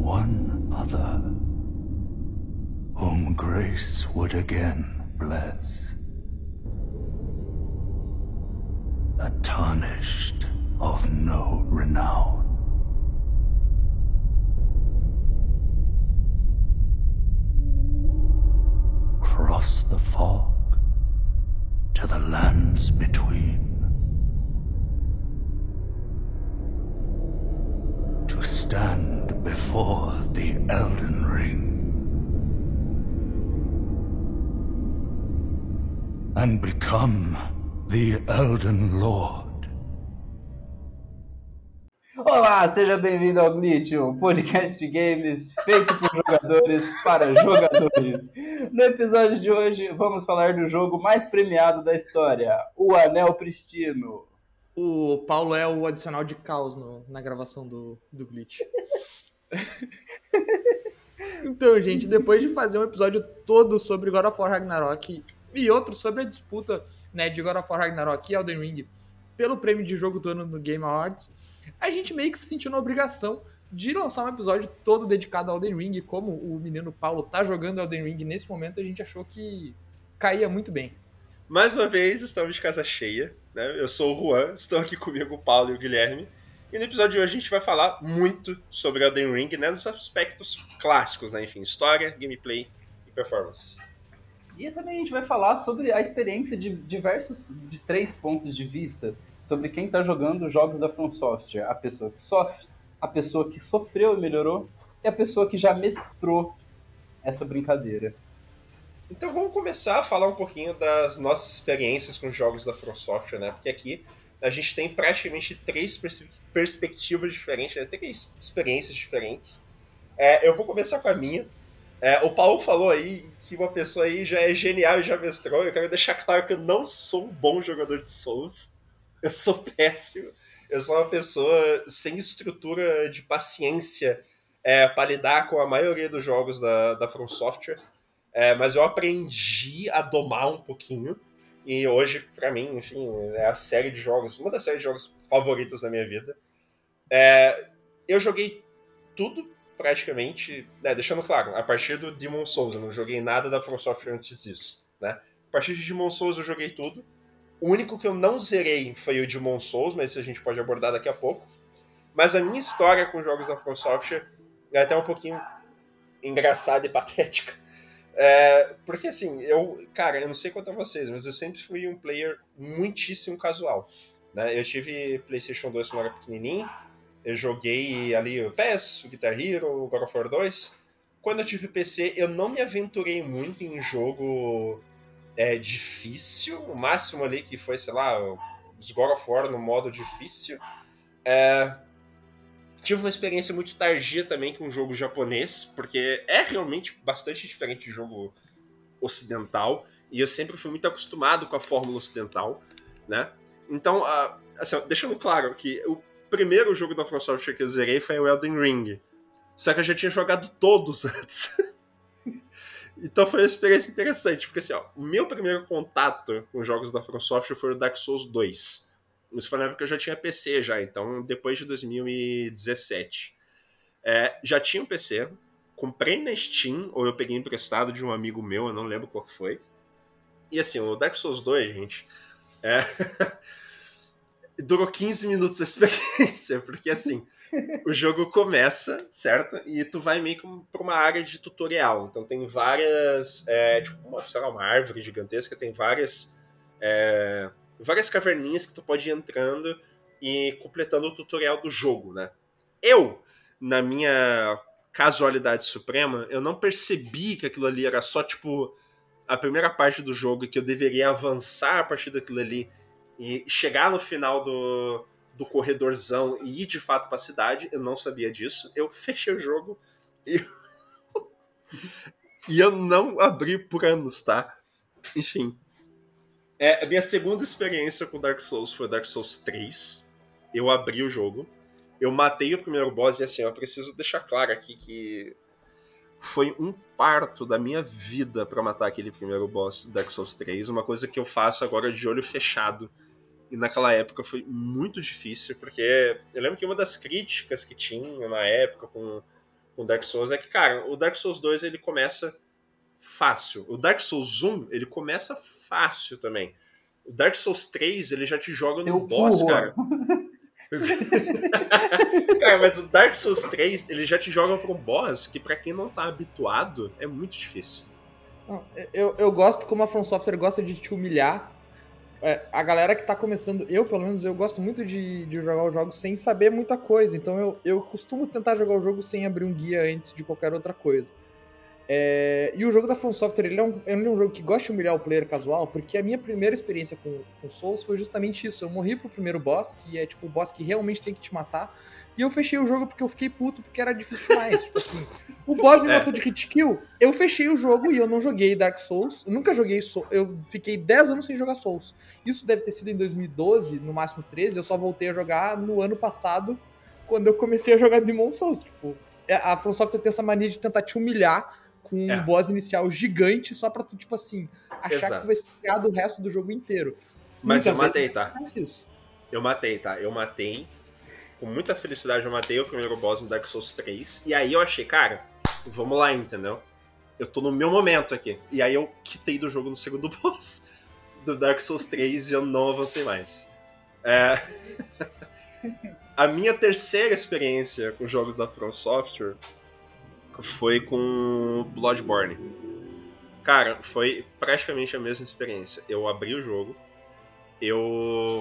one other, whom grace would again bless. A tarnished of no renown. Cross the fog to the lands between, to stand before the Elden Ring and become the Elden Lord. Olá, seja bem-vindo ao Glitch, o podcast de games feito por jogadores para jogadores. No episódio de hoje, vamos falar do jogo mais premiado da história, o Anel Pristino. O Paulo é o adicional de caos na gravação do Glitch. Então, gente, depois de fazer um episódio todo sobre God of War Ragnarok e outro sobre a disputa, né, de God of War Ragnarok e Elden Ring pelo prêmio de jogo do ano no Game Awards, a gente meio que se sentiu na obrigação de lançar um episódio todo dedicado ao Elden Ring. Como o menino Paulo tá jogando Elden Ring nesse momento, a gente achou que caía muito bem. Mais uma vez, estamos de casa cheia, né? Eu sou o Juan, estão aqui comigo o Paulo e o Guilherme. E no episódio de hoje a gente vai falar muito sobre Elden Ring, né? Nos aspectos clássicos, né? Enfim, história, gameplay e performance. E também a gente vai falar sobre a experiência de de 3 pontos de vista, sobre quem está jogando os jogos da From Software. A pessoa que sofre, a pessoa que sofreu e melhorou, e a pessoa que já mestrou essa brincadeira. Então vamos começar a falar um pouquinho das nossas experiências com os jogos da From Software, né? Porque aqui a gente tem praticamente 3 perspectivas diferentes, né? 3 experiências diferentes. Eu vou começar com a minha. O Paulo falou aí que uma pessoa aí já é genial e já mestrou. Eu quero deixar claro que eu não sou um bom jogador de Souls. Eu sou péssimo. Eu sou uma pessoa sem estrutura de paciência para lidar com a maioria dos jogos da From Software. Mas eu aprendi a domar um pouquinho. E hoje, pra mim, enfim, é a série de jogos, uma das séries de jogos favoritas da minha vida. Eu joguei tudo, praticamente, né, deixando claro, a partir do Demon's Souls. Eu não joguei nada da From Software antes disso, né? A partir de Demon's Souls eu joguei tudo. O único que eu não zerei foi o Demon's Souls, mas isso a gente pode abordar daqui a pouco. Mas a minha história com jogos da From Software é até um pouquinho engraçada e patética. Porque assim, eu não sei quanto a vocês, mas eu sempre fui um player muitíssimo casual, né? Eu tive PlayStation 2 quando eu era pequenininho, eu joguei ali o PES, o Guitar Hero, o God of War 2. Quando eu tive PC, eu não me aventurei muito em jogo difícil, o máximo ali que foi, sei lá, os God of War no modo difícil. Tive uma experiência muito tardia também com um jogo japonês, porque é realmente bastante diferente de jogo ocidental, e eu sempre fui muito acostumado com a fórmula ocidental, né? Então, assim, deixando claro que o primeiro jogo da From Software que eu zerei foi o Elden Ring, só que eu já tinha jogado todos antes. Então foi uma experiência interessante, porque assim, o meu primeiro contato com jogos da From Software foi o Dark Souls 2. Isso foi na época que eu já tinha PC já, então depois de 2017. Já tinha um PC, comprei na Steam, ou eu peguei emprestado de um amigo meu, eu não lembro qual que foi. E assim, o Dark Souls 2, gente, durou 15 minutos a experiência, porque assim, o jogo começa, certo? E tu vai meio que pra uma área de tutorial. Então tem várias, uma árvore gigantesca, tem várias caverninhas que tu pode ir entrando e completando o tutorial do jogo, né? Eu, na minha casualidade suprema, eu não percebi que aquilo ali era só, tipo, a primeira parte do jogo e que eu deveria avançar a partir daquilo ali e chegar no final do corredorzão e ir de fato pra cidade. Eu não sabia disso. Eu fechei o jogo e eu não abri por anos, tá? Enfim. A minha segunda experiência com Dark Souls foi Dark Souls 3. Eu abri o jogo. Eu matei o primeiro boss e assim, eu preciso deixar claro aqui que foi um parto da minha vida pra matar aquele primeiro boss do Dark Souls 3. Uma coisa que eu faço agora de olho fechado. E naquela época foi muito difícil, porque eu lembro que uma das críticas que tinha na época com com Dark Souls é que, cara, o Dark Souls 2 ele começa fácil. O Dark Souls 1 ele começa fácil também. O Dark Souls 3 ele já te joga no boss, cara. Cara, mas o Dark Souls 3 ele já te joga pra um boss que pra quem não tá habituado é muito difícil. Eu gosto como a From Software gosta de te humilhar. A galera que tá começando, pelo menos, eu gosto muito de jogar o jogo sem saber muita coisa. Então eu costumo tentar jogar o jogo sem abrir um guia antes de qualquer outra coisa. E o jogo da From Software, ele é um jogo que gosta de humilhar o player casual, porque a minha primeira experiência com Souls foi justamente isso. Eu morri pro primeiro boss, que é tipo o boss que realmente tem que te matar, e eu fechei o jogo porque eu fiquei puto, porque era difícil demais. Tipo assim, o boss me matou de hit kill, eu fechei o jogo e eu não joguei Dark Souls. Eu nunca joguei eu fiquei 10 anos sem jogar Souls. Isso deve ter sido em 2012, no máximo 13. Eu só voltei a jogar no ano passado, quando eu comecei a jogar Demon Souls. Tipo, a From Software tem essa mania de tentar te humilhar com um boss inicial gigante, só pra tu, tipo assim, achar que tu vai pegar do resto do jogo inteiro. Mas Muitas eu matei, vezes, tá? isso. Eu matei, tá? Eu matei. Com muita felicidade eu matei o primeiro boss no Dark Souls 3. E aí eu achei, cara, vamos lá, entendeu? Eu tô no meu momento aqui. E aí eu quitei do jogo no segundo boss do Dark Souls 3 e eu não avancei mais. A minha terceira experiência com jogos da From Software foi com Bloodborne. Cara, foi praticamente a mesma experiência. Eu abri o jogo, eu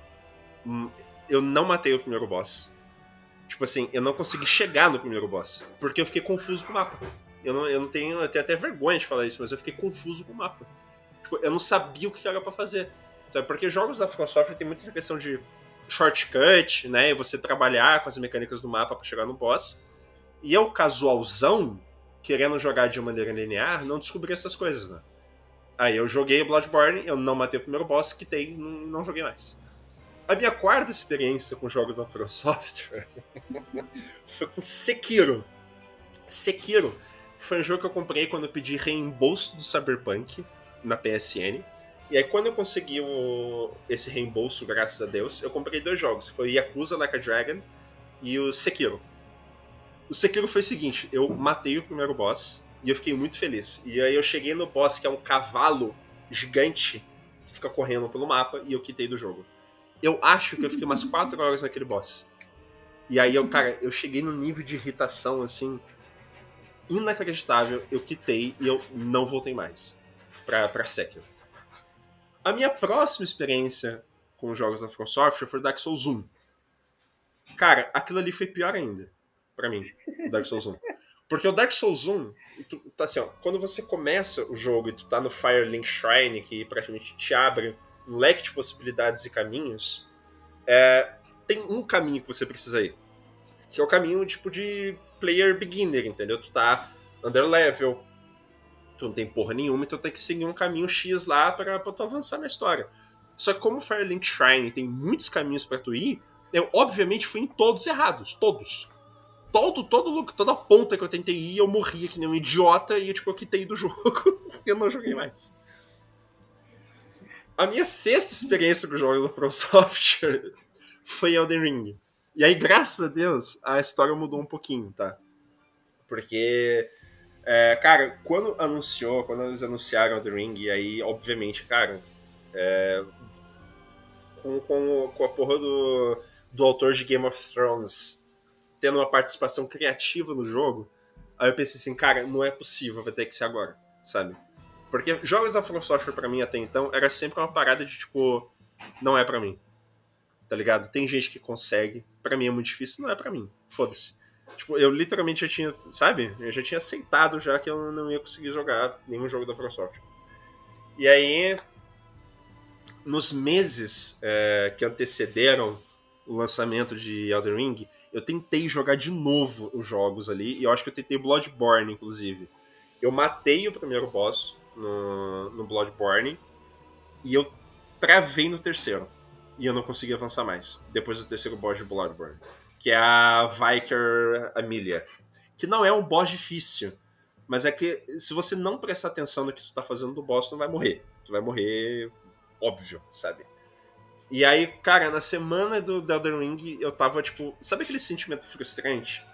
não matei o primeiro boss. Tipo assim, eu não consegui chegar no primeiro boss, porque eu fiquei confuso com o mapa. Eu tenho até vergonha de falar isso, mas eu fiquei confuso com o mapa. Tipo, eu não sabia o que era pra fazer. Sabe? Porque jogos da From Software tem muita questão de shortcut, né? E você trabalhar com as mecânicas do mapa pra chegar no boss. E eu, casualzão, querendo jogar de maneira linear, não descobri essas coisas, né? Aí eu joguei o Bloodborne, eu não matei o primeiro boss, quitei e não joguei mais. A minha quarta experiência com jogos da From Software foi com Sekiro. Sekiro foi um jogo que eu comprei quando eu pedi reembolso do Cyberpunk na PSN. E aí quando eu consegui esse reembolso, graças a Deus, eu comprei 2 jogos. Foi o Yakuza Like a Dragon e o Sekiro. O Sekiro foi o seguinte, eu matei o primeiro boss e eu fiquei muito feliz. E aí eu cheguei no boss, que é um cavalo gigante que fica correndo pelo mapa, e eu quitei do jogo. Eu acho que eu fiquei umas 4 horas naquele boss. E aí eu cheguei num nível de irritação, assim, inacreditável. Eu quitei e eu não voltei mais pra Sekiro. A minha próxima experiência com os jogos da From Software foi Dark Souls 1. Cara, aquilo ali foi pior ainda, pra mim, o Dark Souls 1. Porque o Dark Souls 1, tá assim, ó, quando você começa o jogo e tu tá no Firelink Shrine, que praticamente te abre um leque de possibilidades e caminhos, tem um caminho que você precisa ir, que é o caminho tipo de player beginner, entendeu? Tu tá under level, tu não tem porra nenhuma, então tu tem que seguir um caminho X lá pra tu avançar na história. Só que como o Firelink Shrine tem muitos caminhos pra tu ir, eu obviamente fui em todos errados, todos. Toda ponta que eu tentei ir, eu morria que nem um idiota e tipo, eu quitei do jogo e eu não joguei mais. A minha sexta experiência com jogos da From Software foi Elden Ring. E aí, graças a Deus, a história mudou um pouquinho, tá? Porque, cara, quando eles anunciaram Elden Ring, e aí, obviamente, cara, com a porra do autor de Game of Thrones tendo uma participação criativa no jogo, aí eu pensei assim, cara, não é possível, vai ter que ser agora, sabe? Porque jogos da From Software pra mim até então era sempre uma parada de tipo, não é pra mim, tá ligado? Tem gente que consegue, pra mim é muito difícil, não é pra mim, foda-se. Tipo, eu literalmente já tinha, sabe? Eu já tinha aceitado já que eu não ia conseguir jogar nenhum jogo da From Software. E aí, nos meses que antecederam o lançamento de Elden Ring, eu tentei jogar de novo os jogos ali, e eu acho que eu tentei Bloodborne, inclusive. Eu matei o primeiro boss no Bloodborne, e eu travei no terceiro. E eu não consegui avançar mais, depois do terceiro boss de Bloodborne, que é a Vicar Amelia. Que não é um boss difícil, mas é que se você não prestar atenção no que tu tá fazendo do boss, tu não vai morrer. Tu vai morrer óbvio, sabe? E aí, cara, na semana do Elden Ring, eu tava, tipo... Sabe aquele sentimento frustrante?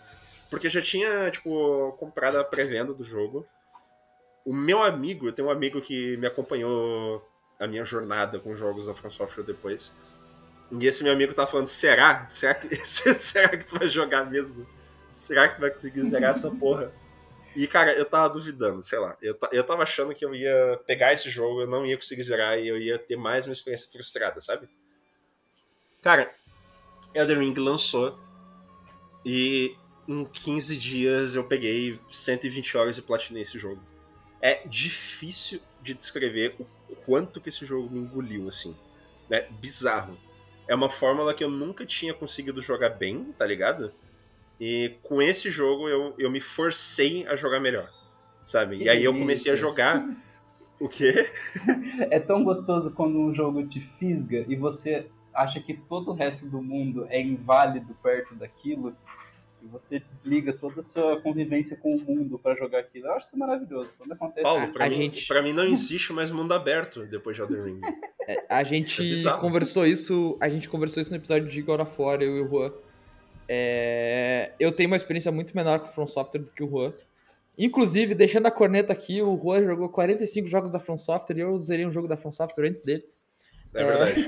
Porque eu já tinha, tipo, comprado a pré-venda do jogo. O meu amigo, eu tenho um amigo que me acompanhou a minha jornada com jogos da From Software depois. E esse meu amigo tava falando, será? Será que tu vai jogar mesmo? Será que tu vai conseguir zerar essa porra? E, cara, eu tava duvidando, sei lá. Eu tava achando que eu ia pegar esse jogo, eu não ia conseguir zerar e eu ia ter mais uma experiência frustrada, sabe? Cara, Elden Ring lançou e em 15 dias eu peguei 120 horas e platinei esse jogo. É difícil de descrever o quanto que esse jogo me engoliu, assim. É bizarro. É uma fórmula que eu nunca tinha conseguido jogar bem, tá ligado? E com esse jogo eu me forcei a jogar melhor, sabe? Que E aí eu comecei a delícia. jogar o quê? É tão gostoso quando um jogo te fisga e você acha que todo o resto do mundo é inválido perto daquilo e você desliga toda a sua convivência com o mundo pra jogar aquilo. Eu acho isso maravilhoso. Quando acontece Paulo, isso. pra mim não existe mais mundo aberto depois de Elden Ring. A É gente bizarro. conversou isso no episódio de God of War, eu e o Juan. Eu tenho uma experiência muito menor com o From Software do que o Juan. Inclusive, deixando a corneta aqui, o Juan jogou 45 jogos da From Software e eu zerei um jogo da From Software antes dele. É verdade.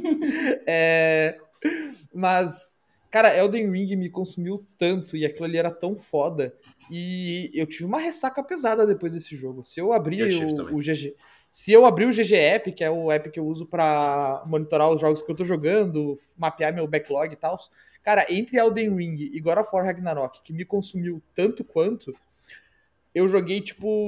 Mas, cara, Elden Ring me consumiu tanto e aquilo ali era tão foda. E eu tive uma ressaca pesada depois desse jogo. Se eu abrir Eu tive também. o GG. Se eu abrir o GG App, que é o app que eu uso pra monitorar os jogos que eu tô jogando, mapear meu backlog e tal. Cara, entre Elden Ring e God of War Ragnarok, que me consumiu tanto quanto, eu joguei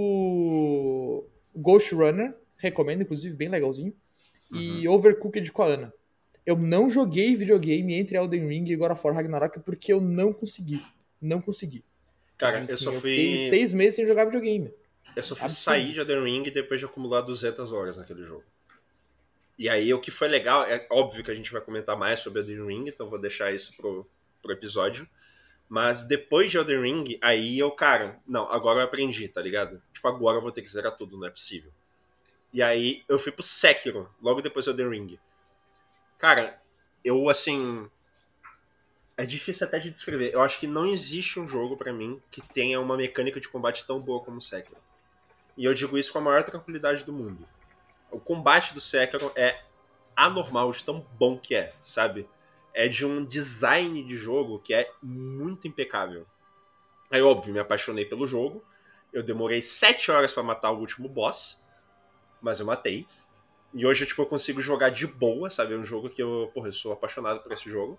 tipo Ghost Runner, recomendo, inclusive, bem legalzinho, e Overcooked com a Ana. Eu não joguei videogame entre Elden Ring e God of War Ragnarok porque eu não consegui. Não consegui. Cara, Assim, eu fiquei 6 meses sem jogar videogame. Eu só fui Absurdo. sair de Elden Ring depois de acumular 200 horas naquele jogo. E aí o que foi legal, é óbvio que a gente vai comentar mais sobre Elden Ring, então vou deixar isso pro episódio. Mas depois de Elden Ring, aí eu, cara, não, agora eu aprendi, tá ligado? Tipo, agora eu vou ter que zerar tudo, não é possível. E aí eu fui pro Sekiro, logo depois do Elden Ring. Cara, eu, assim... É difícil até de descrever. Eu acho que não existe um jogo pra mim que tenha uma mecânica de combate tão boa como o Sekiro. E eu digo isso com a maior tranquilidade do mundo. O combate do Sekiro é anormal de tão bom que é, sabe? É de um design de jogo que é muito impecável. Aí, óbvio, me apaixonei pelo jogo. Eu demorei 7 horas pra matar o último boss, mas eu matei. E hoje, tipo, eu consigo jogar de boa, sabe? É um jogo que eu sou apaixonado por esse jogo.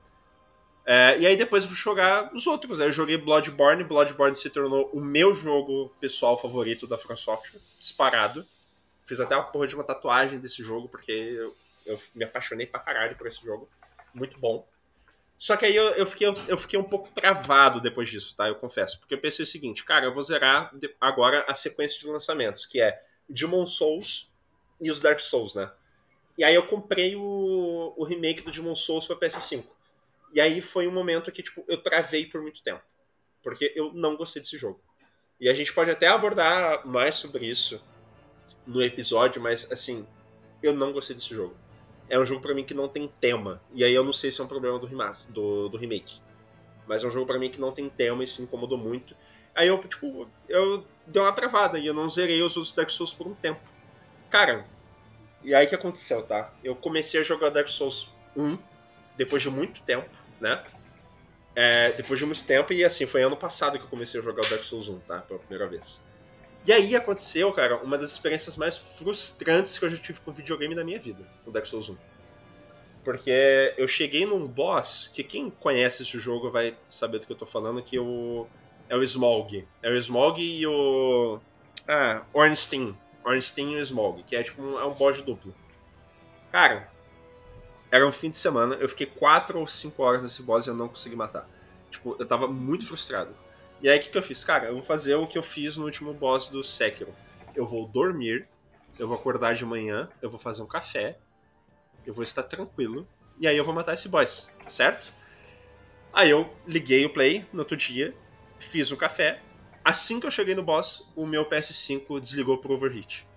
E aí depois eu fui jogar os outros. Aí eu joguei Bloodborne. Bloodborne se tornou o meu jogo pessoal favorito da From Software, disparado. Fiz até uma porra de uma tatuagem desse jogo, porque eu me apaixonei pra caralho por esse jogo. Muito bom. Só que aí eu fiquei um pouco travado depois disso, tá? Eu confesso. Porque eu pensei o seguinte, cara, eu vou zerar agora a sequência de lançamentos, que é Demon Souls e os Dark Souls, né? E aí eu comprei o remake do Demon Souls pra PS5. E aí foi um momento que, tipo, eu travei por muito tempo. Porque eu não gostei desse jogo. E a gente pode até abordar mais sobre isso no episódio, mas, assim, eu não gostei desse jogo. É um jogo pra mim que não tem tema. E aí eu não sei se é um problema do remake. Mas é um jogo pra mim que não tem tema e se incomodou muito. Aí eu, tipo, eu dei uma travada e eu não zerei os outros Dark Souls por um tempo. Cara, e aí o que aconteceu, tá? Eu comecei a jogar Dark Souls 1 depois de muito tempo, né? Depois de muito tempo, e assim, foi ano passado que eu comecei a jogar o Dark Souls 1, tá? Pela primeira vez. E aí aconteceu, cara, uma das experiências mais frustrantes que eu já tive com videogame na minha vida, o Dark Souls 1. Porque eu cheguei num boss, que quem conhece esse jogo vai saber do que eu tô falando, que é o Smaug. É o Smaug e o... Ornstein. Ornstein e o Smaug, que é tipo um boss duplo. Cara, era um fim de semana, eu fiquei 4 ou 5 horas nesse boss e eu não consegui matar. Tipo, eu tava muito frustrado. E aí o que eu fiz? Cara, eu vou fazer o que eu fiz no último boss do Sekiro. Eu vou dormir, eu vou acordar de manhã, eu vou fazer um café, eu vou estar tranquilo, e aí eu vou matar esse boss, certo? Aí eu liguei o play no outro dia, fiz um café. Assim que eu cheguei no boss, o meu PS5 desligou por overheat.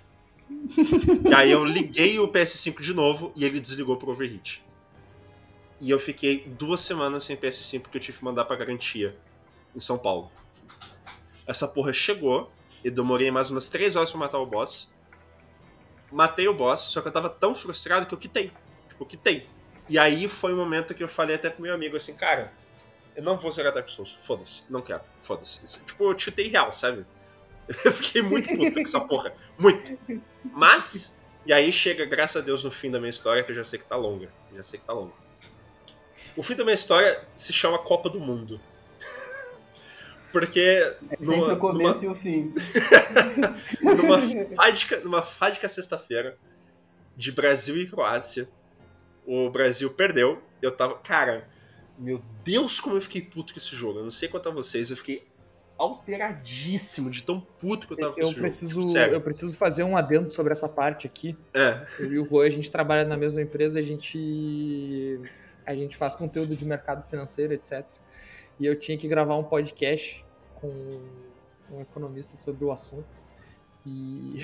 E aí eu liguei o PS5 de novo e ele desligou por overheat. E eu fiquei 2 semanas sem PS5 porque eu tive que mandar pra garantia em São Paulo. Essa porra chegou, eu demorei mais umas 3 horas pra matar o boss. Matei o boss, só que eu tava tão frustrado que eu quitei. Tipo, eu quitei. E aí foi o momento que eu falei até pro meu amigo assim, cara, eu não vou zerar Dark Souls, foda-se, não quero, foda-se. Tipo, eu chutei real, sabe? Eu fiquei muito puto com essa porra, muito. Mas, e aí chega, graças a Deus, no fim da minha história, que eu já sei que tá longa. O fim da minha história se chama Copa do Mundo. Porque É sempre o começo e o fim. numa fádica sexta-feira de Brasil e Croácia, o Brasil perdeu. Eu tava, cara, meu Deus, como eu fiquei puto com esse jogo. Eu não sei quanto a vocês, eu fiquei alteradíssimo de tão puto que eu tava com esse jogo. Tipo, sério. Eu preciso fazer um adendo sobre essa parte aqui. Eu e o Rui, a gente trabalha na mesma empresa, a gente faz conteúdo de mercado financeiro, etc. E eu tinha que gravar um podcast com um economista sobre o assunto. E...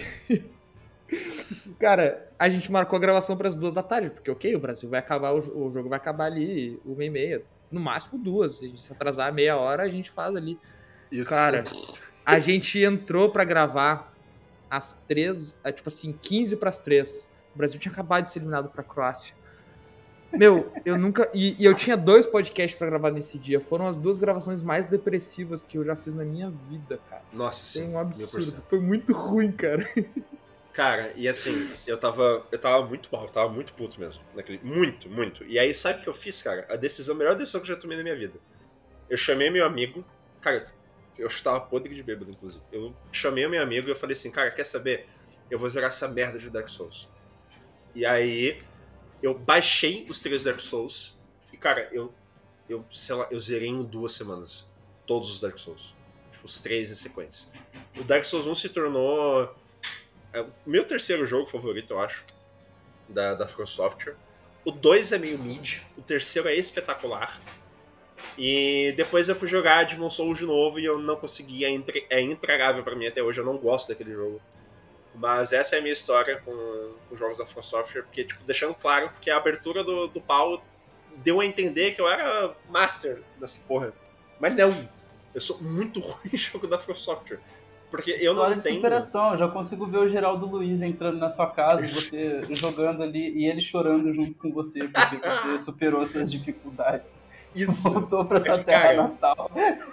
Cara, a gente marcou a gravação para as 2 da tarde, porque, ok, o Brasil vai acabar, o jogo vai acabar ali 1h30, no máximo 2. Se a gente se atrasar meia hora, a gente faz ali. Isso. Cara, a gente entrou pra gravar às 3, tipo assim, 15 pras 3. O Brasil tinha acabado de ser eliminado pra Croácia. Meu, eu nunca... E eu tinha 2 podcasts pra gravar nesse dia. Foram as 2 gravações mais depressivas que eu já fiz na minha vida, cara. Nossa, sim. Foi um absurdo. Foi muito ruim, cara. Cara, e assim, eu tava muito mal, eu tava muito puto mesmo. Muito. E aí, sabe o que eu fiz, cara? A melhor decisão que eu já tomei na minha vida. Eu chamei meu amigo, cara, eu estava podre de bêbado, inclusive. Eu chamei meu amigo e eu falei assim, cara, quer saber? Eu vou zerar essa merda de Dark Souls. E aí, eu baixei os 3 Dark Souls e, cara, eu sei lá, eu zerei em 2 semanas. Todos os Dark Souls. Tipo, os 3 em sequência. O Dark Souls 1 se tornou o meu terceiro jogo favorito, eu acho, da From Software. O 2 é meio mid, o terceiro é espetacular. E depois eu fui jogar Demon Souls de novo e eu não consegui, é intragável pra mim até hoje, eu não gosto daquele jogo. Mas essa é a minha história com os jogos da From Software, porque, tipo, deixando claro que a abertura do pau deu a entender que eu era master dessa porra. Mas não, eu sou muito ruim em jogo da From Software. Porque História eu não de tenho... superação, eu já consigo ver o Geraldo Luiz entrando na sua casa, você jogando ali e ele chorando junto com você, porque você superou suas dificuldades. Isso. Voltou pra sua terra cara, natal.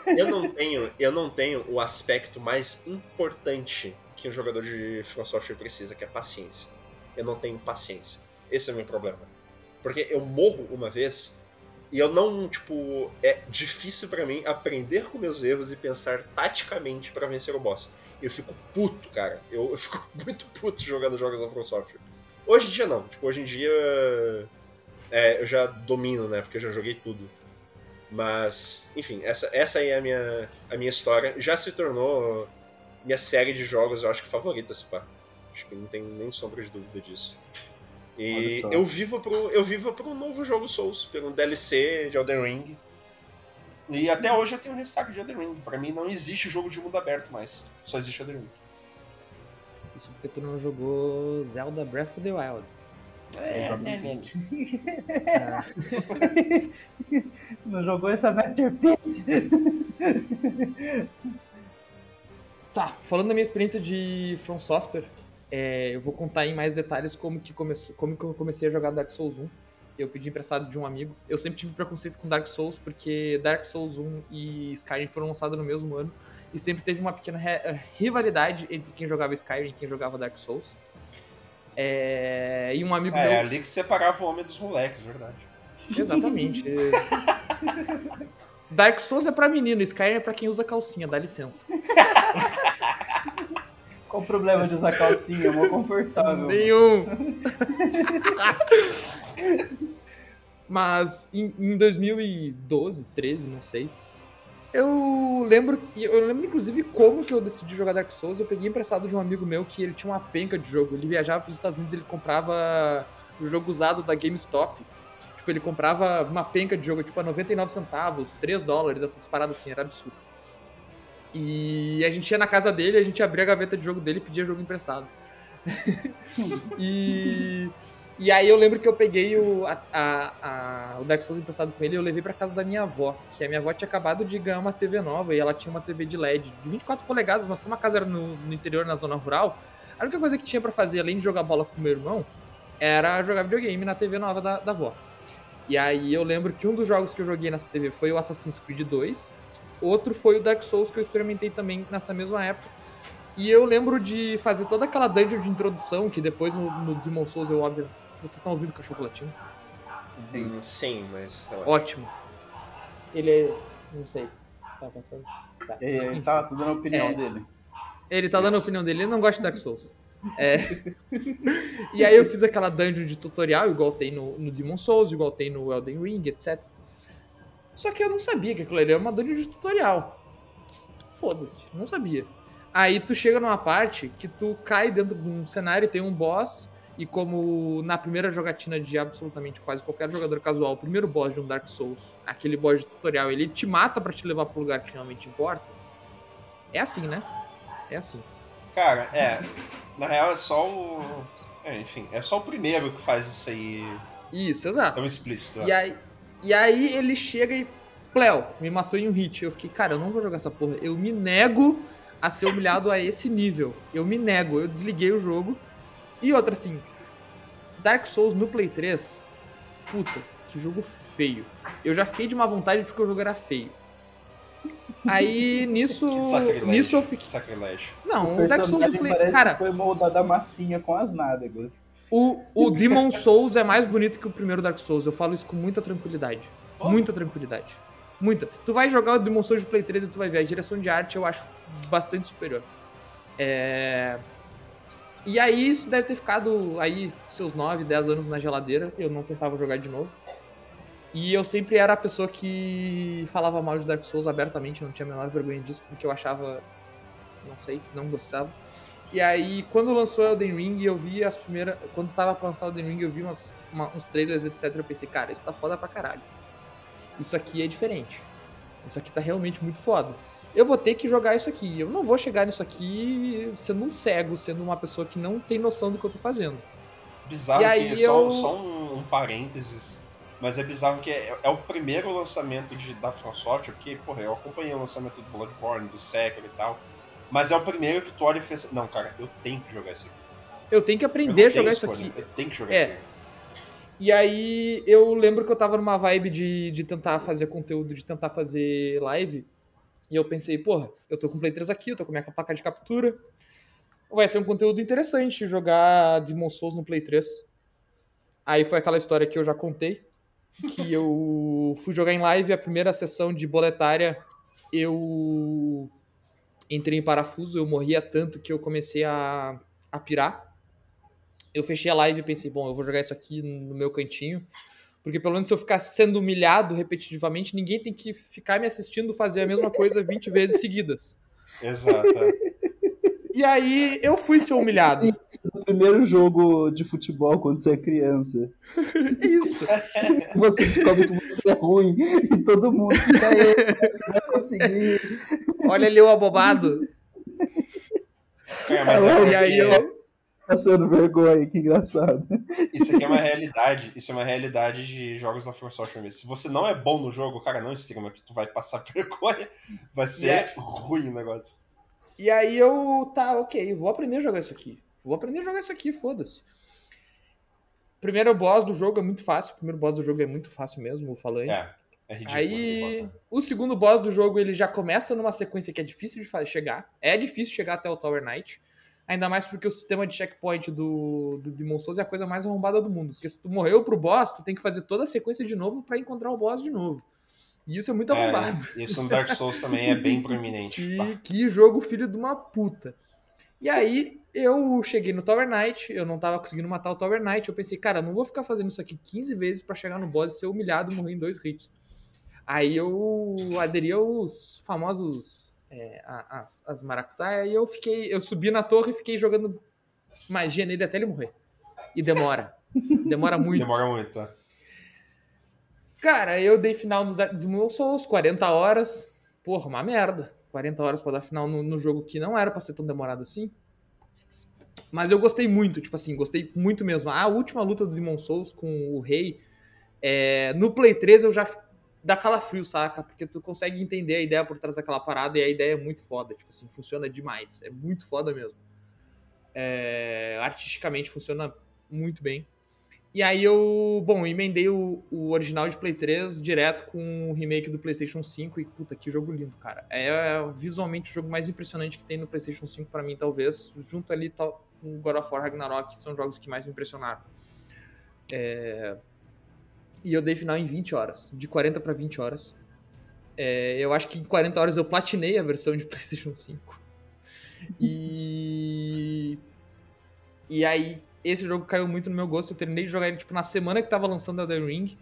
Eu não tenho o aspecto mais importante que um jogador de From Software precisa, que é paciência. Eu não tenho paciência. Esse é o meu problema. Porque eu morro uma vez e eu não, tipo... É difícil pra mim aprender com meus erros e pensar taticamente pra vencer o boss. Eu fico puto, cara. Eu fico muito puto jogando jogos da From Software. Hoje em dia não. Tipo, hoje em dia... eu já domino, né? Porque eu já joguei tudo. Mas, enfim, essa aí é a minha história. Já se tornou minha série de jogos, eu acho que favorita, se pá. Acho que não tem nem sombra de dúvida disso. E eu vivo pro novo jogo Souls, pelo DLC de Elden Ring. E até hoje eu tenho um ressaca de Elden Ring. Pra mim não existe jogo de mundo aberto mais. Só existe Elden Ring. Isso porque tu não jogou Zelda Breath of the Wild. Não jogou essa Masterpiece? Tá, falando da minha experiência de From Software, eu vou contar em mais detalhes como que eu comecei a jogar Dark Souls 1. Eu pedi emprestado de um amigo. Eu sempre tive preconceito com Dark Souls, porque Dark Souls 1 e Skyrim foram lançados no mesmo ano, e sempre teve uma pequena rivalidade entre quem jogava Skyrim e quem jogava Dark Souls. E um amigo meu... É ali que separava o homem dos moleques, verdade. Exatamente. Dark Souls é pra menino, Skyrim é pra quem usa calcinha, dá licença. Qual o problema de usar calcinha? É mó confortável. Nenhum. Mas em 2012, 13, não sei, eu lembro inclusive como que eu decidi jogar Dark Souls. Eu peguei emprestado de um amigo meu que ele tinha uma penca de jogo. Ele viajava pros Estados Unidos, ele comprava o jogo usado da GameStop. Tipo, ele comprava uma penca de jogo, tipo, a 99 centavos, $3, essas paradas assim, era absurdo. E a gente ia na casa dele, a gente abria a gaveta de jogo dele e pedia jogo emprestado. E E aí eu lembro que eu peguei o Dark Souls emprestado com ele e eu levei pra casa da minha avó, que a minha avó tinha acabado de ganhar uma TV nova e ela tinha uma TV de LED de 24 polegadas, mas como a casa era no interior, na zona rural, a única coisa que tinha pra fazer, além de jogar bola com meu irmão, era jogar videogame na TV nova da avó. E aí eu lembro que um dos jogos que eu joguei nessa TV foi o Assassin's Creed 2, outro foi o Dark Souls que eu experimentei também nessa mesma época. E eu lembro de fazer toda aquela dungeon de introdução, que depois no Demon Souls eu óbvio. Vocês estão ouvindo o cachorro latindo? Sim, mas... Ótimo. Ele é... não sei. Tava pensando. Tá. Ele tá dando a opinião dele. Ele tá dando a opinião dele, ele não gosta de Dark Souls. E aí eu fiz aquela dungeon de tutorial, igual tem no Demon Souls, igual tem no Elden Ring, etc. Só que eu não sabia que aquilo ali era uma dungeon de tutorial. Foda-se, não sabia. Aí tu chega numa parte que tu cai dentro de um cenário e tem um boss, e como na primeira jogatina de absolutamente quase qualquer jogador casual, o primeiro boss de um Dark Souls, aquele boss de tutorial, ele te mata pra te levar pro lugar que realmente importa. É assim, né? É assim. Cara, na real é só o... enfim, é só o primeiro que faz isso aí Isso, exato. tão explícito. E aí ele chega e... Pleo, me matou em um hit. Eu fiquei, cara, eu não vou jogar essa porra. Eu me nego a ser humilhado a esse nível. Eu me nego. Eu desliguei o jogo. E outra, assim... Dark Souls no Play 3... Puta, que jogo feio. Eu já fiquei de má vontade porque o jogo era feio. Aí, nisso... Que sacrilégio. Nisso eu fiquei... Que sacrilégio. Não, o Dark Souls no Play... Parece Cara, que foi moldado a massinha com as nádegas. o Demon Souls é mais bonito que o primeiro Dark Souls. Eu falo isso com muita tranquilidade. Muita tranquilidade. Muita. Tu vai jogar o Demon Souls de Play 3 e tu vai ver. A direção de arte eu acho bastante superior. E aí isso deve ter ficado aí seus 9, 10 anos na geladeira. Eu não tentava jogar de novo. E eu sempre era a pessoa que falava mal de Dark Souls abertamente. Eu não tinha a menor vergonha disso, porque eu achava... Não sei, não gostava. E aí, quando lançou Elden Ring, eu vi as primeiras... Quando tava pra lançar Elden Ring, eu vi uns trailers, etc. Eu pensei, cara, isso tá foda pra caralho. Isso aqui é diferente. Isso aqui tá realmente muito foda. Eu vou ter que jogar isso aqui. Eu não vou chegar nisso aqui sendo um cego, sendo uma pessoa que não tem noção do que eu tô fazendo. Bizarro E aí que, só um parênteses, mas é bizarro que é o primeiro lançamento da From Software, porque, porra, eu acompanhei o lançamento do Bloodborne, do Sekiro e tal, mas é o primeiro que tu olha e pensa, não, cara, eu tenho que jogar isso aqui. Eu tenho que aprender a jogar isso aqui. Eu tenho que jogar isso aqui. E aí, eu lembro que eu tava numa vibe de tentar fazer conteúdo, de tentar fazer live. E eu pensei, porra, eu tô com o Play 3 aqui, eu tô com a minha placa de captura. Vai ser um conteúdo interessante jogar Demon Souls no Play 3. Aí foi aquela história que eu já contei. Que eu fui jogar em live, a primeira sessão de boletária, eu entrei em parafuso, eu morria tanto que eu comecei a pirar. Eu fechei a live e pensei, bom, eu vou jogar isso aqui no meu cantinho, porque pelo menos se eu ficar sendo humilhado repetitivamente, ninguém tem que ficar me assistindo fazer a mesma coisa 20 vezes seguidas. Exato. E aí eu fui ser humilhado. O primeiro jogo de futebol quando você é criança. Isso. Você descobre que você é ruim e todo mundo fica aí, você vai conseguir. Olha ali o abobado. Mas E aí eu... Passando vergonha, que engraçado. Isso aqui é uma realidade. Isso é uma realidade de jogos da From Software mesmo. Se você não é bom no jogo, cara, não streama que tu vai passar vergonha. Vai ser ruim o negócio. E aí eu, tá, ok, vou aprender a jogar isso aqui. Foda-se. Primeiro boss do jogo é muito fácil. O primeiro boss do jogo é muito fácil mesmo, o falante. É ridículo. Aí, o segundo boss do jogo, ele já começa numa sequência que é difícil de chegar. É difícil chegar até o Tower Knight. Ainda mais porque o sistema de checkpoint do Demon Souls é a coisa mais arrombada do mundo. Porque se tu morreu pro boss, tu tem que fazer toda a sequência de novo pra encontrar o boss de novo. E isso é muito arrombado. Isso no Dark Souls também é bem proeminente. Que jogo filho de uma puta. E aí, eu cheguei no Tower Knight, eu não tava conseguindo matar o Tower Knight, eu pensei, cara, não vou ficar fazendo isso aqui 15 vezes pra chegar no boss e ser humilhado e morrer em 2 hits. Aí eu aderi aos famosos... as maracutaia, e eu subi na torre e fiquei jogando magia nele até ele morrer. E demora. Demora muito. Demora muito, tá? Cara, eu dei final do Demon Souls, 40 horas. Porra, uma merda. 40 horas pra dar final no jogo que não era pra ser tão demorado assim. Mas eu gostei muito, tipo assim, gostei muito mesmo. A última luta do Demon Souls com o Rei, no Play 3 eu já dá calafrio, saca? Porque tu consegue entender a ideia por trás daquela parada e a ideia é muito foda. Tipo assim, funciona demais. É muito foda mesmo. Artisticamente funciona muito bem. E aí eu emendei o original de Play 3 direto com o remake do PlayStation 5 e, puta, que jogo lindo, cara. É visualmente o jogo mais impressionante que tem no PlayStation 5 pra mim, talvez, junto ali com God of War Ragnarok, que são jogos que mais me impressionaram. E eu dei final em 20 horas, de 40 pra 20 horas. Eu acho que em 40 horas eu platinei a versão de PlayStation 5. E aí, esse jogo caiu muito no meu gosto. Eu terminei de jogar ele tipo, na semana que tava lançando Elden Ring.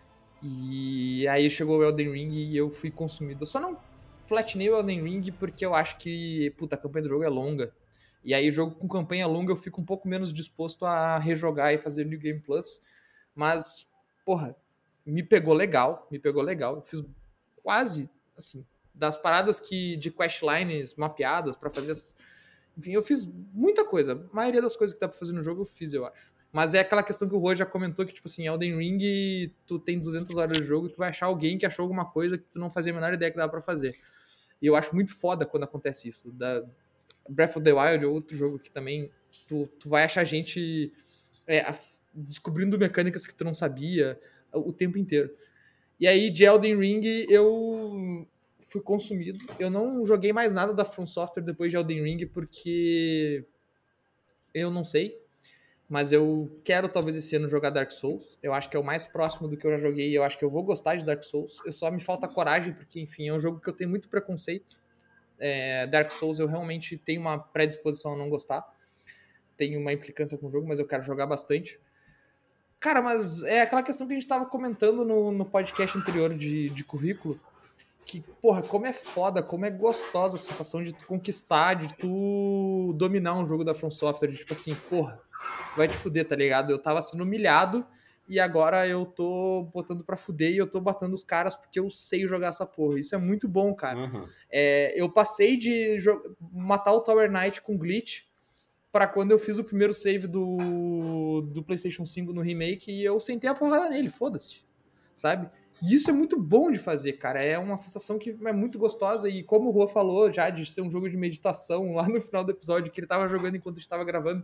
E aí chegou o Elden Ring e eu fui consumido. Eu só não platinei o Elden Ring porque eu acho que, puta, a campanha do jogo é longa. E aí, jogo com campanha longa, eu fico um pouco menos disposto a rejogar e fazer New Game Plus. Mas, porra, me pegou legal, me pegou legal. Eu fiz quase, assim, das paradas de questlines mapeadas pra fazer essas... Enfim, eu fiz muita coisa. A maioria das coisas que dá pra fazer no jogo eu fiz, eu acho. Mas é aquela questão que o Rô já comentou, que, tipo assim, Elden Ring, tu tem 200 horas de jogo e tu vai achar alguém que achou alguma coisa que tu não fazia a menor ideia que dava pra fazer. E eu acho muito foda quando acontece isso. Breath of the Wild é outro jogo que também tu vai achar gente descobrindo mecânicas que tu não sabia o tempo inteiro. E aí, de Elden Ring, eu fui consumido. Eu não joguei mais nada da From Software depois de Elden Ring, porque eu não sei, mas eu quero talvez esse ano jogar Dark Souls. Eu acho que é o mais próximo do que eu já joguei e eu acho que eu vou gostar de Dark Souls. Eu só me falta coragem, porque, enfim, é um jogo que eu tenho muito preconceito. Dark Souls eu realmente tenho uma predisposição a não gostar. Tenho uma implicância com o jogo, mas eu quero jogar bastante. Cara, mas é aquela questão que a gente tava comentando no podcast anterior de currículo, que, porra, como é foda, como é gostosa a sensação de tu conquistar, de tu dominar um jogo da From Software, de tipo assim, porra, vai te fuder, tá ligado? Eu tava sendo humilhado e agora eu tô botando pra fuder e eu tô batendo os caras porque eu sei jogar essa porra. Isso é muito bom, cara. Uhum. Eu passei de matar o Tower Knight com glitch pra quando eu fiz o primeiro save do PlayStation 5 no remake e eu sentei a porrada nele, foda-se, sabe? E isso é muito bom de fazer, cara. É uma sensação que é muito gostosa. E como o Rua falou já de ser um jogo de meditação lá no final do episódio que ele tava jogando enquanto a gente tava gravando,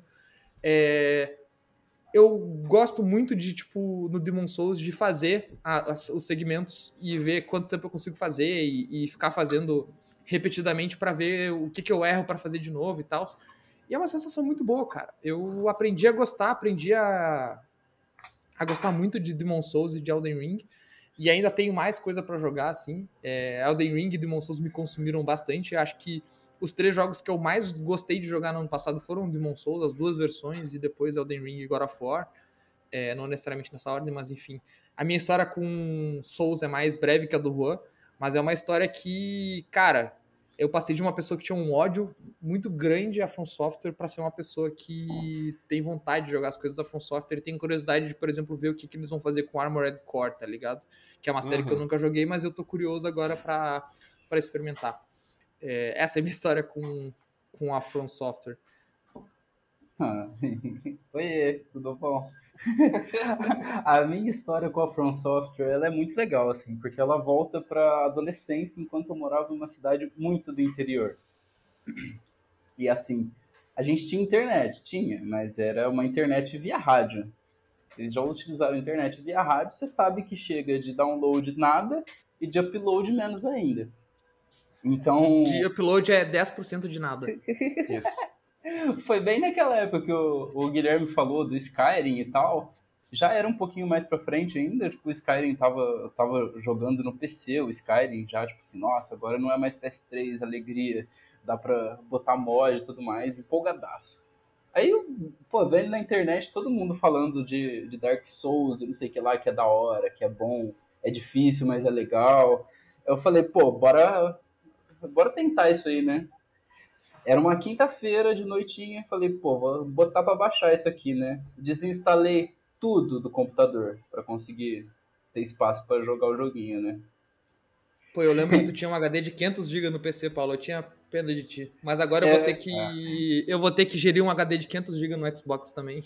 eu gosto muito de, tipo, no Demon Souls, de fazer os segmentos e ver quanto tempo eu consigo fazer e ficar fazendo repetidamente pra ver o que eu erro pra fazer de novo e tal. E é uma sensação muito boa, cara. Eu aprendi a gostar, aprendi a gostar muito de Demon Souls e de Elden Ring. E ainda tenho mais coisa pra jogar, assim. Elden Ring e Demon Souls me consumiram bastante. Eu acho que os 3 jogos que eu mais gostei de jogar no ano passado foram Demon Souls, as 2 versões, e depois Elden Ring e God of War. Não necessariamente nessa ordem, mas enfim. A minha história com Souls é mais breve que a do Juan, mas é uma história que, cara, eu passei de uma pessoa que tinha um ódio muito grande à From Software para ser uma pessoa que tem vontade de jogar as coisas da From Software e tem curiosidade de, por exemplo, ver o que eles vão fazer com Armored Core, tá ligado? Que é uma série que eu nunca joguei, mas eu tô curioso agora para experimentar. Essa é a minha história com a From Software. Oiê, tudo bom? A minha história com a From Software, ela é muito legal, assim, porque ela volta para adolescência enquanto eu morava numa cidade muito do interior. E assim, a gente tinha internet, tinha, mas era uma internet via rádio. Vocês já utilizaram a internet via rádio, você sabe que chega de download nada e de upload menos ainda. De Então, upload é 10% de nada. Isso. foi bem naquela época que o Guilherme falou do Skyrim e tal. Já era um pouquinho mais pra frente ainda, tipo, o Skyrim tava jogando no PC, o Skyrim já, tipo assim, nossa, agora não é mais PS3, alegria, dá pra botar mod e tudo mais, empolgadaço. Aí, pô, vendo na internet todo mundo falando de Dark Souls e não sei o que lá, que é da hora, que é bom, é difícil, mas é legal. Eu falei, pô, bora tentar isso aí, né? Era uma quinta-feira de noitinha, falei, pô, vou botar pra baixar isso aqui, né? Desinstalei tudo do computador pra conseguir ter espaço pra jogar o joguinho, né? Pô, eu lembro que tu tinha um HD de 500 GB no PC, Paulo. Eu tinha Pena de ti. Mas agora eu vou ter que gerir um HD de 500 GB no Xbox também.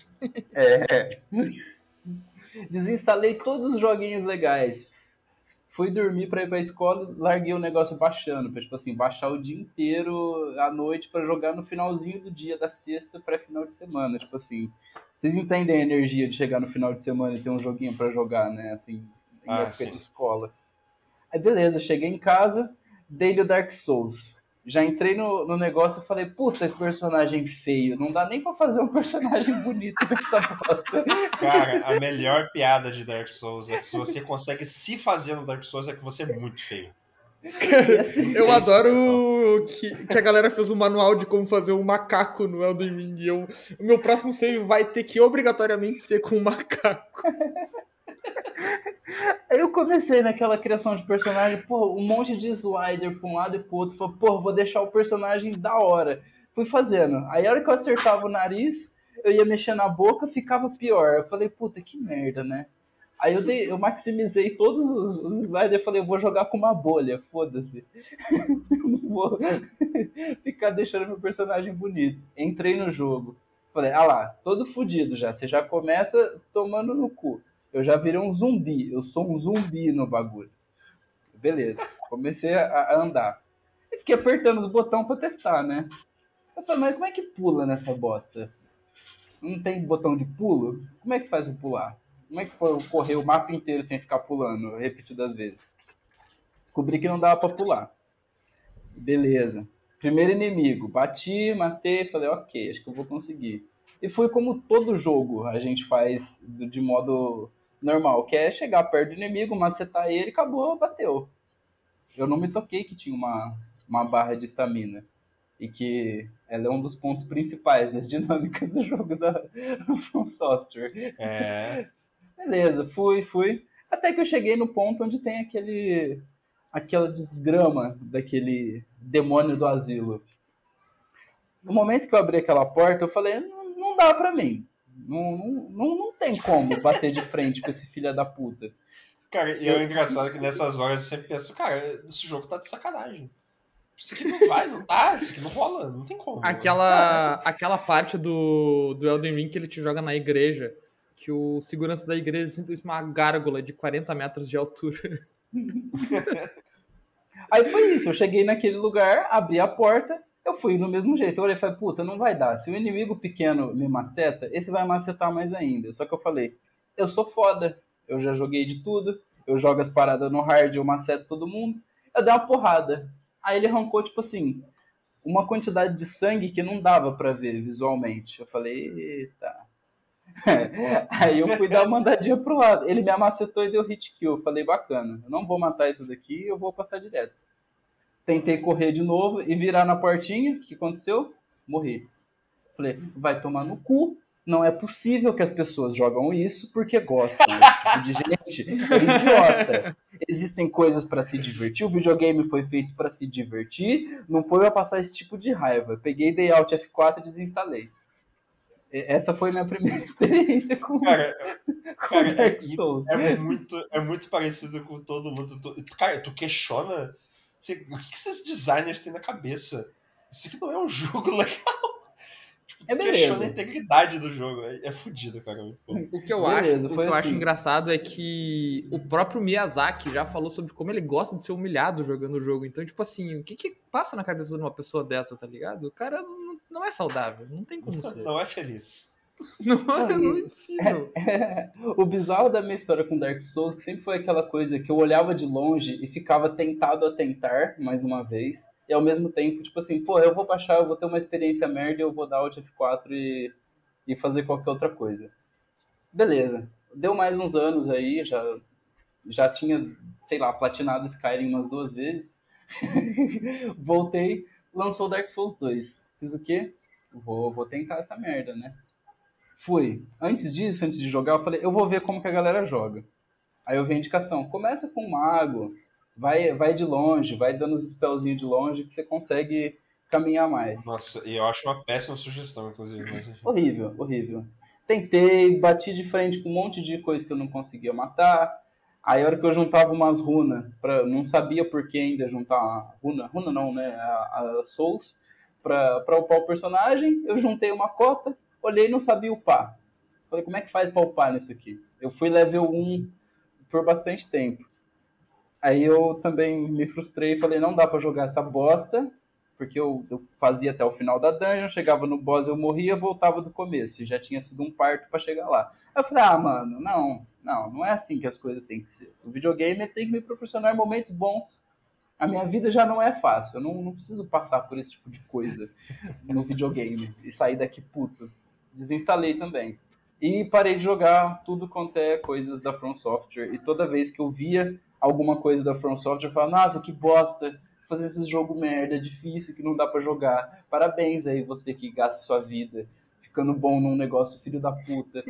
Desinstalei todos os joguinhos legais. Fui dormir pra ir pra escola, larguei o negócio baixando, pra, tipo assim, baixar o dia inteiro à noite pra jogar no finalzinho do dia da sexta pra final de semana, tipo assim. Vocês entendem a energia de chegar no final de semana e ter um joguinho pra jogar, né, assim, em época sim. de escola. Aí beleza, cheguei em casa, dei o Dark Souls. Já entrei no negócio e falei, puta, que personagem feio. Não dá nem pra fazer um personagem bonito dessa bosta. Cara, a melhor piada de Dark Souls é que se você consegue se fazer no Dark Souls é que você é muito feio. E assim, Eu Tem adoro que a galera fez um manual de como fazer um macaco no Elden Ring. O meu próximo save vai ter que obrigatoriamente ser com um macaco. aí eu comecei naquela criação de personagem, pô, um monte de slider pra um lado e pro outro. Falei, pô, vou deixar o personagem da hora. Fui fazendo. Aí a hora que eu acertava o nariz, eu ia mexer na boca, ficava pior. Eu falei, puta, que merda, né? Aí eu maximizei todos os sliders e falei, eu vou jogar com uma bolha, foda-se. Eu não vou ficar deixando meu personagem bonito. Entrei no jogo. Falei, ah lá, todo fudido já. Você já começa tomando no cu. Eu já virei um zumbi. Eu sou um zumbi no bagulho. Beleza. Comecei a andar. E fiquei apertando os botões pra testar, né? Eu falei, mas como é que pula nessa bosta? Não tem botão de pulo? Como é que faz o pular? Como é que pode correr o mapa inteiro sem ficar pulando repetidas vezes? Descobri que não dava pra pular. Beleza. Primeiro inimigo. Bati, matei, falei, ok, acho que eu vou conseguir. E foi como todo jogo a gente faz de modo normal, que é chegar perto do inimigo, macetar ele, acabou, bateu. Eu não me toquei que tinha uma barra de estamina. E que ela é um dos pontos principais das dinâmicas do jogo da From Software. É. Beleza, fui. Até que eu cheguei no ponto onde tem aquela desgrama daquele demônio do asilo. No momento que eu abri aquela porta, eu falei, não dá pra mim. Não tem como bater de frente com esse filho da puta. Cara, e é engraçado que nessas horas eu sempre penso, cara, esse jogo tá de sacanagem. Isso aqui não vai, não dá, isso aqui não rola, não tem como. Aquela parte do Elden Ring que ele te joga na igreja, que o segurança da igreja é simplesmente uma gárgula de 40 metros de altura. Aí foi isso, eu cheguei naquele lugar, abri a porta, eu fui do mesmo jeito. Eu olhei e falei, puta, não vai dar. Se o inimigo pequeno me maceta, esse vai macetar mais ainda. Só que eu falei, eu sou foda, eu já joguei de tudo, eu jogo as paradas no hard, eu maceto todo mundo. Eu dei uma porrada. Aí ele arrancou, tipo assim, uma quantidade de sangue que não dava pra ver visualmente. Eu falei, eita. Aí eu fui dar uma andadinha pro lado. Ele me amacetou e deu hit kill. Eu falei, bacana, eu não vou matar isso daqui, eu vou passar direto. Tentei correr de novo e virar na portinha. O que aconteceu? Morri. Falei, vai tomar no cu. Não é possível que as pessoas jogam isso porque gostam. Esse tipo de gente é idiota. Existem coisas pra se divertir. O videogame foi feito pra se divertir. Não foi pra passar esse tipo de raiva. Peguei, dei Alt F4 e desinstalei. Essa foi a minha primeira experiência com Dark Souls. É muito parecido com todo mundo. Cara, tu questiona o que esses designers têm na cabeça. Isso aqui não é um jogo legal. Tu questiona a integridade do jogo. É fudido, cara. O que eu acho engraçado é que o próprio Miyazaki já falou sobre como ele gosta de ser humilhado jogando o jogo. Então, tipo assim, o que passa na cabeça de uma pessoa dessa, tá ligado? O cara não é saudável, não tem como ser. Não é feliz. Não é possível. O bizarro da minha história com Dark Souls que sempre foi aquela coisa que eu olhava de longe e ficava tentado a tentar, mais uma vez, e ao mesmo tempo, tipo assim, pô, eu vou baixar, eu vou ter uma experiência merda e eu vou dar Alt F4 e fazer qualquer outra coisa. Beleza. Deu mais uns anos aí, já tinha, sei lá, platinado Skyrim umas 2 vezes. Voltei, lançou Dark Souls 2. Fiz o quê? Vou tentar essa merda, né? Fui. Antes disso, antes de jogar, eu falei, eu vou ver como que a galera joga. Aí eu vi a indicação, começa com um mago, vai de longe, vai dando os spellzinhos de longe que você consegue caminhar mais. Nossa, e eu acho uma péssima sugestão, inclusive. Mas... Horrível. Tentei, bati de frente com um monte de coisa que eu não conseguia matar. Aí a hora que eu juntava umas runas, não sabia por que ainda juntar runa não, né? A Souls, pra upar o personagem, eu juntei uma cota, olhei e não sabia upar. Falei, como é que faz pra upar nisso aqui? Eu fui level 1 por bastante tempo. Aí eu também me frustrei e falei, não dá pra jogar essa bosta, porque eu fazia até o final da dungeon, chegava no boss, eu morria, voltava do começo, e já tinha sido um parto pra chegar lá. Aí eu falei, mano, não é assim que as coisas têm que ser. O videogame tem que me proporcionar momentos bons. A minha vida já não é fácil, eu não preciso passar por esse tipo de coisa no videogame e sair daqui puto. Desinstalei também. E parei de jogar tudo quanto é coisas da From Software. E toda vez que eu via alguma coisa da From Software, eu falava, nossa, que bosta, fazer esse jogo merda, difícil, que não dá pra jogar. Parabéns aí você que gasta sua vida ficando bom num negócio filho da puta.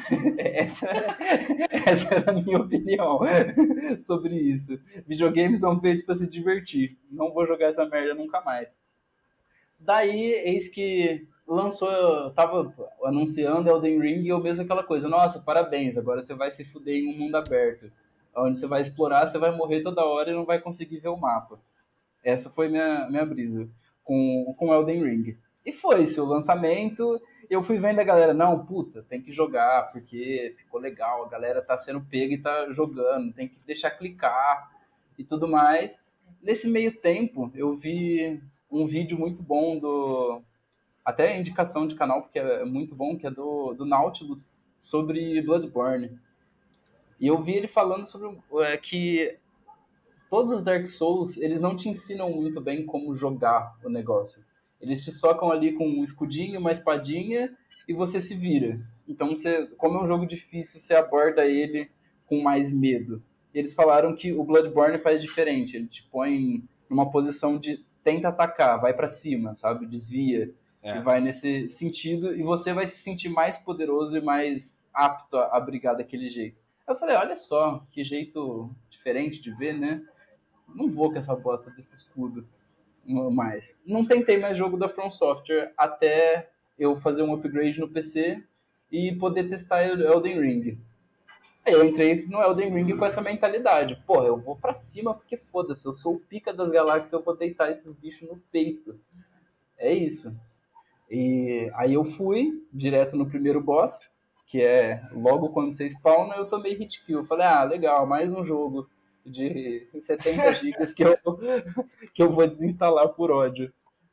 Essa era a minha opinião sobre isso. Videogames são feitos para se divertir. Não vou jogar essa merda nunca mais. Daí, eis que lançou, tava anunciando Elden Ring e eu mesmo aquela coisa, nossa, parabéns, agora você vai se fuder em um mundo aberto. Onde você vai explorar, você vai morrer toda hora e não vai conseguir ver o mapa. Essa foi minha brisa com Elden Ring. E foi-se o lançamento. Eu fui vendo a galera, não, puta, tem que jogar, porque ficou legal, a galera tá sendo pega e tá jogando, tem que deixar clicar e tudo mais. Nesse meio tempo, eu vi um vídeo muito bom até indicação de canal, porque é muito bom, que é do Nautilus, sobre Bloodborne. E eu vi ele falando sobre que todos os Dark Souls, eles não te ensinam muito bem como jogar o negócio. Eles te socam ali com um escudinho, uma espadinha, e você se vira. Então, como é um jogo difícil, você aborda ele com mais medo. Eles falaram que o Bloodborne faz diferente. Ele te põe numa posição de tenta atacar, vai para cima, sabe? Desvia. E vai nesse sentido, e você vai se sentir mais poderoso e mais apto a brigar daquele jeito. Eu falei, olha só, que jeito diferente de ver, né? Não vou com essa bosta desse escudo mais. Não tentei mais jogo da From Software até eu fazer um upgrade no PC e poder testar Elden Ring. Aí eu entrei no Elden Ring com essa mentalidade. Porra, eu vou pra cima porque foda-se, eu sou o pica das galáxias, eu vou deitar esses bichos no peito. É isso. E aí eu fui direto no primeiro boss, que é logo quando você spawna, eu tomei hit kill. Falei, legal, mais um jogo de 70 gigas que eu vou desinstalar por ódio.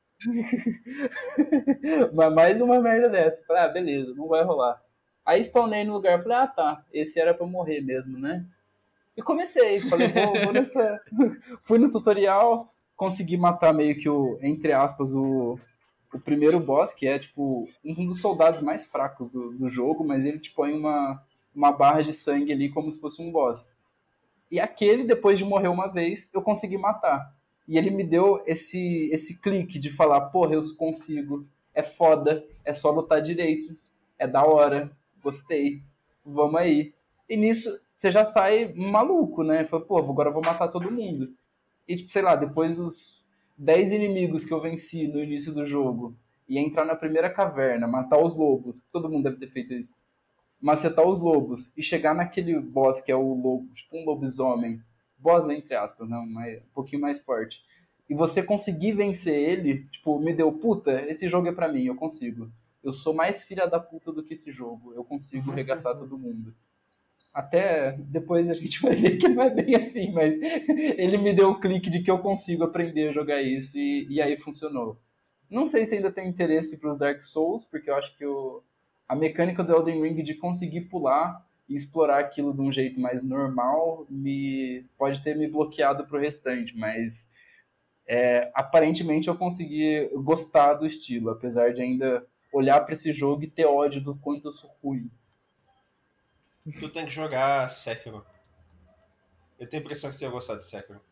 Mas mais uma merda dessa. Falei, beleza, não vai rolar. Aí spawnei no lugar, falei, tá, esse era pra morrer mesmo, né? E comecei, falei, vou nessa. Fui no tutorial, consegui matar meio que entre aspas, o primeiro boss, que é tipo um dos soldados mais fracos do jogo, mas ele te põe uma barra de sangue ali como se fosse um boss. E aquele, depois de morrer uma vez, eu consegui matar. E ele me deu esse clique de falar, porra, eu consigo, é foda, é só lutar direito, é da hora, gostei, vamos aí. E nisso, você já sai maluco, né? Fala, pô, agora eu vou matar todo mundo. E, tipo, sei lá, depois dos 10 inimigos que eu venci no início do jogo, e entrar na primeira caverna, matar os lobos, todo mundo deve ter feito isso, macetar os lobos e chegar naquele boss que é o lobo, tipo um lobisomem, boss entre aspas, não, mas um pouquinho mais forte. E você conseguir vencer ele, tipo, me deu, puta, esse jogo é pra mim, eu consigo. Eu sou mais filha da puta do que esse jogo, eu consigo regaçar todo mundo. Até depois a gente vai ver que não é bem assim, mas ele me deu o clique de que eu consigo aprender a jogar isso e aí funcionou. Não sei se ainda tem interesse para os Dark Souls, porque eu acho que a mecânica do Elden Ring de conseguir pular e explorar aquilo de um jeito mais normal pode ter me bloqueado pro restante, mas aparentemente eu consegui gostar do estilo, apesar de ainda olhar para esse jogo e ter ódio do quanto eu sou ruim. Tu tem que jogar Sekiro. Eu tenho a impressão que tu ia gostar de Sekiro.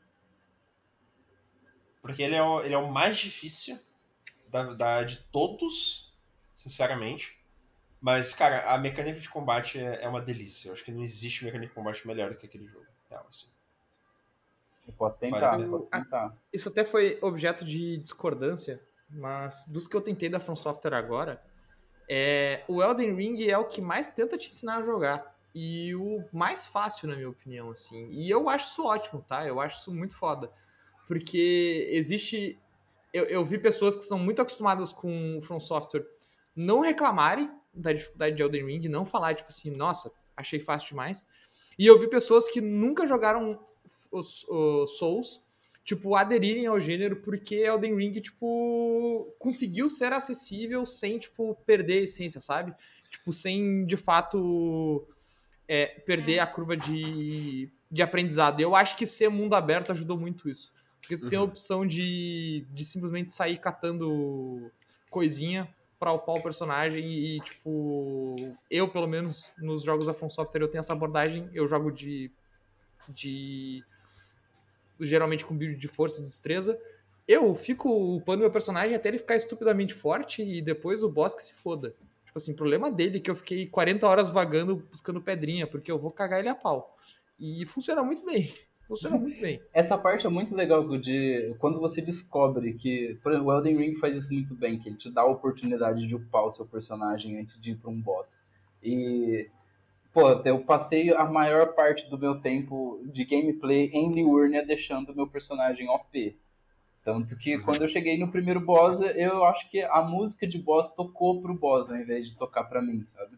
Porque ele é o mais difícil de todos, sinceramente. Mas, cara, a mecânica de combate é uma delícia. Eu acho que não existe mecânica de combate melhor do que aquele jogo. Real, assim. Eu posso tentar, Vale posso tentar. Isso até foi objeto de discordância, mas dos que eu tentei da From Software agora, o Elden Ring é o que mais tenta te ensinar a jogar. e o mais fácil, na minha opinião, assim. E eu acho isso ótimo, tá? Eu acho isso muito foda. Porque existe... Eu vi pessoas que são muito acostumadas com o From Software não reclamarem da dificuldade de Elden Ring, não falar, tipo assim, nossa, achei fácil demais. E eu vi pessoas que nunca jogaram os Souls, tipo, aderirem ao gênero porque Elden Ring, tipo, conseguiu ser acessível sem, tipo, perder a essência, sabe? Tipo, sem, de fato, perder a curva de aprendizado. Eu acho que ser mundo aberto ajudou muito isso. Porque você tem a opção de simplesmente sair catando coisinha pra upar o personagem e, tipo, eu, pelo menos, nos jogos da From Software, eu tenho essa abordagem. Eu jogo de geralmente com build de força e destreza. Eu fico upando meu personagem até ele ficar estupidamente forte e depois o boss que se foda. Tipo assim, problema dele que eu fiquei 40 horas vagando buscando pedrinha, porque eu vou cagar ele a pau. E funciona muito bem. Funciona muito bem. Essa parte é muito legal de quando você descobre que, por exemplo, o Elden Ring faz isso muito bem, que ele te dá a oportunidade de upar o seu personagem antes de ir para um boss. E, pô, eu passei a maior parte do meu tempo de gameplay em Liurnia deixando o meu personagem OP. Tanto que quando eu cheguei no primeiro boss, eu acho que a música de boss tocou pro boss ao invés de tocar pra mim, sabe?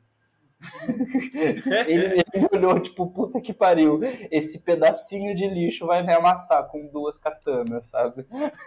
Ele olhou, tipo, puta que pariu, esse pedacinho de lixo vai me amassar com duas katanas, sabe?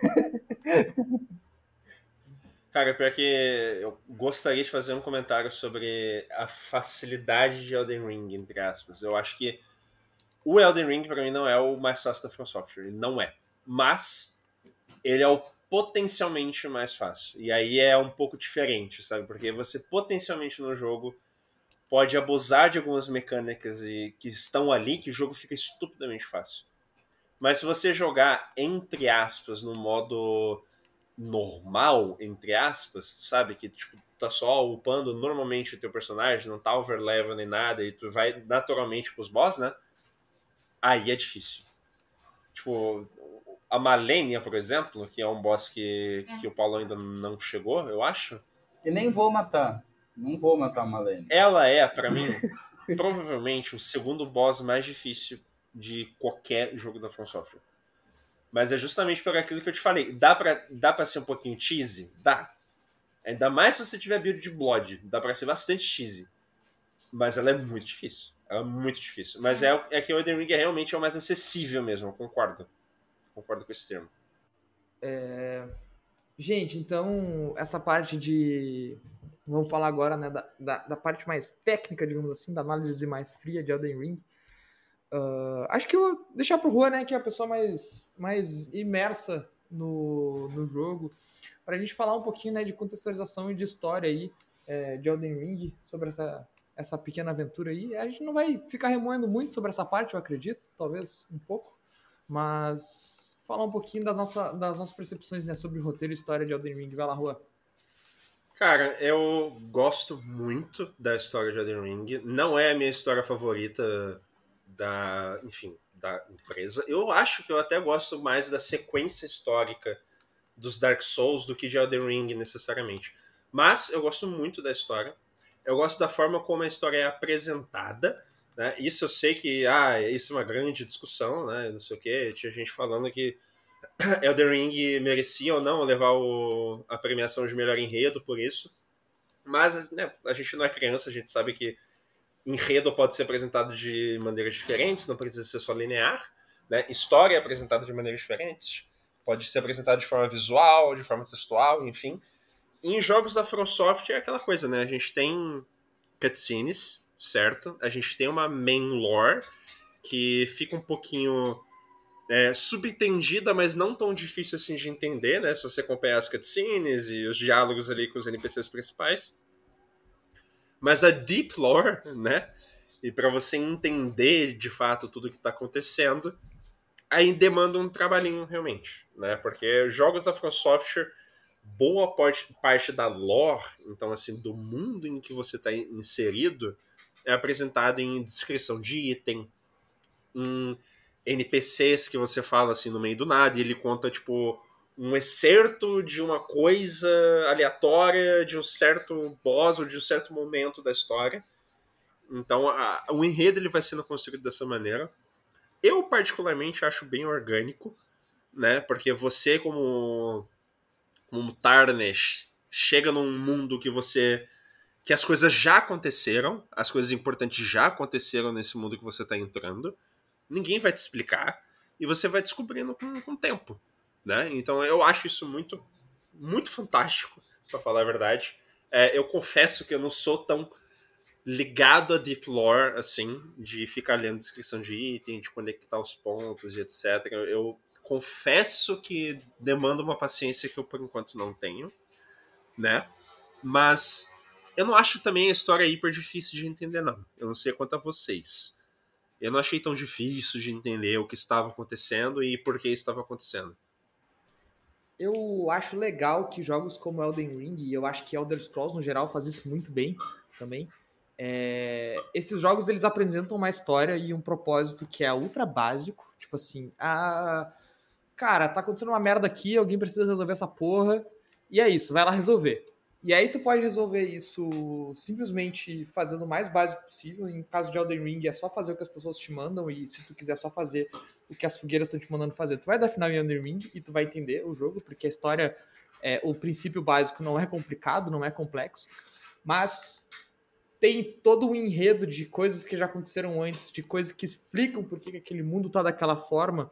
Cara, pior que eu gostaria de fazer um comentário sobre a facilidade de Elden Ring, entre aspas. Eu acho que o Elden Ring, pra mim, não é o mais fácil da From Software. Ele não é. Mas ele é o potencialmente mais fácil. E aí é um pouco diferente, sabe? Porque você potencialmente no jogo pode abusar de algumas mecânicas que estão ali, que o jogo fica estupidamente fácil. Mas se você jogar, entre aspas, no modo normal, entre aspas, sabe? Que tipo, tá só upando normalmente o teu personagem, não tá overlevel nem nada, e tu vai naturalmente pros boss, né? Aí é difícil. Tipo, a Malenia, por exemplo, que é um boss que o Paulo ainda não chegou, eu acho. E nem vou matar. Não vou matar a Malene. Ela é, pra mim, provavelmente o segundo boss mais difícil de qualquer jogo da From Software. Mas é justamente por aquilo que eu te falei. Dá pra ser um pouquinho cheesy? Dá. Ainda mais se você tiver build de Blood. Dá pra ser bastante cheesy. Mas ela é muito difícil. Ela é muito difícil. Mas é que o Elden Ring realmente é o mais acessível mesmo. Eu concordo. Concordo com esse termo. Gente, então, essa parte de... Vamos falar agora, né, da parte mais técnica, digamos assim, da análise mais fria de Elden Ring. Acho que eu vou deixar pro Juan, né, que é a pessoa mais imersa no jogo, pra gente falar um pouquinho, né, de contextualização e de história aí, de Elden Ring, sobre essa pequena aventura aí. A gente não vai ficar remoendo muito sobre essa parte, eu acredito, talvez um pouco, mas falar um pouquinho das nossas percepções, né, sobre o roteiro e história de Elden Ring. Vai lá, Juan. Cara, eu gosto muito da história de Elden Ring. Não é a minha história favorita da empresa. Eu acho que eu até gosto mais da sequência histórica dos Dark Souls do que de Elden Ring necessariamente. Mas eu gosto muito da história. Eu gosto da forma como a história é apresentada. Né? Isso eu sei que isso é uma grande discussão, né? Não sei o quê. Tinha gente falando que Elden Ring merecia ou não levar a premiação de melhor enredo por isso. Mas né, a gente não é criança, a gente sabe que enredo pode ser apresentado de maneiras diferentes, não precisa ser só linear. Né? História é apresentada de maneiras diferentes. Pode ser apresentada de forma visual, de forma textual, enfim. E em jogos da From Software é aquela coisa, né? A gente tem cutscenes, certo? A gente tem uma main lore que fica um pouquinho subentendida, mas não tão difícil assim de entender, né? Se você acompanhar as cutscenes e os diálogos ali com os NPCs principais. Mas a deep lore, né? E para você entender de fato tudo que está acontecendo, aí demanda um trabalhinho realmente, né? Porque jogos da From Software, boa parte da lore, então assim, do mundo em que você está inserido, é apresentado em descrição de item, em NPCs que você fala assim no meio do nada, e ele conta tipo um excerto de uma coisa aleatória de um certo boss ou de um certo momento da história. Então, o enredo ele vai sendo construído dessa maneira. Eu, particularmente, acho bem orgânico, né? Porque você, como Tarnish, chega num mundo que as coisas já aconteceram, as coisas importantes já aconteceram nesse mundo que você está entrando. Ninguém vai te explicar e você vai descobrindo com o tempo, né? Então eu acho isso muito, muito fantástico, para falar a verdade. Eu confesso que eu não sou tão ligado a deep lore, assim, de ficar lendo descrição de item, de conectar os pontos e etc. Eu confesso que demanda uma paciência que eu, por enquanto, não tenho, né? Mas eu não acho também a história hiper difícil de entender, não. Eu não sei quanto a vocês. Eu não achei tão difícil de entender o que estava acontecendo e por que estava acontecendo. Eu acho legal que jogos como Elden Ring, e eu acho que Elder Scrolls no geral faz isso muito bem também. Esses jogos eles apresentam uma história e um propósito que é ultra básico. Tipo assim, cara, tá acontecendo uma merda aqui, alguém precisa resolver essa porra. E é isso, vai lá resolver. E aí tu pode resolver isso simplesmente fazendo o mais básico possível. Em caso de Elden Ring, é só fazer o que as pessoas te mandam. E se tu quiser só fazer o que as fogueiras estão te mandando fazer, tu vai dar final em Elden Ring e tu vai entender o jogo, porque a história, o princípio básico não é complicado, não é complexo. Mas tem todo um enredo de coisas que já aconteceram antes, de coisas que explicam por que aquele mundo tá daquela forma,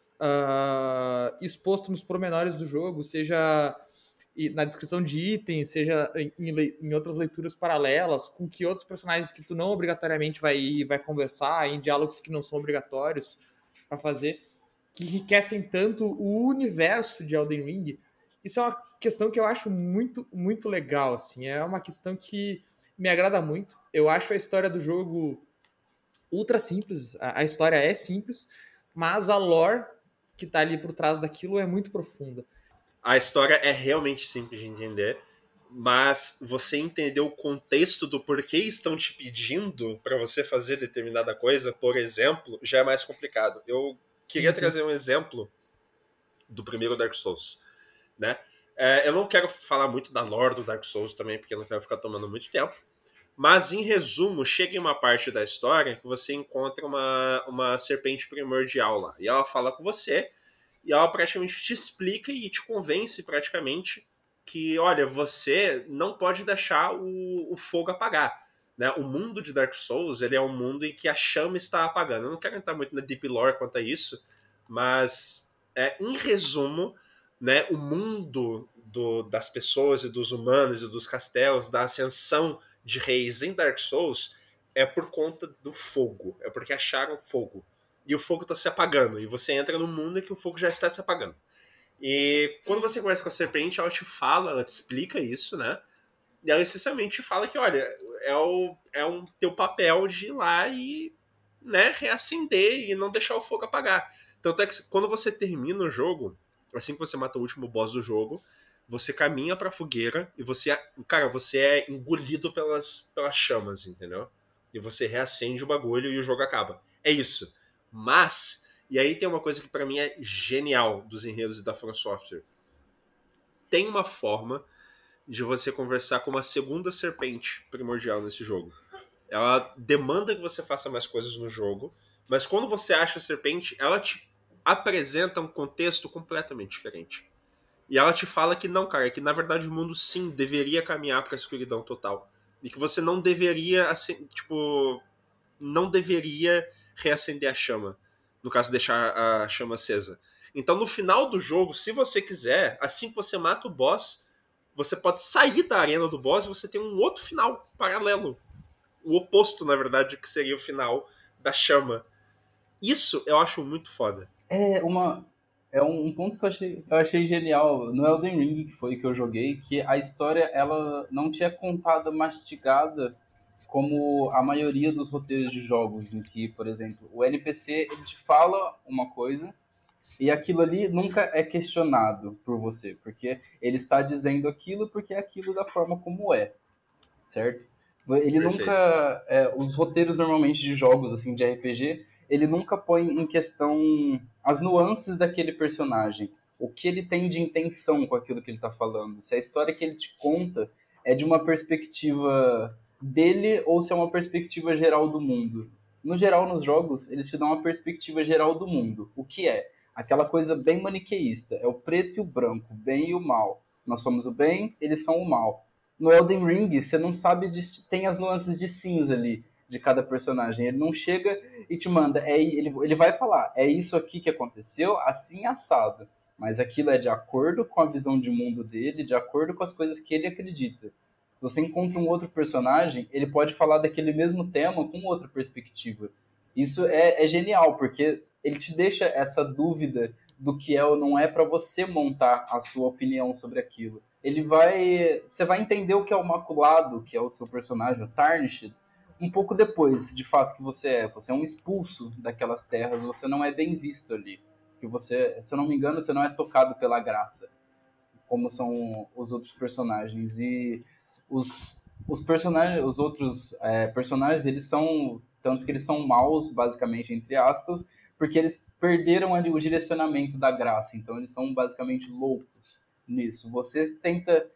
exposto nos pormenores do jogo, seja na descrição de itens, seja em outras leituras paralelas, com que outros personagens que tu não obrigatoriamente vai conversar, em diálogos que não são obrigatórios para fazer, que enriquecem tanto o universo de Elden Ring. Isso é uma questão que eu acho muito, muito legal, assim. É uma questão que me agrada muito. Eu acho a história do jogo ultra simples. A história é simples, mas a lore que tá ali por trás daquilo é muito profunda. A história é realmente simples de entender, mas você entender o contexto do porquê estão te pedindo para você fazer determinada coisa, por exemplo, já é mais complicado. Eu queria trazer um exemplo do primeiro Dark Souls, né? Eu não quero falar muito da lore do Dark Souls também, porque eu não quero ficar tomando muito tempo. Mas, em resumo, chega em uma parte da história que você encontra uma serpente primordial lá. E ela fala com você, e ela praticamente te explica e te convence praticamente que, olha, você não pode deixar o fogo apagar. Né? O mundo de Dark Souls ele é um mundo em que a chama está apagando. Eu não quero entrar muito na deep lore quanto a isso, mas, em resumo, né, o mundo das pessoas e dos humanos e dos castelos, da ascensão de reis em Dark Souls, é por conta do fogo. É porque acharam fogo. E o fogo está se apagando. E você entra num mundo em que o fogo já está se apagando. E quando você conversa com a serpente, ela te fala, ela te explica isso, né? E ela essencialmente te fala que, olha, é um teu papel de ir lá e, né, reacender e não deixar o fogo apagar. Tanto é que quando você termina o jogo, assim que você mata o último boss do jogo, você caminha pra fogueira e você é engolido pelas chamas, entendeu? E você reacende o bagulho e o jogo acaba. É isso. Mas, e aí tem uma coisa que pra mim é genial dos enredos da From Software. Tem uma forma de você conversar com uma segunda serpente primordial nesse jogo. Ela demanda que você faça mais coisas no jogo, mas quando você acha a serpente, ela te apresenta um contexto completamente diferente. E ela te fala que não, cara, que na verdade o mundo sim deveria caminhar para a escuridão total. E que você não deveria, assim, tipo, não deveria reacender a chama. No caso, deixar a chama acesa. Então, no final do jogo, se você quiser, assim que você mata o boss, você pode sair da arena do boss e você tem um outro final paralelo. O oposto, na verdade, que seria o final da chama. Isso eu acho muito foda. É um ponto que eu achei genial no Elden Ring, que foi que eu joguei, que a história ela não tinha contada mastigada como a maioria dos roteiros de jogos, em que, por exemplo, o NPC ele te fala uma coisa e aquilo ali nunca é questionado por você, porque ele está dizendo aquilo porque é aquilo da forma como é, certo? Ele Perfeito. nunca. Os roteiros normalmente de jogos assim de RPG, ele nunca põe em questão as nuances daquele personagem, o que ele tem de intenção com aquilo que ele está falando. Se a história que ele te conta é de uma perspectiva dele ou se é uma perspectiva geral do mundo. No geral, nos jogos, eles te dão uma perspectiva geral do mundo. O que é? Aquela coisa bem maniqueísta. É o preto e o branco, o bem e o mal. Nós somos o bem, eles são o mal. No Elden Ring, você não sabe, tem as nuances de cinza ali de cada personagem. Ele não chega e te manda, ele vai falar, é isso aqui que aconteceu, assim assado. Mas aquilo é de acordo com a visão de mundo dele, de acordo com as coisas que ele acredita. Você encontra um outro personagem, ele pode falar daquele mesmo tema com outra perspectiva. Isso é genial, porque ele te deixa essa dúvida do que é ou não é para você montar a sua opinião sobre aquilo. Você vai entender o que é o maculado, que é o seu personagem, o Tarnished, um pouco depois, de fato, que você é. Você é um expulso daquelas terras, você não é bem visto ali. Que você, se eu não me engano, você não é tocado pela graça, como são os outros personagens. E os personagens, os outros personagens, eles são, tanto que eles são maus, basicamente, entre aspas, porque eles perderam ali o direcionamento da graça, então eles são basicamente loucos nisso. Você tenta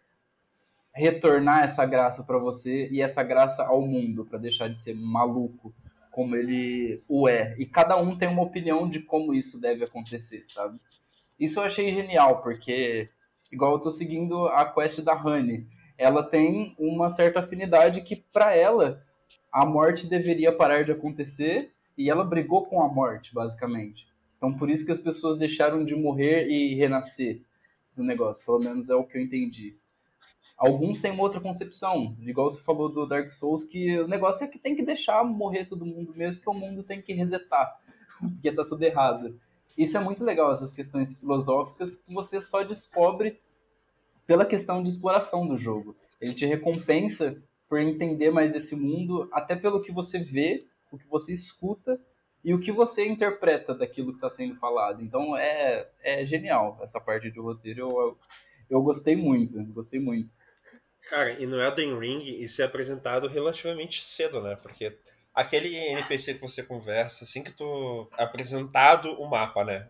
retornar essa graça para você e essa graça ao mundo, para deixar de ser maluco como ele o é. E cada um tem uma opinião de como isso deve acontecer, sabe? Isso eu achei genial, porque, igual eu tô seguindo a quest da Honey, ela tem uma certa afinidade que, para ela, a morte deveria parar de acontecer e ela brigou com a morte, basicamente. Então, por isso que as pessoas deixaram de morrer e renascer do negócio. Pelo menos é o que eu entendi. Alguns têm uma outra concepção, igual você falou do Dark Souls, que o negócio é que tem que deixar morrer todo mundo mesmo, que o mundo tem que resetar, porque tá tudo errado. Isso é muito legal, essas questões filosóficas que você só descobre pela questão de exploração do jogo. Ele te recompensa por entender mais desse mundo, até pelo que você vê, o que você escuta e o que você interpreta daquilo que está sendo falado. Então é genial essa parte do roteiro. Eu gostei muito, gostei muito. Cara, e no Elden Ring isso é apresentado relativamente cedo, né? Porque aquele NPC que você conversa, assim que tu é apresentado o mapa, né?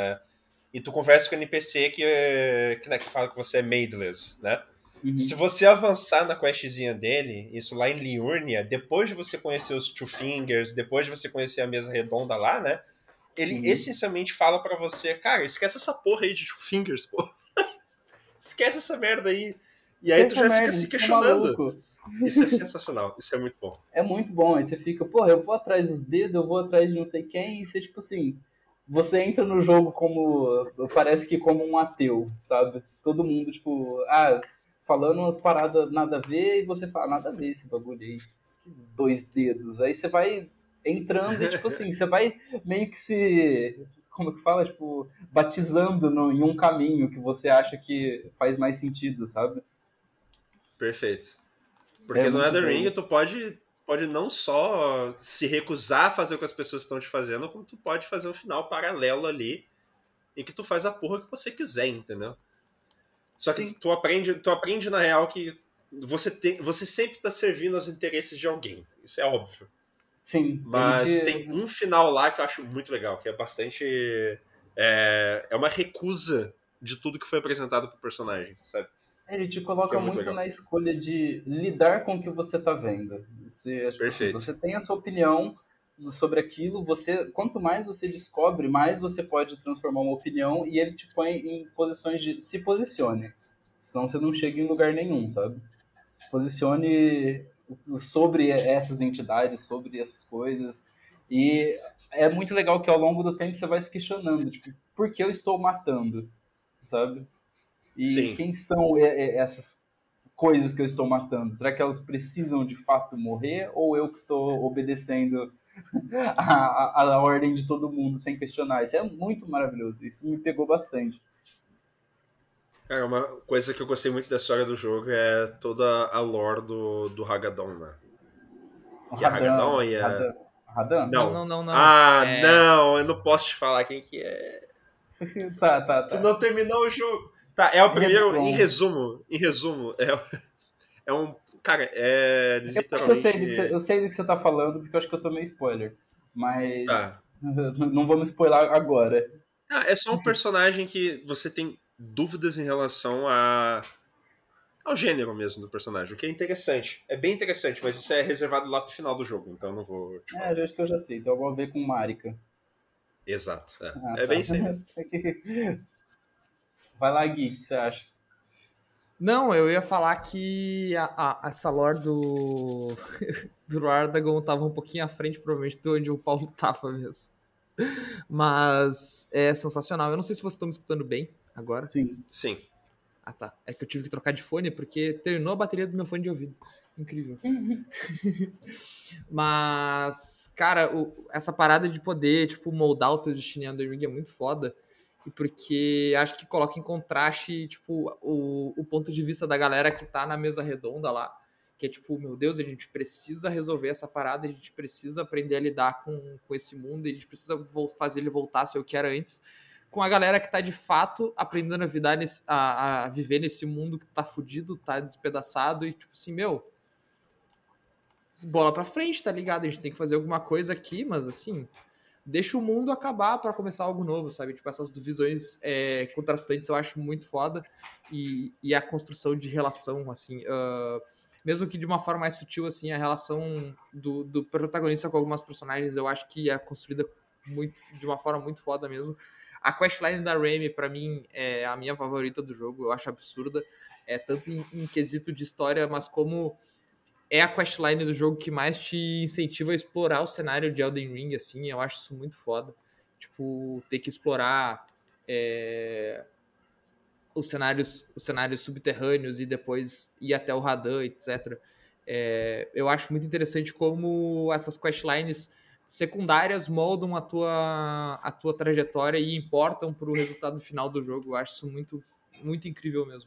E tu conversa com o NPC né, que fala que você é Madeless, né? Se Uhum. você avançar na questzinha dele, isso lá em Liurnia, depois de você conhecer os Two Fingers, depois de você conhecer a mesa redonda lá, né? Ele Uhum. essencialmente fala pra você, cara, esquece essa porra aí de Two Fingers, pô. Esquece essa merda aí. E aí tu Esquece a já fica merda, se você tá questionando. maluco. Isso é sensacional, isso é muito bom. É muito bom. Aí você fica, porra, eu vou atrás dos dedos, eu vou atrás de não sei quem, e você, tipo assim, você entra no jogo como, parece que como um ateu, sabe? Todo mundo, tipo, falando umas paradas nada a ver, e você fala, nada a ver esse bagulho aí, que dois dedos. Aí você vai entrando e, tipo assim, você vai meio que como que fala? Tipo, batizando em um caminho que você acha que faz mais sentido, sabe? Perfeito. É Porque no muito Elden Ring doido. tu pode não só se recusar a fazer o que as pessoas estão te fazendo, como tu pode fazer um final paralelo ali em que tu faz a porra que você quiser, entendeu? Só que Sim, tu aprende na real que você sempre tá servindo aos interesses de alguém. Isso é óbvio. sim, ele Mas tem te. um final lá que eu acho muito legal, que é bastante. É uma recusa de tudo que foi apresentado pro personagem, sabe? Ele te Que é coloca muito muito legal. na escolha de lidar com o que você está vendo. Tipo assim, Perfeito. você tem a sua opinião sobre aquilo, quanto mais você descobre, mais você pode transformar uma opinião e ele te põe em posições de se posicione. Senão você não chega em lugar nenhum, sabe? Se posicione sobre essas entidades, sobre essas coisas. E é muito legal que ao longo do tempo você vai se questionando, tipo, por que eu estou matando, sabe? E Sim. quem são essas coisas que eu estou matando? Será que elas precisam de fato morrer ou eu que estou obedecendo a ordem de todo mundo sem questionar? Isso é muito maravilhoso. Isso me pegou bastante. Cara, uma coisa que eu gostei muito da história do jogo é toda a lore do Haggadon, né? O Que é Radan, Haggadon e é. Radan, Radan? Não, Não. não, não, não. Ah, É. não, eu não posso te falar quem que é. Tá, tá, Tu tá. não terminou o jogo. Tá, é o primeiro, em Redon. resumo, é um. Cara, é Eu acho que literalmente. eu sei do que você tá falando, porque eu acho que eu tomei spoiler. Tá. Mas não vamos spoiler agora. Ah, é só um personagem que você tem dúvidas em relação a ao gênero mesmo do personagem, o que é interessante. É bem interessante, mas isso é reservado lá pro final do jogo, então eu não vou te falar. Acho que eu já sei. Então eu vou ver com Marika. Exato, Ah, é tá. bem isso aí mesmo. Vai lá, Gui, o que você acha? Não, eu ia falar que essa lore do Ardagon tava um pouquinho à frente, provavelmente, de onde o Paulo tava mesmo. Mas é sensacional. Eu não sei se vocês estão me escutando bem agora. Sim. Sim. Ah, tá. É que eu tive que trocar de fone porque terminou a bateria do meu fone de ouvido. Incrível. Mas, cara, essa parada de poder, tipo, moldar o teu destino em Elden Ring é muito foda. E porque acho que coloca em contraste, tipo, o ponto de vista da galera que tá na mesa redonda lá. Que é tipo, meu Deus, a gente precisa resolver essa parada, a gente precisa aprender a lidar com esse mundo, a gente precisa fazer ele voltar a ser o que era antes. Com a galera que tá de fato aprendendo a viver nesse mundo que tá fudido, tá despedaçado, e tipo assim, meu, bola pra frente, tá ligado? A gente tem que fazer alguma coisa aqui, mas assim, deixa o mundo acabar pra começar algo novo, sabe? Tipo, essas visões contrastantes eu acho muito foda. E a construção de relação, assim, mesmo que de uma forma mais sutil, assim, a relação do protagonista com algumas personagens eu acho que é construída de uma forma muito foda mesmo. A questline da Remy, pra mim, é a minha favorita do jogo, eu acho absurda. É tanto em quesito de história, mas como é a questline do jogo que mais te incentiva a explorar o cenário de Elden Ring, assim, eu acho isso muito foda. Tipo, ter que explorar os cenários subterrâneos e depois ir até o Radan, etc. Eu acho muito interessante como essas questlines secundárias moldam a tua trajetória e importam pro resultado final do jogo. Eu acho isso muito, muito incrível mesmo.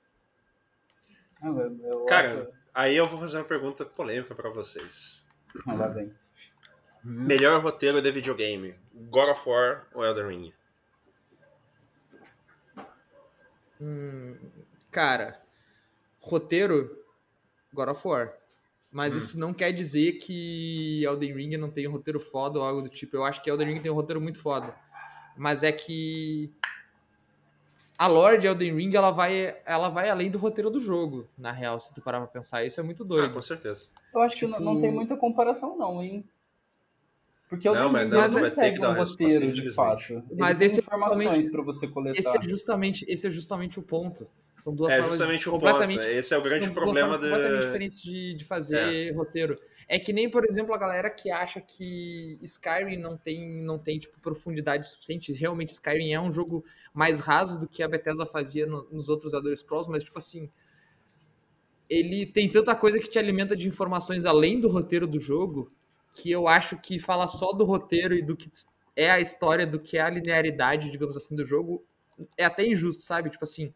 Eu Cara, acho. aí eu vou fazer uma pergunta polêmica pra vocês. Lá vem. Melhor roteiro de videogame, God of War ou Elden Ring? Cara, roteiro, God of War. Mas isso não quer dizer que Elden Ring não tem um roteiro foda ou algo do tipo. Eu acho que Elden Ring tem um roteiro muito foda. Mas é que a lore de Elden Ring, ela vai além do roteiro do jogo, na real, se tu parar pra pensar. Isso é muito Ah, com doido. certeza. Eu acho que não tem Tipo, muita comparação, não, hein? Porque o Não, Elden mas Ring não, ele mas, tu não vai ter que segue dar um uma resposta, roteiro de infelizmente. fato. Ele mas tem esse é justamente, informações pra você esse coletar. é justamente, esse é justamente o ponto. São duas É formas justamente o ponto. completamente, Esse é o grande são duas problema formas de. completamente diferentes de É. fazer roteiro. É que nem, por exemplo, a galera que acha que Skyrim não tem tipo, profundidade suficiente. Realmente, Skyrim é um jogo mais raso do que a Bethesda fazia nos outros Elder Scrolls, mas, tipo assim, ele tem tanta coisa que te alimenta de informações além do roteiro do jogo, que eu acho que falar só do roteiro e do que é a história, do que é a linearidade, digamos assim, do jogo, é até injusto, sabe? Tipo assim,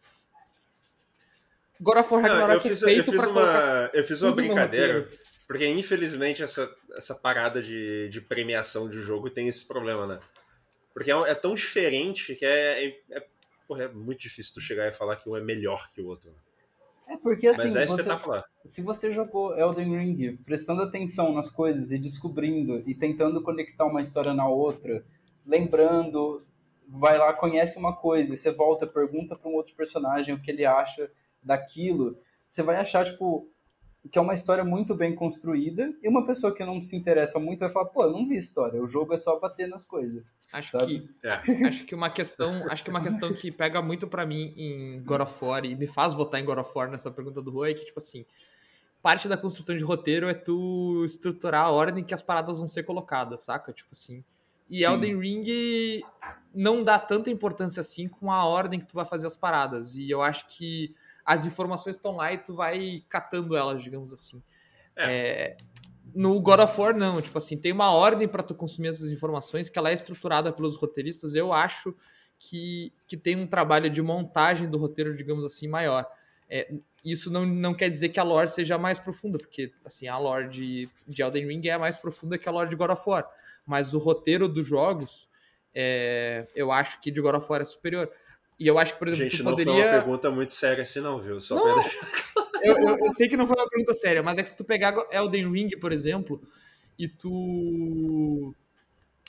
God of War Não, eu Ragnarok é fiz, eu feito fiz pra colocar uma, eu fiz uma tudo no brincadeira, roteiro. porque infelizmente essa parada de premiação de jogo tem esse problema, né? Porque é tão diferente que porra, é muito difícil tu chegar e falar que um é melhor que o outro. Né? É porque Mas assim, é espetacular. se você jogou Elden Ring prestando atenção nas coisas e descobrindo e tentando conectar uma história na outra, lembrando, vai lá, conhece uma coisa, e você volta, pergunta para um outro personagem o que ele acha daquilo, você vai achar, tipo, que é uma história muito bem construída, e uma pessoa que não se interessa muito vai falar, pô, eu não vi história, o jogo é só bater nas coisas, Acho sabe? que É. acho que uma questão que pega muito pra mim em God of War e me faz votar em God of War nessa pergunta do Rui é que tipo assim, parte da construção de roteiro é tu estruturar a ordem que as paradas vão ser colocadas, saca? Tipo assim. E Sim. Elden Ring não dá tanta importância assim com a ordem que tu vai fazer as paradas. E eu acho que as informações estão lá e tu vai catando elas, digamos assim. É. No God of War, não. Tipo assim, tem uma ordem para tu consumir essas informações que ela é estruturada pelos roteiristas. Eu acho que tem um trabalho de montagem do roteiro, digamos assim, maior. Isso não quer dizer que a lore seja mais profunda, porque assim, a lore de Elden Ring é mais profunda que a lore de God of War. Mas o roteiro dos jogos, eu acho que de God of War é superior. E eu acho que, por exemplo, tu Gente, não foi uma poderia. pergunta muito séria assim, não, viu? Só pra Não, deixar. eu sei que não foi uma pergunta séria, mas é que se tu pegar Elden Ring, por exemplo, e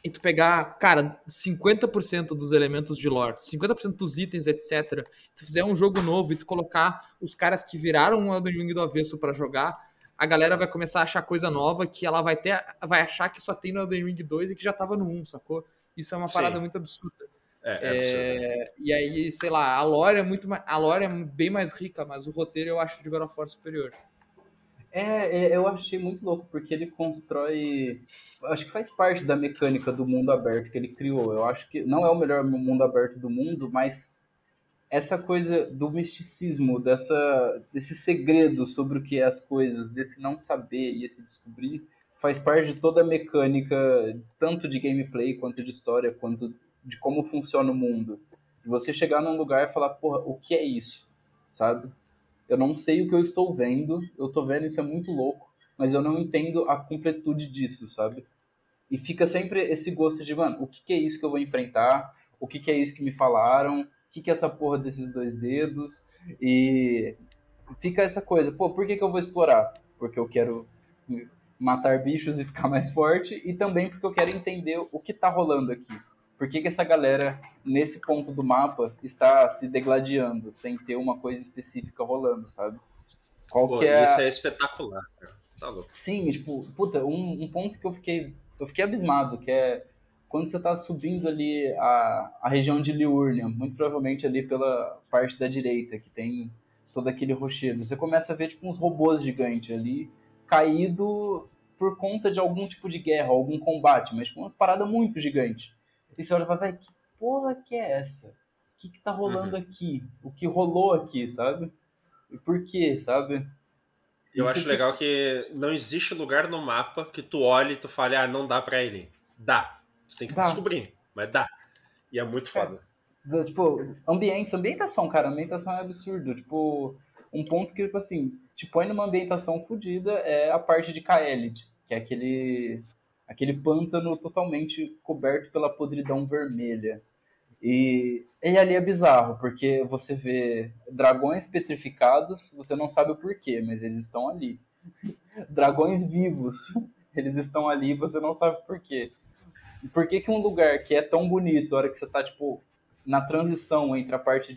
e tu pegar, cara, 50% dos elementos de lore, 50% dos itens, etc. Tu fizer um jogo novo e tu colocar os caras que viraram o Elden Ring do avesso pra jogar, a galera vai começar a achar coisa nova que ela vai achar que só tem no Elden Ring 2 e que já tava no 1, sacou? Isso é uma parada Sim, muito absurda. é absurdo. E aí, sei lá, a lore é bem mais rica, mas o roteiro eu acho de God of War superior. Eu achei muito louco, porque ele constrói. Acho que faz parte da mecânica do mundo aberto que ele criou. Eu acho que não é o melhor mundo aberto do mundo, mas essa coisa do misticismo, desse segredo sobre o que é as coisas, desse não saber e esse descobrir, faz parte de toda a mecânica, tanto de gameplay, quanto de história, quanto de como funciona o mundo. De você chegar num lugar e falar, porra, o que é isso? Sabe? Eu não sei o que eu estou vendo, eu tô vendo isso é muito louco, mas eu não entendo a completude disso, sabe? E fica sempre esse gosto de, mano, o que que é isso que eu vou enfrentar? O que que é isso que me falaram? O que que é essa porra desses dois dedos? E fica essa coisa, pô, por que que eu vou explorar? Porque eu quero matar bichos e ficar mais forte, e também porque eu quero entender o que tá rolando aqui. Por que que essa galera, nesse ponto do mapa, está se degladiando, sem ter uma coisa específica rolando, sabe? Qual Pô, que e isso é. é espetacular, cara. Tá louco. Sim, tipo, puta, um ponto que eu fiquei abismado, que é quando você tá subindo ali a região de Liurnia, muito provavelmente ali pela parte da direita, que tem todo aquele rochedo, você começa a ver tipo uns robôs gigantes ali, caído por conta de algum tipo de guerra, algum combate, mas tipo umas paradas muito gigantes. E você olha e fala, velho, que porra que é essa? O que que tá rolando Uhum. aqui? O que rolou aqui, sabe? E por quê, sabe? E Eu você acho fica. legal que não existe lugar no mapa que tu olhe e tu fale, ah, não dá pra ir. Dá. Tu tem que Dá. descobrir, mas dá. E é muito É, foda. tipo, ambientação, cara, ambientação é absurdo. Tipo, um ponto que, tipo assim, te põe numa ambientação fodida é a parte de Kaelid, que é aquele pântano totalmente coberto pela podridão vermelha. E ali é bizarro, porque você vê dragões petrificados, você não sabe o porquê, mas eles estão ali. Dragões vivos, eles estão ali, você não sabe por quê. Por que que um lugar que é tão bonito, a hora que você tá, tipo, na transição entre a parte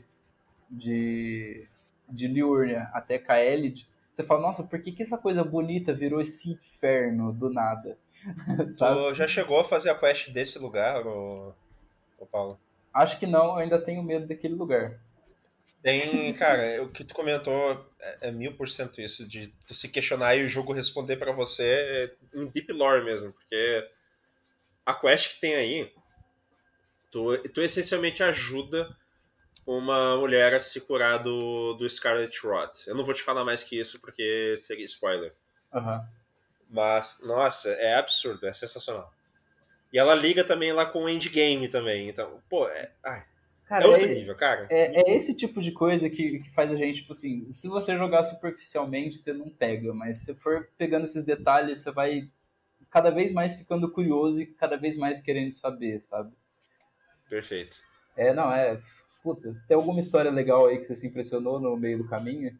de, de Liurnia até Kaelid, você fala, nossa, por que que essa coisa bonita virou esse inferno do nada, sabe? Tu já chegou a fazer a quest desse lugar, ô Paulo? Acho que não, eu ainda tenho medo daquele lugar. Tem, cara, o que tu comentou é 1000% isso, de tu se questionar e o jogo responder pra você em deep lore mesmo, porque a quest que tem aí, tu essencialmente ajuda uma mulher a se curar do Scarlet Rot. Eu não vou te falar mais que isso porque seria spoiler. Aham. Mas, nossa, é absurdo, é sensacional. E ela liga também lá com o endgame também. Então, pô, é Cara, outro nível, cara. é esse tipo de coisa que faz a gente, tipo assim, se você jogar superficialmente, você não pega, mas se você for pegando esses detalhes, você vai cada vez mais ficando curioso e cada vez mais querendo saber, sabe? Perfeito. Não, é. Puta, tem alguma história legal aí que você se impressionou no meio do caminho?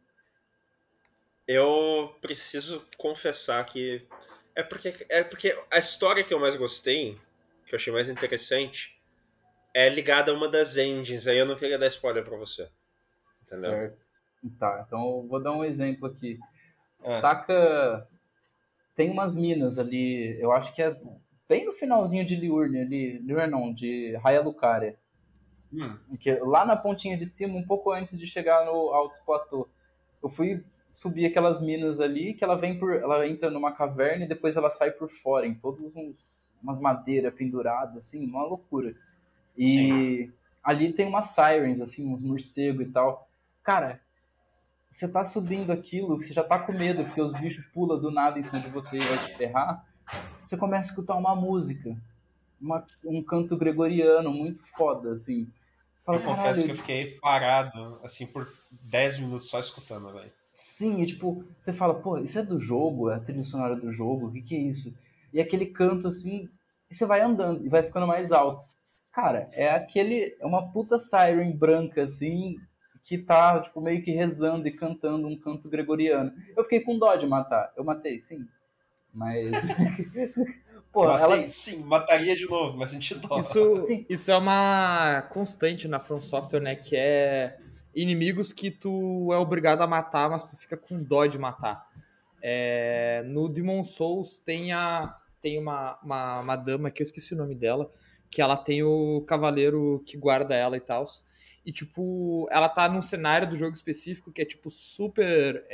Eu preciso confessar que é porque a história que eu mais gostei, que eu achei mais interessante, é ligada a uma das engines. Aí eu não queria dar spoiler pra você, entendeu? Certo. Tá, então eu vou dar um exemplo aqui. Ah, Saca, tem umas minas ali, eu acho que é bem no finalzinho de Liurnia, ali, Liurnia não, de Raya Lucaria. Que é lá na pontinha de cima, um pouco antes de chegar no Altos Plateau. Eu fui subir aquelas minas ali, que ela entra numa caverna e depois ela sai por fora, em todos umas madeiras penduradas, assim, uma loucura. sim. E ali tem umas sirens, assim, uns morcegos e tal. Cara, você tá subindo aquilo, você já tá com medo, porque os bichos pulam do nada em cima de você e vai te ferrar. Você começa a escutar uma música, um canto gregoriano muito foda, assim. Você fala, Eu confesso que eu caralho, fiquei parado, assim, por 10 minutos só escutando, velho. sim, e tipo, você fala, pô, isso é do jogo? É a trilha sonora do jogo? O que que é isso? E aquele canto assim, e você vai andando e vai ficando mais alto. Cara, é uma puta siren branca assim, que tá, tipo, meio que rezando e cantando um canto gregoriano. Eu fiquei com dó de matar. Eu matei, sim. Mas Pô, Matei, sim, mataria de novo, mas senti dó. Sim. Isso é uma constante na From Software, né? Que é inimigos que tu é obrigado a matar, mas tu fica com dó de matar. No Demon Souls tem uma dama, que eu esqueci o nome dela, que ela tem o cavaleiro que guarda ela e tal. E, tipo, ela tá num cenário do jogo específico que é, tipo, super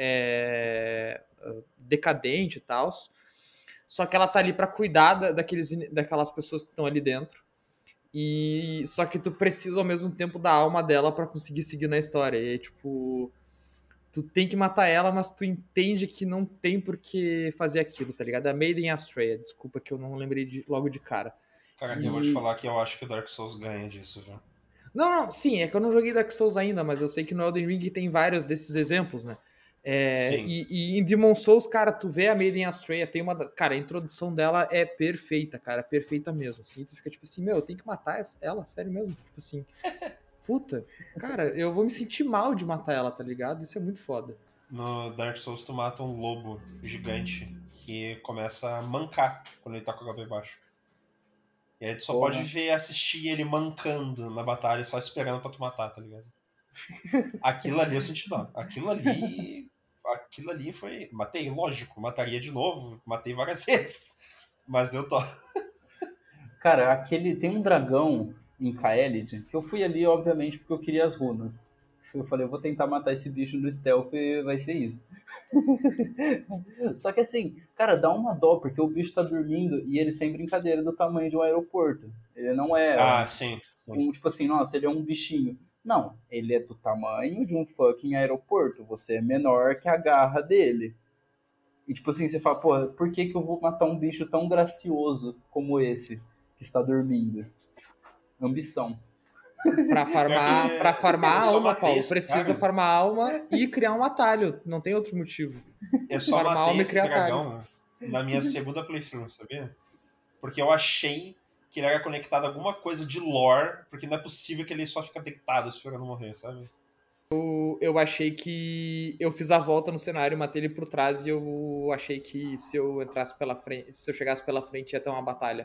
decadente e tal. Só que ela tá ali pra cuidar daquelas pessoas que estão ali dentro. E só que tu precisa ao mesmo tempo da alma dela pra conseguir seguir na história. E tipo, tu tem que matar ela, mas tu entende que não tem por que fazer aquilo, tá ligado? A Maiden Astrea, desculpa que eu não lembrei logo de cara. Cara, eu vou te E falar que eu acho que o Dark Souls ganha disso, viu? não, sim, é que eu não joguei Dark Souls ainda, mas eu sei que no Elden Ring tem vários desses exemplos, né? Sim. E em Demon Souls, cara, tu vê a Maiden Astrea, tem uma. Cara, a introdução dela é perfeita, cara, perfeita mesmo. Assim, tu fica tipo assim, meu, eu tenho que matar ela, sério mesmo. Tipo assim, puta, cara, eu vou me sentir mal de matar ela, tá ligado? Isso é muito foda. No Dark Souls tu mata um lobo gigante que começa a mancar quando ele tá com o HP baixo. E aí tu só pode Porra. ver e assistir ele mancando na batalha, só esperando pra tu matar, tá ligado? Aquilo ali eu senti dó. Aquilo ali foi. Matei, lógico, mataria de novo, matei várias vezes. Mas deu dó. Cara, tem um dragão em Kaelid, que eu fui ali, obviamente, porque eu queria as runas. Eu falei, eu vou tentar matar esse bicho no stealth e vai ser isso. Só que assim, cara, dá uma dó, porque o bicho tá dormindo e ele sem brincadeira do tamanho de um aeroporto. Ele não é Ah, sim, sim. tipo assim, nossa, ele é um bichinho. Não, ele é do tamanho de um fucking aeroporto. Você é menor que a garra dele. E tipo assim, você fala, pô, por que que eu vou matar um bicho tão gracioso como esse que está dormindo? Ambição. Pra Pior farmar, pra que farmar eu só alma, matei Paulo, esse precisa cara. farmar alma e criar um atalho. Não tem outro motivo. Eu só Farmar matei alma e esse criar atalho. dragão na minha segunda playthrough, sabia? Porque eu achei que ele era conectado a alguma coisa de lore, porque não é possível que ele só fica deitado esperando morrer, sabe? Eu achei que eu fiz a volta no cenário, matei ele por trás e eu achei que se eu entrasse pela frente, se eu chegasse pela frente ia ter uma batalha.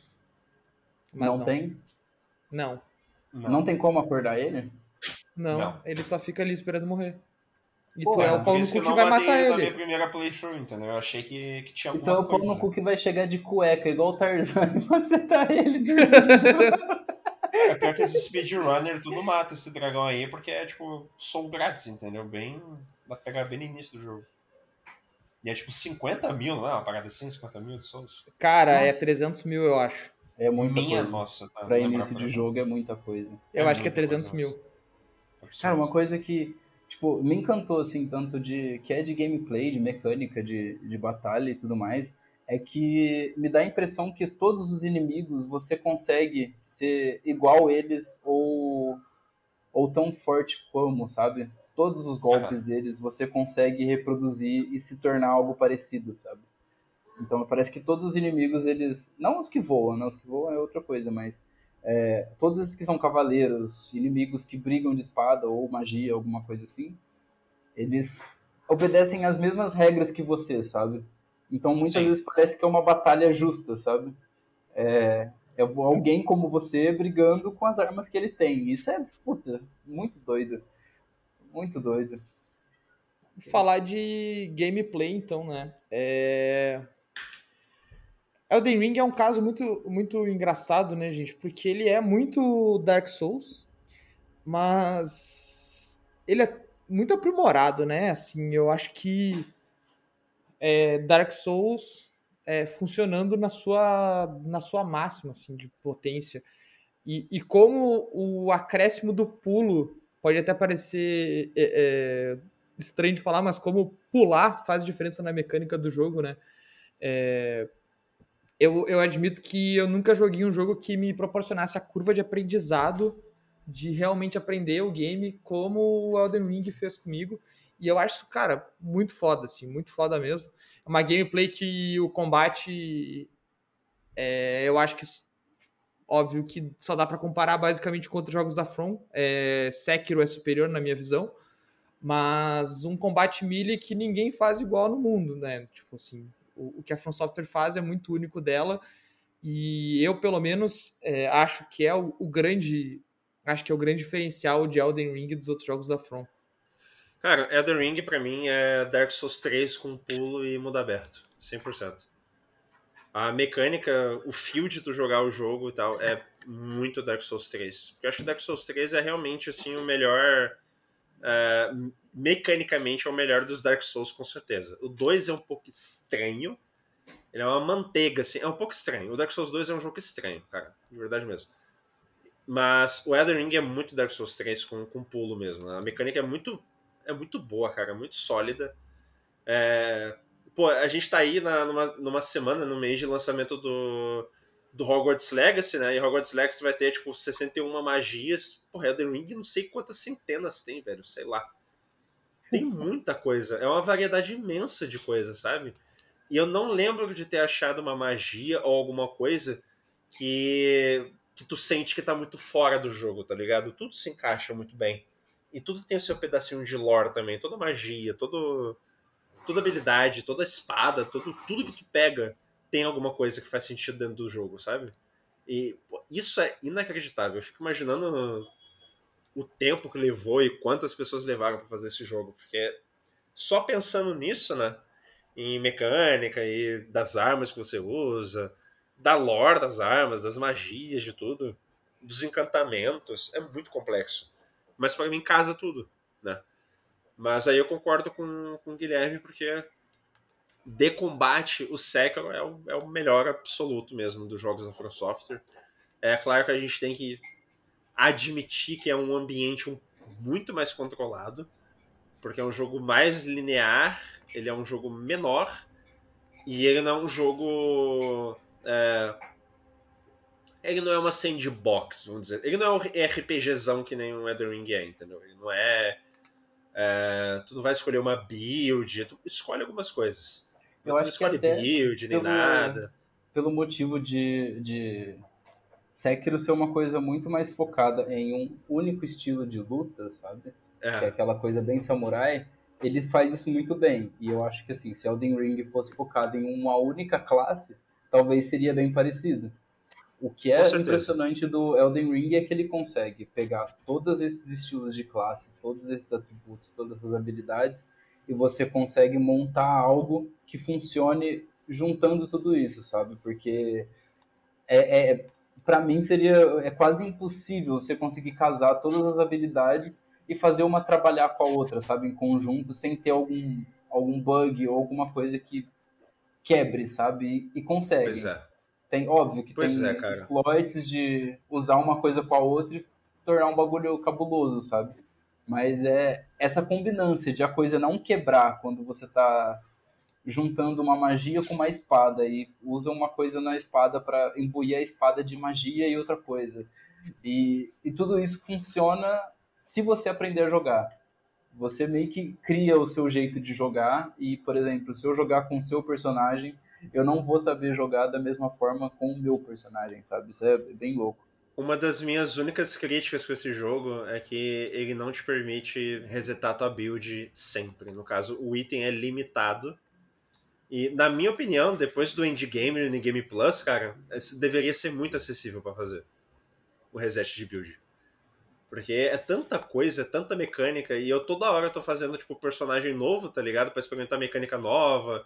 Mas Não não. tem? Não. Não Não, tem como acordar ele? Não, não. ele só fica ali esperando morrer. E tu é Porra. o Por pau no isso que cu eu que não vai matei matar ele na minha ele. primeira playthrough, entendeu? Eu achei que tinha Então alguma é o pau no coisa. cu que vai chegar de cueca, igual o Tarzan, e você tá ele dormindo. É pior que esse speedrunner tudo mata esse dragão aí, porque é tipo soul grátis, entendeu? Bem. Dá pra pegar bem no início do jogo. E é tipo 50 mil, não é? Uma parada assim, 50 mil de souls? Cara, é Nossa, 300 mil, eu acho. é muita Minha coisa. nossa, tá? Pra Não lembrava início que de era jogo tanto. é muita coisa. É Eu acho que é muita coisa 300 nossa. mil. Cara, Absurdo. uma coisa que, tipo, me encantou, assim, tanto que é de gameplay, de mecânica, de batalha e tudo mais, é que me dá a impressão que todos os inimigos você consegue ser igual eles ou tão forte como, sabe? Todos os Aham. golpes deles você consegue reproduzir e se tornar algo parecido, sabe? Então parece que todos os inimigos, eles. Não os que voam, né? Os que voam é outra coisa, mas todos esses que são cavaleiros, inimigos que brigam de espada ou magia, alguma coisa assim, eles obedecem às mesmas regras que você, sabe? Então muitas Sim. vezes parece que é uma batalha justa, sabe? É alguém como você brigando com as armas que ele tem. Isso é, puta, muito doido. Muito doido. Falar de gameplay, então, né? Elden Ring é um caso muito, muito engraçado, né, gente? Porque ele é muito Dark Souls, mas ele é muito aprimorado, né? Assim, eu acho que Dark Souls funcionando na sua máxima, assim, de potência. E como o acréscimo do pulo pode até parecer estranho de falar, mas como pular faz diferença na mecânica do jogo, né? Eu admito que eu nunca joguei um jogo que me proporcionasse a curva de aprendizado de realmente aprender o game como o Elden Ring fez comigo. E eu acho isso, cara, muito foda, assim, muito foda mesmo. É uma gameplay que o combate, eu acho que, óbvio que só dá pra comparar basicamente com outros jogos da From. Sekiro é superior na minha visão, mas um combate melee que ninguém faz igual no mundo, né? Tipo assim, O que a From Software faz é muito único dela, e eu, pelo menos, acho que é o grande diferencial de Elden Ring dos outros jogos da From. Cara, Elden Ring pra mim é Dark Souls 3 com pulo e mundo aberto. 100%. A mecânica, o feel de tu jogar o jogo e tal, é muito Dark Souls 3. Porque eu acho que Dark Souls 3 é realmente, assim, o melhor... mecanicamente é o melhor dos Dark Souls, com certeza. O 2 é um pouco estranho. Ele é uma manteiga, assim. É um pouco estranho. O Dark Souls 2 é um jogo estranho, cara. De verdade mesmo. Mas o Elden Ring é muito Dark Souls 3 com pulo mesmo. A mecânica é muito boa, cara. Muito sólida. Pô, a gente tá aí numa semana, no mês de lançamento do Hogwarts Legacy, né? E Hogwarts Legacy vai ter, tipo, 61 magias. Porra, Elden Ring não sei quantas centenas tem, velho. Sei lá. Tem muita coisa. É uma variedade imensa de coisas, sabe? E eu não lembro de ter achado uma magia ou alguma coisa que tu sente que tá muito fora do jogo, tá ligado? Tudo se encaixa muito bem. E tudo tem o seu pedacinho de lore também. Toda magia, toda habilidade, toda espada, tudo que tu pega tem alguma coisa que faz sentido dentro do jogo, sabe? E pô, isso é inacreditável. Eu fico imaginando o tempo que levou e quantas pessoas levaram para fazer esse jogo. Porque só pensando nisso, né? Em mecânica e das armas que você usa, da lore das armas, das magias, de tudo, dos encantamentos, é muito complexo. Mas para mim casa tudo, né? Mas aí eu concordo com o Guilherme, porque de combate, o Sekiro é o melhor absoluto mesmo dos jogos da From Software. É claro que a gente tem que admitir que é um ambiente muito mais controlado, porque é um jogo mais linear, ele é um jogo menor, e ele não é um jogo. Ele não é uma sandbox, vamos dizer. Ele não é um RPGzão que nem um Elden Ring é, entendeu? Ele não tu não vai escolher uma build, tu escolhe algumas coisas. Mas Eu tu não acho que escolhe até build nem pelo, nada. pelo motivo de Sekiro ser uma coisa muito mais focada em um único estilo de luta, sabe? Que é É, aquela coisa bem samurai, ele faz isso muito bem. E eu acho que assim, se Elden Ring fosse focado em uma única classe, talvez seria bem parecido. O que com é certeza. impressionante do Elden Ring é que ele consegue pegar todos esses estilos de classe, todos esses atributos, todas essas habilidades, e você consegue montar algo que funcione juntando tudo isso, sabe? Porque para mim seria quase impossível você conseguir casar todas as habilidades e fazer uma trabalhar com a outra, sabe, em conjunto, sem ter algum bug ou alguma coisa que quebre, sabe? E Pois conseguem. é. Tem, óbvio que Pois é, tem cara. exploits de usar uma coisa com a outra e tornar um bagulho cabuloso, sabe? Mas é essa combinância de a coisa não quebrar quando você tá juntando uma magia com uma espada e usa uma coisa na espada para imbuir a espada de magia e outra coisa. E tudo isso funciona se você aprender a jogar. Você meio que cria o seu jeito de jogar e, por exemplo, se eu jogar com o seu personagem, eu não vou saber jogar da mesma forma com o meu personagem, sabe? Isso é bem louco. Uma das minhas únicas críticas com esse jogo é que ele não te permite resetar tua build sempre. No caso, o item é limitado. E, na minha opinião, depois do endgame e do endgame plus, cara, esse deveria ser muito acessível pra fazer. O reset de build. Porque é tanta coisa, é tanta mecânica, e eu toda hora tô fazendo, tipo, personagem novo, tá ligado? Pra experimentar mecânica nova,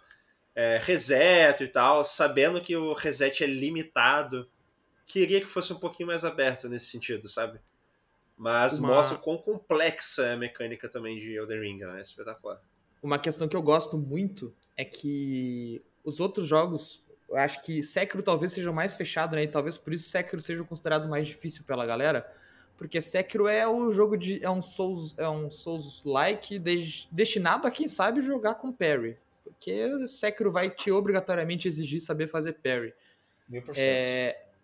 reseto e tal, sabendo que o reset é limitado. Queria que fosse um pouquinho mais aberto nesse sentido, sabe? Mas mostra o Uma, quão complexa é a mecânica também de Elden Ring, né? É espetacular. uma questão que eu gosto muito é que os outros jogos, eu acho que Sekiro talvez seja o mais fechado, né? E talvez por isso Sekiro seja considerado mais difícil pela galera, porque Sekiro é o jogo de é um Souls-like destinado a quem sabe jogar com parry, porque Sekiro vai te obrigatoriamente exigir saber fazer parry. 1000%.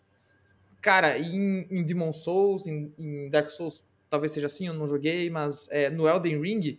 Cara, em Demon Souls, em Dark Souls, talvez seja assim, eu não joguei, mas no Elden Ring,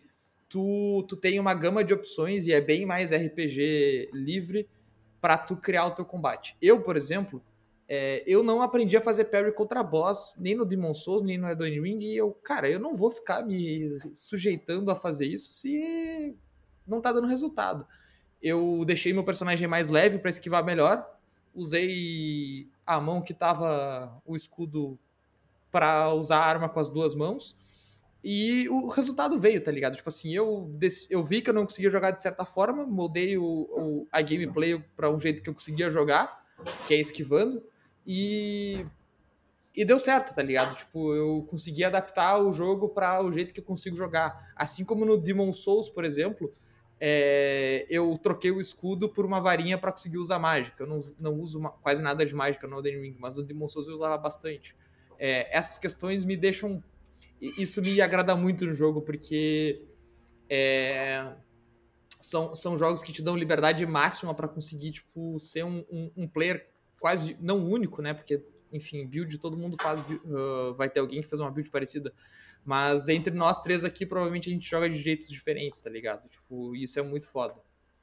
tu tem uma gama de opções e é bem mais RPG livre pra tu criar o teu combate. Eu, por exemplo, eu não aprendi a fazer parry contra boss, nem no Demon Souls, nem no Elden Ring, e eu não vou ficar me sujeitando a fazer isso se não tá dando resultado. eu deixei meu personagem mais leve para esquivar melhor, usei a mão que tava o escudo para usar a arma com as duas mãos, e o resultado veio, tá ligado? Tipo assim, eu vi que eu não conseguia jogar de certa forma, moldei a gameplay para um jeito que eu conseguia jogar, que é esquivando, e deu certo, tá ligado? Tipo, eu consegui adaptar o jogo para o jeito que eu consigo jogar. Assim como no Demon Souls, por exemplo, eu troquei o escudo por uma varinha para conseguir usar mágica. Eu não uso quase nada de mágica no Elden Ring, mas no Demon Souls eu usava bastante. Essas questões me deixam... Isso me agrada muito no jogo, porque são jogos que te dão liberdade máxima para conseguir, tipo, ser um player quase não único, né? Porque, enfim, build todo mundo faz, vai ter alguém que faz uma build parecida. Mas entre nós três aqui, provavelmente a gente joga de jeitos diferentes, tá ligado? Tipo, isso é muito foda.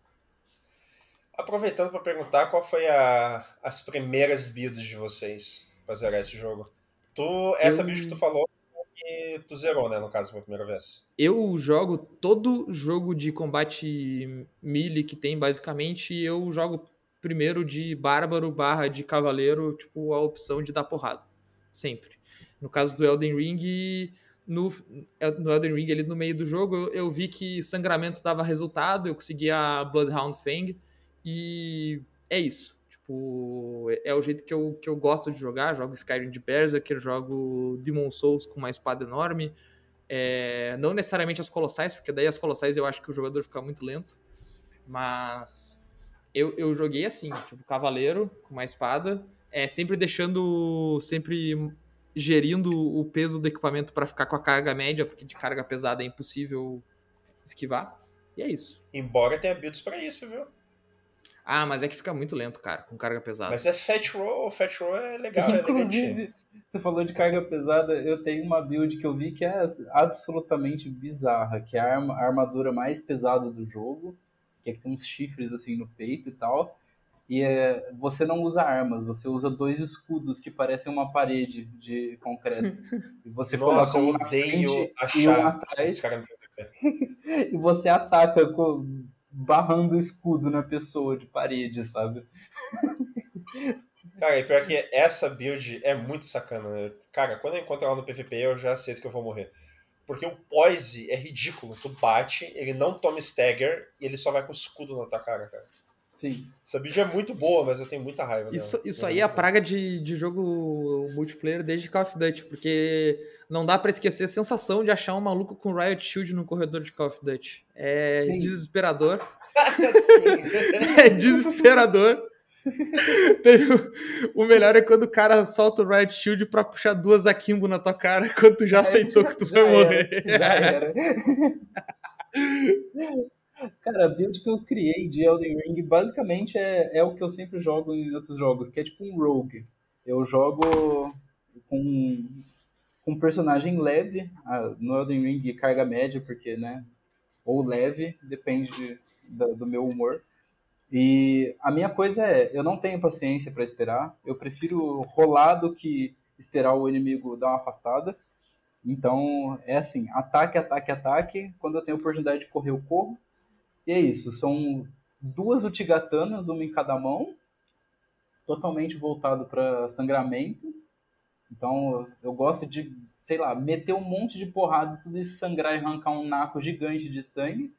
Aproveitando para perguntar qual foi as primeiras builds de vocês para zerar esse jogo. Essa build que tu Eu, falou, que tu zerou, né, no caso, pela primeira vez. eu jogo todo jogo de combate melee que tem, basicamente, eu jogo primeiro de bárbaro barra de cavaleiro, tipo, a opção de dar porrada. Sempre. No caso do Elden Ring, no, no Elden Ring, ali no meio do jogo, eu vi que sangramento dava resultado, eu conseguia Bloodhound Fang, e é isso. Tipo, é o jeito que eu gosto de jogar. Jogo Skyrim de Berserker, jogo Demon Souls com uma espada enorme, não necessariamente as colossais, porque daí as colossais eu acho que o jogador fica muito lento. Mas eu joguei assim, tipo, cavaleiro com uma espada, sempre deixando, sempre gerindo o peso do equipamento para ficar com a carga média, porque de carga pesada é impossível esquivar. E é isso. Embora tenha builds para isso, viu? Ah, mas é que fica muito lento, cara, com carga pesada. Mas é Fetch Roll é legal, é elegantinho. Inclusive, você falou de carga pesada, eu tenho uma build que eu vi que é absolutamente bizarra, que é a armadura mais pesada do jogo, que é que tem uns chifres assim no peito e tal. E você não usa armas, você usa dois escudos que parecem uma parede de concreto. E você coloca Nossa, eu um na odeio frente e um achar esse atrás, cara no PVP. e você ataca barrando o escudo na pessoa de parede, sabe? Cara, e pior que essa build é muito sacana. Cara, quando eu encontro ela no PVP, eu já aceito que eu vou morrer. Porque o poise é ridículo. Tu bate, ele não toma stagger e ele só vai com o escudo na tua cara, cara. Sim. Essa build é muito boa, mas eu tenho muita raiva dela. Isso Mas é aí é a muito boa. praga de jogo multiplayer desde Call of Duty, porque não dá pra esquecer a sensação de achar um maluco com Riot Shield no corredor de Call of Duty. É Sim. desesperador. Sim. É desesperador. O melhor é quando o cara solta o Riot Shield pra puxar duas akimbo na tua cara quando tu já aceitou que tu vai morrer. Já era. Cara, a build que eu criei de Elden Ring basicamente é o que eu sempre jogo em outros jogos, que é tipo um rogue. Eu jogo com, com um personagem leve, no Elden Ring carga média, porque, né, ou leve, depende do meu humor. E a minha coisa eu não tenho paciência para esperar, eu prefiro rolar do que esperar o inimigo dar uma afastada. Então, é assim, ataque, ataque, ataque. Quando eu tenho a oportunidade de correr, eu corro. E é isso, são duas utigatanas, uma em cada mão, totalmente voltado para sangramento. Então, eu gosto de, sei lá, meter um monte de porrada, tudo isso sangrar e arrancar um naco gigante de sangue.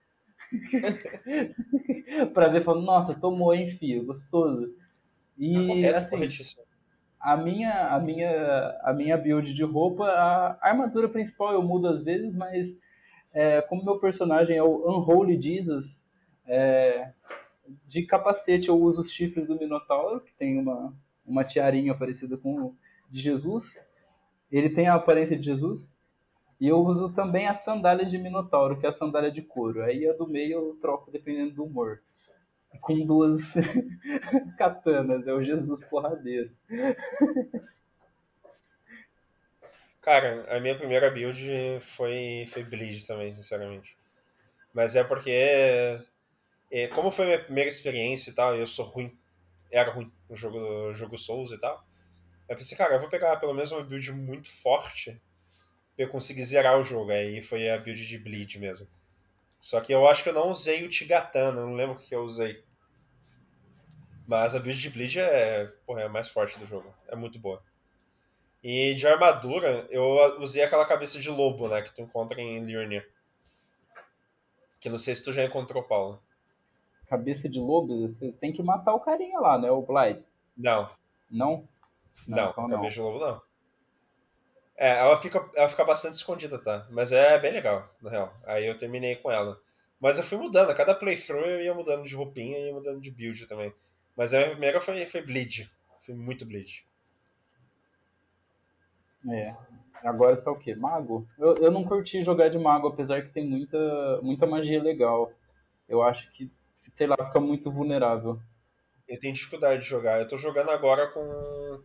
Pra ver, falando, nossa, tomou, hein, filho, gostoso. Tá E, correto, assim, corretíssimo. a minha build de roupa, a armadura principal eu mudo às vezes, mas como meu personagem é o Unholy Jesus, é, de capacete eu uso os chifres do Minotauro, que tem uma tiarinha parecida com o de Jesus. Ele tem a aparência de Jesus. E eu uso também as sandálias de Minotauro, que é a sandália de couro. Aí a do meio eu troco dependendo do humor. Com duas katanas, é o Jesus porradeiro. Cara, a minha primeira build foi Bleed também, sinceramente. Mas é porque, como foi a minha primeira experiência e tal, e eu sou ruim, era ruim no jogo Souls e tal, eu pensei, cara, eu vou pegar pelo menos uma build muito forte pra eu conseguir zerar o jogo. Aí foi a build de Bleed mesmo. Só que eu acho que eu não usei o Tigatana, não lembro o que eu usei. Mas a build de Bleed porra, é a mais forte do jogo. É muito boa. E de armadura, eu usei aquela cabeça de lobo, né? Que tu encontra em Liurnia. Que não sei se tu já encontrou, Paulo. Cabeça de lobo, você tem que matar o carinha lá, né? O Blight. Não, Não? Não, não, então a não. cabeça de lobo não. Ela fica bastante escondida, tá? Mas é bem legal, na real. Aí eu terminei com ela. Mas eu fui mudando, a cada playthrough eu ia mudando de roupinha e ia mudando de build também. Mas a minha primeira foi Bleed. Foi muito Bleed. É. Agora está o quê? Mago? Eu não curti jogar de mago, apesar que tem muita magia legal. Eu acho que, sei lá, fica muito vulnerável. Eu tenho dificuldade de jogar. Eu tô jogando agora com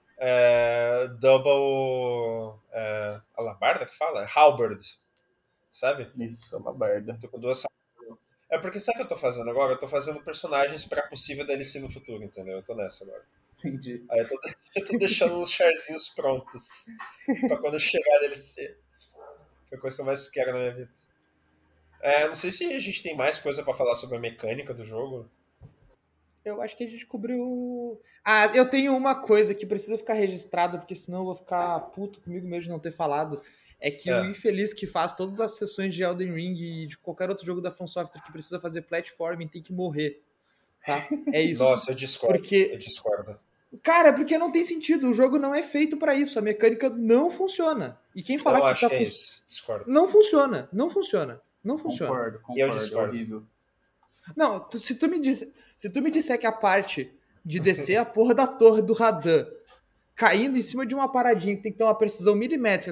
Double. Alabarda que fala? Halberd, sabe? Isso, é uma barda. Tô com duas. É porque sabe o que eu tô fazendo agora? Eu tô fazendo personagens pra possível DLC no futuro, entendeu? Eu tô nessa agora. Entendi. Aí eu tô, eu tô deixando uns charzinhos prontos pra quando chegar a DLC. Que é a coisa que eu mais quero na minha vida. Não sei se a gente tem mais coisa pra falar sobre a mecânica do jogo. Eu acho que a gente cobriu. Ah, eu tenho uma coisa que precisa ficar registrada, porque senão eu vou ficar puto comigo mesmo de não ter falado. É que o É. infeliz que faz todas as sessões de Elden Ring e de qualquer outro jogo da From Software que precisa fazer platforming tem que morrer, tá? É isso. Nossa, eu discordo. Eu Porque, discordo. cara, porque não tem sentido. O jogo não é feito pra isso. A mecânica não funciona. E quem falar Não que acho tá que é funcionando. isso. Discordo. Não funciona. Não funciona. Não funciona. Concordo, Eu concordo. É discordo. horrível. Não, se tu me disser que a parte de descer a porra da torre do Radan caindo em cima de uma paradinha que tem que ter uma precisão milimétrica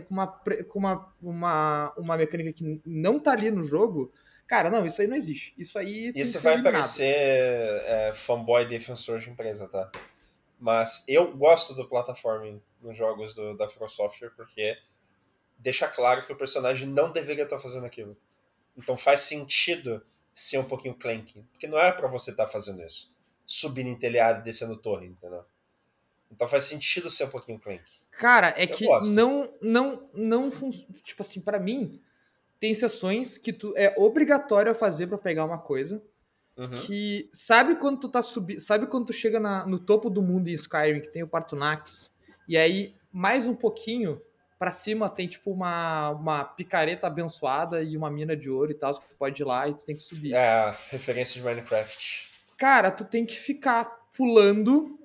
com uma mecânica que não tá ali no jogo, cara, não, isso aí não existe. Isso aí tem que Isso ser vai eliminado. parecer fanboy defensor de empresa, tá? Mas eu gosto do platforming nos jogos da From Software porque deixa claro que o personagem não deveria estar fazendo aquilo. Então faz sentido ser um pouquinho clanky. Porque não é pra você estar fazendo isso. Subindo em telhado e descendo torre, entendeu? Então faz sentido ser um pouquinho clanky. Cara, é Eu que gosto. não funciona. Tipo assim, pra mim, tem sessões que tu é obrigatório a fazer pra pegar uma coisa. Uhum. Que sabe quando tu tá subindo, sabe quando tu chega no topo do mundo em Skyrim, que tem o Partunax, e aí mais um pouquinho pra cima tem tipo uma picareta abençoada e uma mina de ouro e tal, que tu pode ir lá e tu tem que subir. Referência de Minecraft. Cara, tu tem que ficar pulando,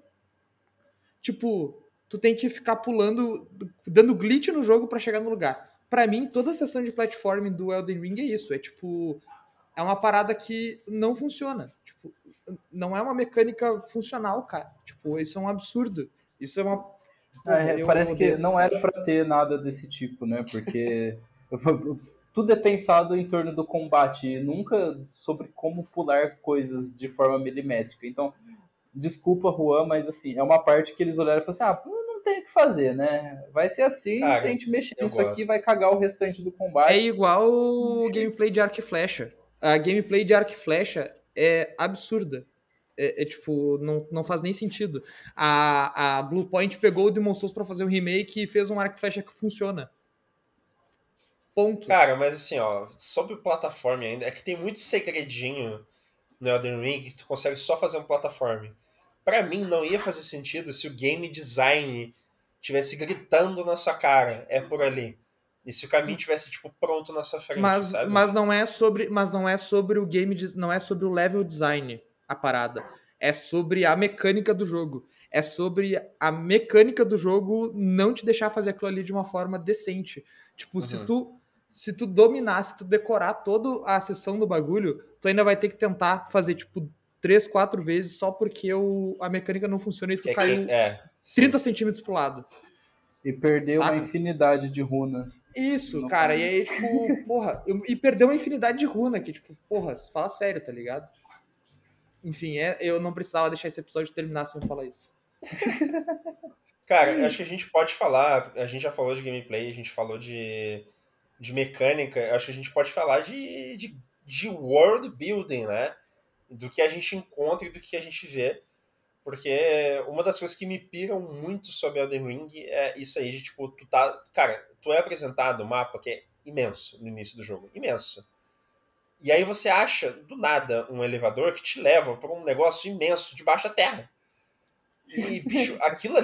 tipo, tu tem que ficar pulando, dando glitch no jogo pra chegar no lugar. Pra mim, toda a sessão de platforming do Elden Ring é isso, é tipo, é uma parada que não funciona. Tipo, não é uma mecânica funcional, cara. Tipo, isso é um absurdo. Isso é uma. Porra, eu Parece odeio que essas não era partes. pra ter nada desse tipo, né? Porque tudo é pensado em torno do combate e nunca sobre como pular coisas de forma milimétrica. Então, desculpa, Juan, mas assim, é uma parte que eles olharam e falaram assim: não tem o que fazer, né? Vai ser assim, se a Cara, gente mexer eu nisso aqui, gosto. vai cagar o restante do É combate. igual o gameplay de arco e flecha. A gameplay de arco e flecha é absurda. Tipo, não faz nem sentido. A Bluepoint pegou o Demon's Souls pra fazer um remake e fez um arco e flecha que funciona. Ponto. Cara, mas assim, ó, sobre plataforma ainda, é que tem muito segredinho no Elden Ring que tu consegue só fazer um plataforma. Pra mim, não ia fazer sentido se o game design tivesse gritando na sua cara, é por ali. E se o caminho tivesse, tipo, pronto na sua frente, Mas, sabe? mas não é sobre o não é sobre o level design a parada. É sobre a mecânica do jogo. É sobre a mecânica do jogo não te deixar fazer aquilo ali de uma forma decente. Tipo, se Uhum. tu se tu dominar, se tu decorar toda a sessão do bagulho, tu ainda vai ter que tentar fazer tipo 3, 4 vezes só porque a mecânica não funciona e tu Porque aqui, caiu sim. 30 centímetros pro lado, E perdeu uma saca? infinidade de runas Isso, no cara, e caminho. aí, tipo, porra, e perdeu uma infinidade de runa aqui, tipo, porra, fala sério, tá ligado? Enfim, eu não precisava deixar esse episódio terminar sem falar isso. Cara, eu acho que a gente pode falar, a gente já falou de gameplay, a gente falou de mecânica, eu acho que a gente pode falar de world building, né? Do que a gente encontra e do que a gente vê. Porque uma das coisas que me piram muito sobre Elden Ring é isso aí, de tipo, tu tá. Cara, tu é apresentado um mapa que é imenso no início do jogo. Imenso. E aí você acha, do nada, um elevador que te leva para um negócio imenso debaixo da terra. E, bicho,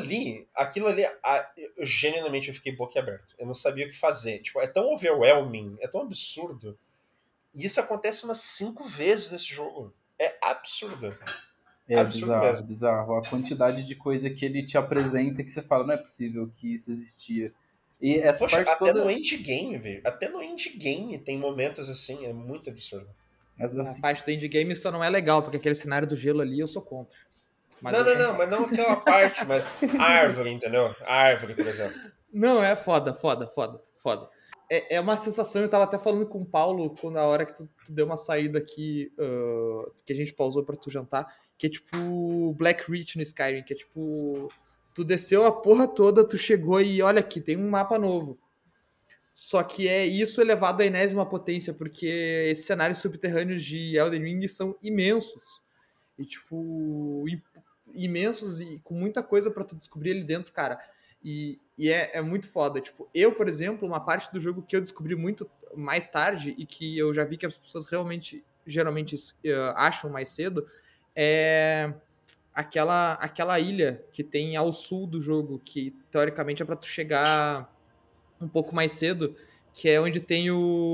eu genuinamente eu fiquei boquiaberto. Eu não sabia o que fazer. Tipo, é tão overwhelming, é tão absurdo. E isso acontece umas 5 vezes nesse jogo. É absurdo. É Absurdo bizarro, é mesmo. bizarro. A quantidade de coisa que ele te apresenta que você fala, não é possível que isso existia. E essa Poxa, parte até no toda, endgame, velho. Até no endgame tem momentos assim, é muito absurdo. A assim, parte do endgame só não é legal, porque aquele cenário do gelo ali eu sou contra. Mas Não, eu não, não, mas concordo. não aquela parte, mas a árvore, entendeu? A árvore, por exemplo. Não, é foda, foda, foda, foda. É uma sensação, eu tava até falando com o Paulo quando a hora que tu deu uma saída aqui, que a gente pausou pra tu jantar, que é tipo Black Reach no Skyrim, que é tipo, tu desceu a porra toda, tu chegou e olha aqui, tem um mapa novo. Só que é isso elevado à enésima potência, porque esses cenários subterrâneos de Elden Ring são imensos. E, tipo, imensos e com muita coisa pra tu descobrir ali dentro, cara. E é muito foda. Tipo, eu, por exemplo, uma parte do jogo que eu descobri muito mais tarde e que eu já vi que as pessoas realmente, geralmente, acham mais cedo, é aquela ilha que tem ao sul do jogo, que teoricamente é pra tu chegar um pouco mais cedo, que é onde tem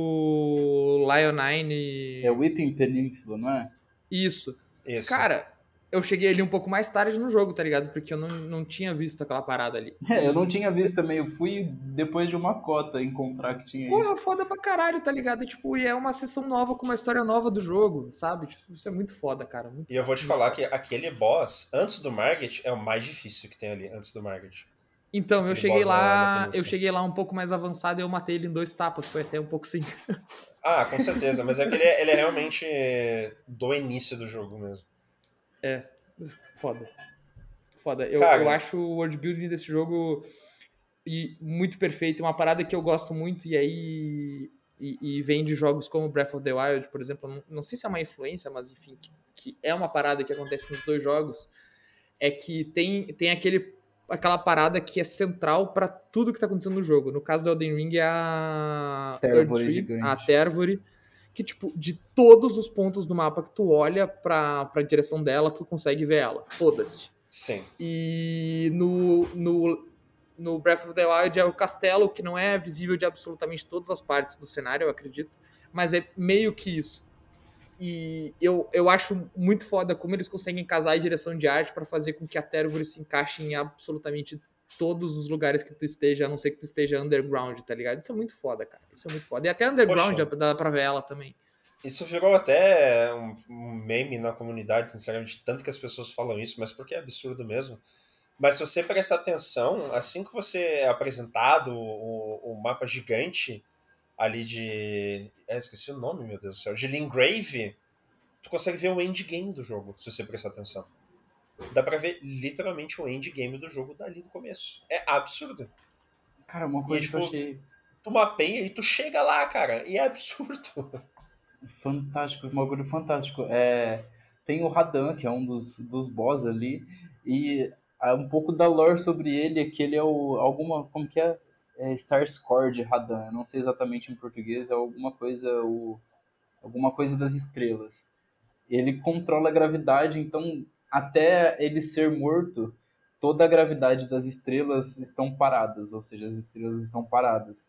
o é Lionine. Weeping Peninsula, não é? Isso. Isso. Cara, eu cheguei ali um pouco mais tarde no jogo, tá ligado? Porque eu não tinha visto aquela parada ali. É, eu não E, tinha visto também, eu fui depois de uma cota encontrar que tinha porra, isso. foda pra caralho, tá ligado? E, tipo, e é uma sessão nova com uma história nova do jogo, sabe? Tipo, isso é muito foda, cara. E eu vou te Muito falar foda. que aquele boss, antes do Margit, é o mais difícil que tem ali, antes do Margit. Então, Aquele boss na eu península. cheguei lá um pouco mais avançado e eu matei ele em 2 tapas, foi até um pouco sem. Ah, com certeza, mas é que ele é realmente do início do jogo mesmo. É, foda. Foda. Eu Cara, acho o world building desse jogo muito perfeito, uma parada que eu gosto muito, e aí. E vem de jogos como Breath of the Wild, por exemplo. Não sei se é uma influência, mas enfim, que é uma parada que acontece nos dois jogos. É que tem aquela parada que é central pra tudo que tá acontecendo no jogo. No caso do Elden Ring é a Térvore Erdtree, a gigante. Térvore, que, tipo, de todos os pontos do mapa que tu olha pra direção dela, tu consegue ver ela. Foda-se. sim. E no Breath of the Wild é o castelo, que não é visível de absolutamente todas as partes do cenário, eu acredito, mas é meio que isso. E eu acho muito foda como eles conseguem casar a direção de arte para fazer com que a Tervor se encaixe em absolutamente todos os lugares que tu esteja, a não ser que tu esteja underground, tá ligado? Isso é muito foda, cara. Isso é muito foda. E até underground Poxa, dá pra ver ela também. isso virou até um meme na comunidade, sinceramente, tanto que as pessoas falam isso, mas porque é absurdo mesmo. Mas se você prestar atenção, assim que você é apresentado o mapa gigante ali de. Esqueci o nome, meu Deus do céu. De Lingrave, tu consegue ver o endgame do jogo, se você prestar atenção. Dá pra ver literalmente o endgame do jogo dali do começo. É absurdo. Cara, uma E coisa que eu tipo, achei tu mapeia e tu chega lá, cara. E é absurdo. fantástico, um bagulho fantástico. É, tem o Radan, que é um dos boss ali, e um pouco da lore sobre ele é que ele é alguma, como que é? É Star Scourge Radan, eu não sei exatamente em português, é alguma coisa das estrelas. Ele controla a gravidade, então até ele ser morto, toda a gravidade das estrelas estão paradas, ou seja, as estrelas estão paradas.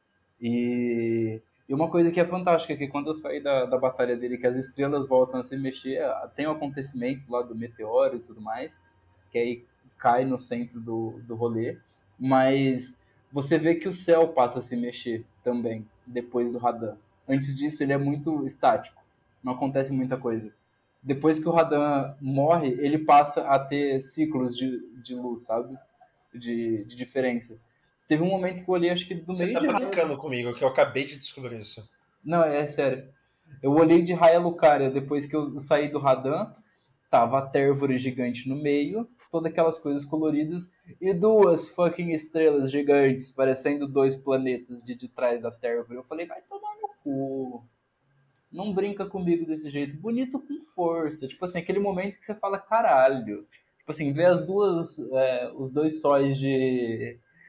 E uma coisa que é fantástica é que quando eu saí da batalha dele, que as estrelas voltam a se mexer, tem o acontecimento lá do meteoro e tudo mais, que aí cai no centro do rolê, mas você vê que o céu passa a se mexer também, depois do Radan. Antes disso, ele é muito estático, não acontece muita coisa. Depois que o Radan morre, ele passa a ter ciclos de luz, sabe? De diferença. Teve um momento que eu olhei, acho que do Você meio tá de raio. brincando comigo, que eu acabei de descobrir isso. Não, é sério. Eu olhei de Raia Lucaria depois que eu saí do Radan, tava a Térvore gigante no meio, todas aquelas coisas coloridas, e duas fucking estrelas gigantes, parecendo dois planetas de trás da Térvore. Eu falei, vai tomar no cu. Não brinca comigo desse jeito. Bonito com força. Tipo assim, aquele momento que você fala, caralho. Tipo assim, ver os dois sóis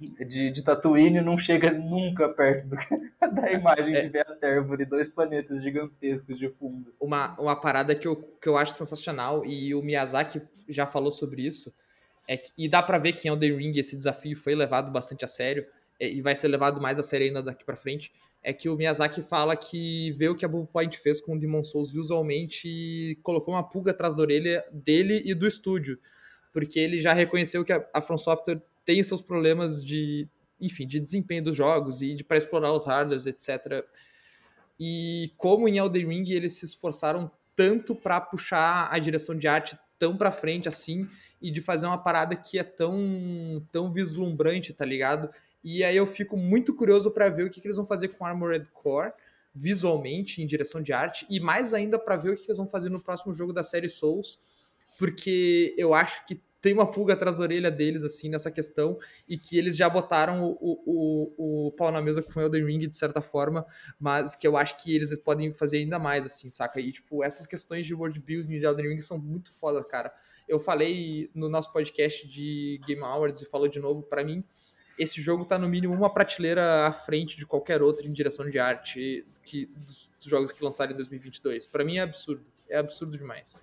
de Tatooine não chega nunca perto da imagem de ver a Térvore, 2 planetas gigantescos de fundo. Uma parada que eu acho sensacional, e o Miyazaki já falou sobre isso, e dá pra ver que em Elden Ring esse desafio foi levado bastante a sério, e vai ser levado mais a sério ainda daqui pra frente, é que o Miyazaki fala que vê o que a Bluepoint fez com o Demon Souls visualmente e colocou uma pulga atrás da orelha dele e do estúdio, porque ele já reconheceu que a From Software tem seus problemas enfim, de desempenho dos jogos e para explorar os hardwares, etc. E como em Elden Ring eles se esforçaram tanto para puxar a direção de arte tão para frente assim e de fazer uma parada que é tão vislumbrante, tá ligado? E aí eu fico muito curioso para ver o que eles vão fazer com Armored Core visualmente em direção de arte e mais ainda para ver o que eles vão fazer no próximo jogo da série Souls, porque eu acho que tem uma pulga atrás da orelha deles, assim, nessa questão, e que eles já botaram o pau na mesa com o Elden Ring, de certa forma, mas que eu acho que eles podem fazer ainda mais, assim, saca? E, tipo, essas questões de world building de Elden Ring são muito foda, cara. Eu falei no nosso podcast de Game Awards e falou de novo, pra mim, esse jogo tá no mínimo uma prateleira à frente de qualquer outro em direção de arte dos jogos que lançaram em 2022. Pra mim é absurdo demais.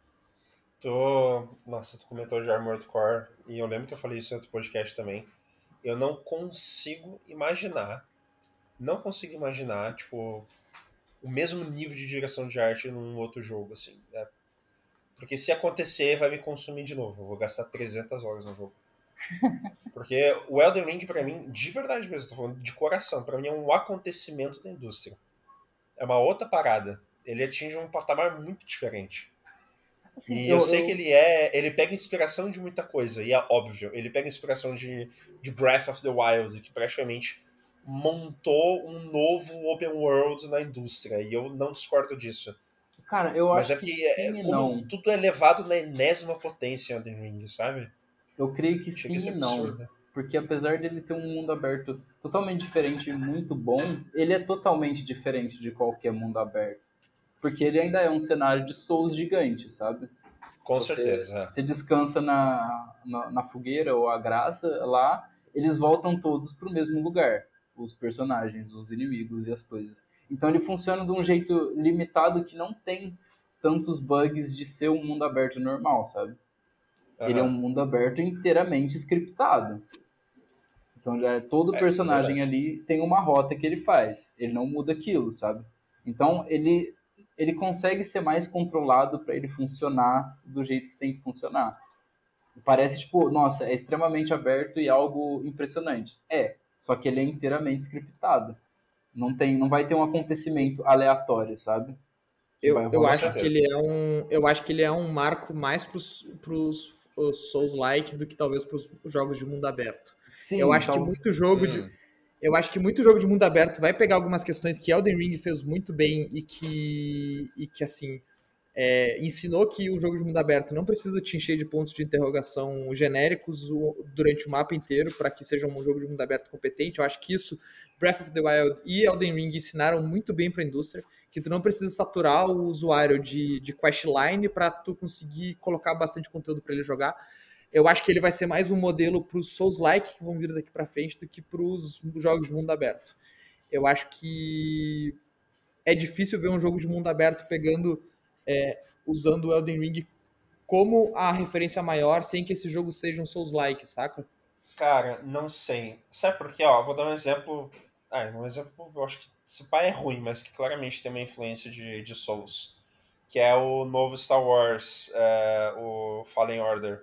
Nossa, tu comentou de Armored Core, e eu lembro que eu falei isso em outro podcast também. Eu não consigo imaginar, tipo, o mesmo nível de direção de arte num outro jogo, assim, né? Porque se acontecer, vai me consumir de novo. Eu vou gastar 300 horas no jogo. Porque o Elden Ring, pra mim, de verdade mesmo, tô falando de coração, pra mim é um acontecimento da indústria. É uma outra parada. Ele atinge um patamar muito diferente. Assim, E eu sei que ele pega inspiração de muita coisa, e é óbvio, ele pega inspiração de Breath of the Wild, que praticamente montou um novo open world na indústria, e eu não discordo disso. Cara, eu Mas acho é que que sim e como não. tudo é levado na enésima potência em Elden Ring, sabe? Eu creio que Chega a sim ser e não. absurdo. Porque apesar dele ter um mundo aberto totalmente diferente e muito bom, ele é totalmente diferente de qualquer mundo aberto. Porque ele ainda é um cenário de Souls gigante, sabe? Com certeza. Você descansa na fogueira ou a graça lá, eles voltam todos pro mesmo lugar. Os personagens, os inimigos e as coisas. Então ele funciona de um jeito limitado que não tem tantos bugs de ser um mundo aberto normal, sabe? Ele é um Aham. mundo aberto inteiramente scriptado. Então já todo É, isso é personagem verdade. ali tem uma rota que ele faz. Ele não muda aquilo, sabe? Então ele consegue ser mais controlado para ele funcionar do jeito que tem que funcionar. Parece tipo, nossa, é extremamente aberto e algo impressionante. É, só que ele é inteiramente scriptado. Não vai ter um acontecimento aleatório, sabe? Que vai Eu Com rolar. acho que certeza. eu acho que ele é um marco mais pros Souls-like do que talvez pros jogos de mundo aberto. Eu Sim, acho que então muito jogo de eu acho que muito jogo de mundo aberto vai pegar algumas questões que Elden Ring fez muito bem e que assim, ensinou que o jogo de mundo aberto não precisa te encher de pontos de interrogação genéricos durante o mapa inteiro para que seja um jogo de mundo aberto competente. Eu acho que isso Breath of the Wild e Elden Ring ensinaram muito bem para a indústria, que tu não precisa saturar o usuário de questline para tu conseguir colocar bastante conteúdo para ele jogar. Eu acho que ele vai ser mais um modelo para os Souls-like que vão vir daqui para frente do que para os jogos de mundo aberto. Eu acho que é difícil ver um jogo de mundo aberto usando o Elden Ring como a referência maior, sem que esse jogo seja um Souls-like, saca? Cara, não sei. Sabe por quê? Ó, vou dar um exemplo. Um exemplo, eu acho que esse pai é ruim, mas que claramente tem uma influência de Souls. Que é o novo Star Wars, o Fallen Order.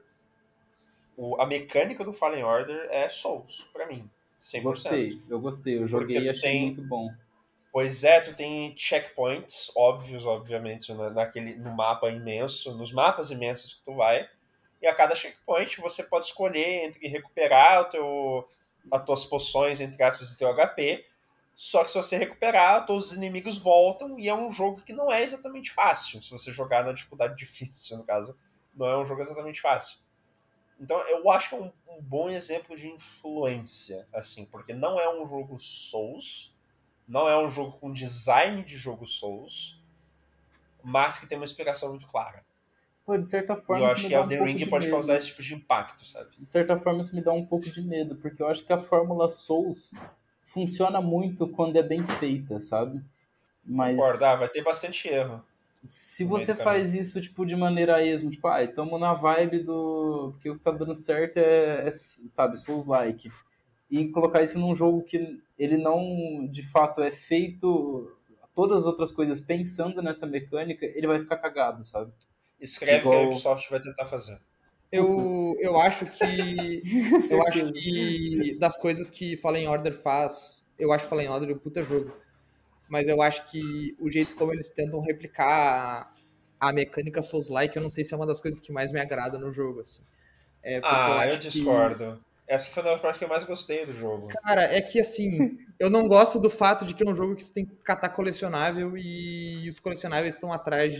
A mecânica do Fallen Order é Souls, pra mim. 100%. eu gostei, eu Porque joguei e tu achei tem. muito bom. Pois é, tu tem checkpoints óbvios, obviamente, no mapa imenso, nos mapas imensos que tu vai. E a cada checkpoint você pode escolher entre recuperar as tuas poções, entre aspas, e teu HP. Só que se você recuperar, todos os inimigos voltam e é um jogo que não é exatamente fácil. Se você jogar na dificuldade difícil, no caso, não é um jogo exatamente fácil. Então eu acho que é um bom exemplo de influência, assim, porque não é um jogo Souls, não é um jogo com design de jogo Souls, mas que tem uma inspiração muito clara. Pô, de certa E eu forma isso acho me que dá um Elden pouco Ring de pode causar medo. esse tipo de impacto, sabe? De certa forma isso me dá um pouco de medo, porque eu acho que a fórmula Souls funciona muito quando é bem feita, sabe? Concordo. Mas Ah, vai ter bastante erro se no meio você do caminho. faz isso, tipo, de maneira esmo, tipo, tamo na vibe do... Porque o que tá dando certo sabe, Souls-like. E colocar isso num jogo que ele não, de fato, é feito... Todas as outras coisas pensando nessa mecânica, ele vai ficar cagado, sabe? Escreve que a Igual... Ubisoft vai tentar fazer. Puta, Eu acho que. Eu acho certeza. que das coisas que Fallen Order faz, eu acho Fallen Order um puta jogo. Mas eu acho que o jeito como eles tentam replicar a mecânica Souls-like, eu não sei se é uma das coisas que mais me agrada no jogo, assim. É porque eu Ah, eu acho que. discordo. Essa foi a parte que eu mais gostei do jogo. Cara, é que assim, eu não gosto do fato de que é um jogo que tu tem que catar colecionável e os colecionáveis estão atrás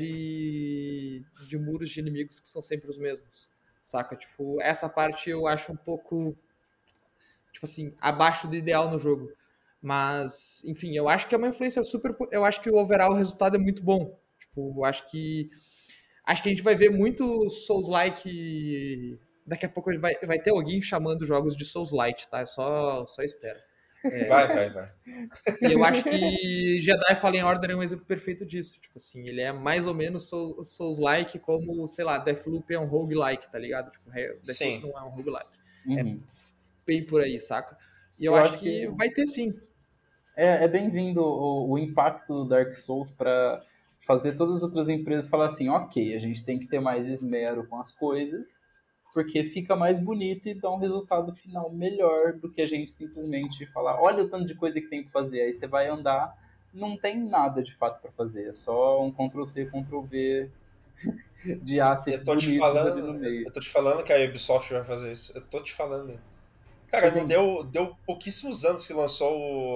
de muros de inimigos que são sempre os mesmos. Saca? Tipo, essa parte eu acho um pouco, tipo assim, abaixo do ideal no jogo. Mas, enfim, eu acho que é uma influência super. Eu acho que o overall o resultado é muito bom. Tipo, eu acho que. Acho que a gente vai ver muito Souls-like. Daqui a pouco vai ter alguém chamando jogos de Souls-like, tá? Só espera. Vai. E eu acho que Jedi Fallen Order é um exemplo perfeito disso. Tipo assim, ele é mais ou menos Souls-like como, sei lá, Deathloop é um roguelike, tá ligado? Tipo, Deathloop Sim. não é um roguelike. É Uhum. bem por aí, saca? E eu Eu acho acho que que vai ter sim. é bem-vindo o impacto do Dark Souls para fazer todas as outras empresas falar assim, ok, a gente tem que ter mais esmero com as coisas, porque fica mais bonito e dá um resultado final melhor do que a gente simplesmente falar, olha o tanto de coisa que tem que fazer, aí você vai andar, não tem nada de fato para fazer, é só um Ctrl+C, Ctrl+V de assets Eu tô te bonitos ali no falando. meio. Eu tô te falando que a Ubisoft vai fazer isso. Eu tô te falando. Tipo Cara, não assim, deu pouquíssimos anos que lançou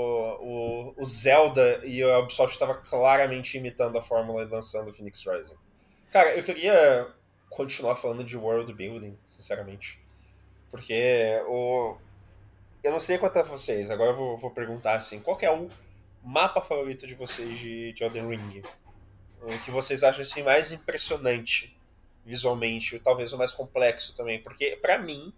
o Zelda e a Ubisoft estava claramente imitando a fórmula e lançando o Phoenix Rising. Cara, eu queria continuar falando de world building, sinceramente. Porque eu não sei quanto a vocês, agora vou perguntar assim, qual que é o mapa favorito de vocês de Elden Ring? O que vocês acham assim, mais impressionante visualmente, ou talvez o mais complexo também? Porque pra mim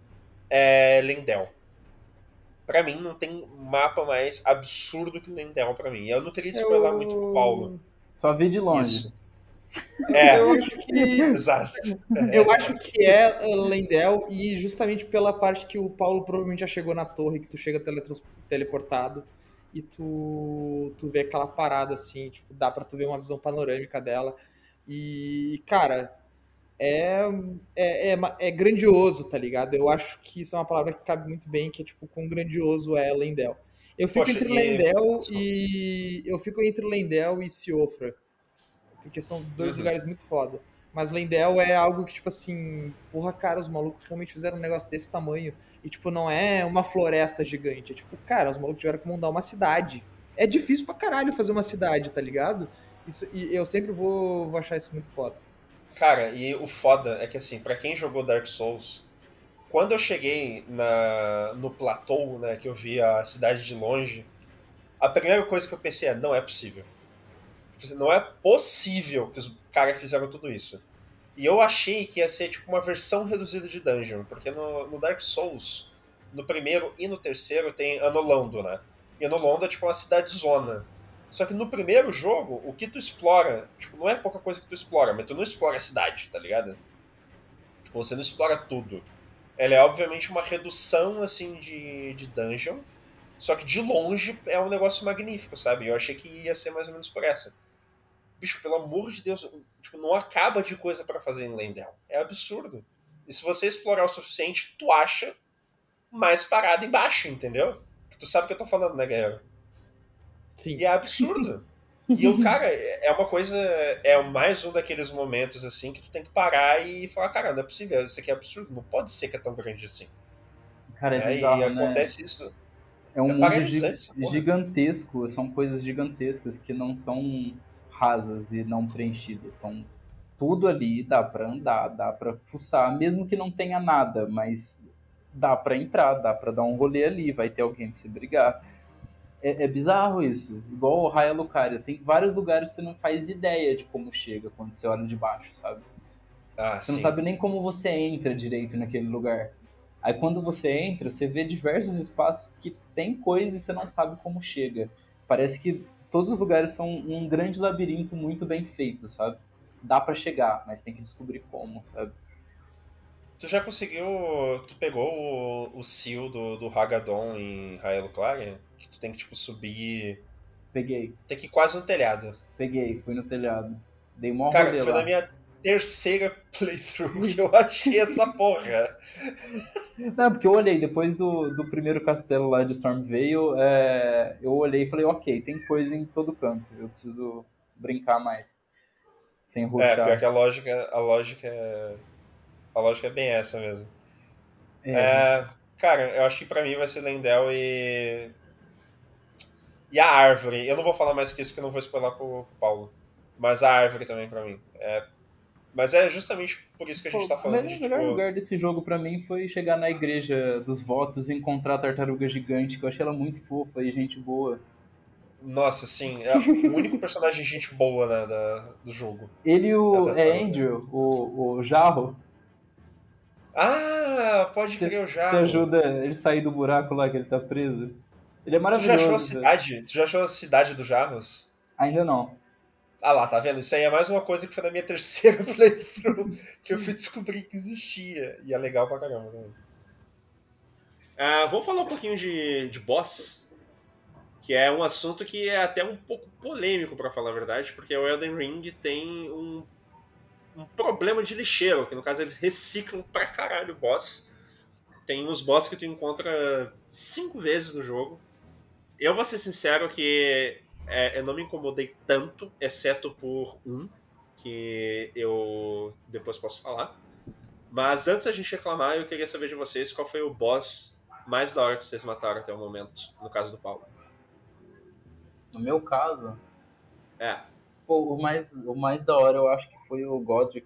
é Lendel. Pra mim não tem mapa mais absurdo que Lendel pra mim. Eu não queria spoiler muito pro Paulo. Eu, só vi de longe. Isso. É, eu acho que exato. eu acho que é Lendel e justamente pela parte que o Paulo provavelmente já chegou na torre, que tu chega teleportado e tu vê aquela parada assim, tipo, dá pra tu ver uma visão panorâmica dela. E, cara, é, é grandioso, tá ligado? Eu acho que isso é uma palavra que cabe muito bem, que é tipo, quão grandioso é Lendel. Poxa, e. Desculpa. Eu fico entre Lendel e Siofra, porque são dois Uhum. lugares muito foda. Mas Lendel é algo que, tipo assim, porra, cara, os malucos realmente fizeram um negócio desse tamanho. E, tipo, não é uma floresta gigante. É tipo, cara, os malucos tiveram que montar uma cidade. É difícil pra caralho fazer uma cidade, tá ligado? Isso, e eu sempre vou achar isso muito foda. Cara, e o foda é que assim, pra quem jogou Dark Souls, quando eu cheguei no platô, né, que eu vi a cidade de longe, a primeira coisa que eu pensei é, não é possível. Não é possível que os caras fizeram tudo isso. E eu achei que ia ser tipo uma versão reduzida de dungeon, porque no Dark Souls, no primeiro e no terceiro tem Anolondo, né? E Anolondo é tipo uma cidade zona. Só que no primeiro jogo, o que tu explora, tipo, não é pouca coisa que tu explora, mas tu não explora a cidade, tá ligado? Tipo, você não explora tudo. Ela é obviamente uma redução assim de dungeon, só que de longe é um negócio magnífico, sabe? Eu achei que ia ser mais ou menos por essa. Bicho, pelo amor de Deus, tipo, não acaba de coisa pra fazer em Lendel. É absurdo. E se você explorar o suficiente, tu acha mais parada embaixo, entendeu? Que tu sabe o que eu tô falando, né, guerreiro? E Sim. é absurdo. E eu, cara, é uma coisa. É mais um daqueles momentos assim que tu tem que parar e falar, cara, não é possível, isso aqui é absurdo, não pode ser que é tão grande assim. Cara, é Né? E bizarro, né? acontece isso. É um É mundo paralisante essa porra. gigantesco, são coisas gigantescas que não são rasas e não preenchidas, são tudo ali, dá pra andar, dá pra fuçar, mesmo que não tenha nada, mas dá pra entrar, dá pra dar um rolê ali, vai ter alguém pra se brigar. É bizarro isso, igual o Raya Lucaria, tem vários lugares que você não faz ideia de como chega quando você olha de baixo, sabe? Ah, Você não sim. sabe nem como você entra direito naquele lugar. Aí quando você entra, você vê diversos espaços que tem coisa e você não sabe como chega. Parece que todos os lugares são um grande labirinto muito bem feito, sabe? Dá pra chegar, mas tem que descobrir como, sabe? Tu já conseguiu. Tu pegou o seal do Hagadon em Raelo Claria? Que tu tem que, tipo, subir. Peguei, Tem que ir quase no telhado. fui no telhado. Dei mó Cara, rolê foi na lá. minha terceira playthrough que eu achei essa porra. Não, porque eu olhei, depois do primeiro castelo lá de Stormvale, eu olhei e falei, ok, tem coisa em todo canto, eu preciso brincar mais, sem É, pior que rushar. a lógica é bem essa mesmo. É, É, cara, eu acho que pra mim vai ser Lendel e a árvore. Eu não vou falar mais que isso porque eu não vou spoiler pro Paulo. Mas a árvore também pra mim. Mas é justamente por isso que a gente pô, tá o falando melhor, de, melhor tipo, lugar desse jogo pra mim foi chegar na igreja dos votos e encontrar a tartaruga gigante, que eu achei ela muito fofa e gente boa. nossa, assim, é o único personagem gente boa, né, do jogo. Ele e É a o tartaruga. Andrew, o Jarro, Ah, pode crer o você Jarro. ajuda ele sair do buraco lá que ele tá preso. Ele é Tu já achou a maravilhoso, velho. cidade? Tu já achou a cidade dos Jarros? Ainda não. Ah lá, tá vendo? Isso aí é mais uma coisa que foi na minha terceira playthrough que eu fui descobrir que existia. E é legal pra caramba também. Vamos falar um pouquinho de boss, que é um assunto que é até um pouco polêmico, pra falar a verdade, porque o Elden Ring tem um problema de lixeiro, que no caso eles reciclam pra caralho o boss. Tem uns boss que tu encontra 5 vezes no jogo. Eu vou ser sincero que eu não me incomodei tanto, exceto por um, que eu depois posso falar. Mas antes da gente reclamar, eu queria saber de vocês qual foi o boss mais da hora que vocês mataram até o momento, no caso do Paulo. No meu caso, É, pô, o mais da hora eu acho que foi o Godric,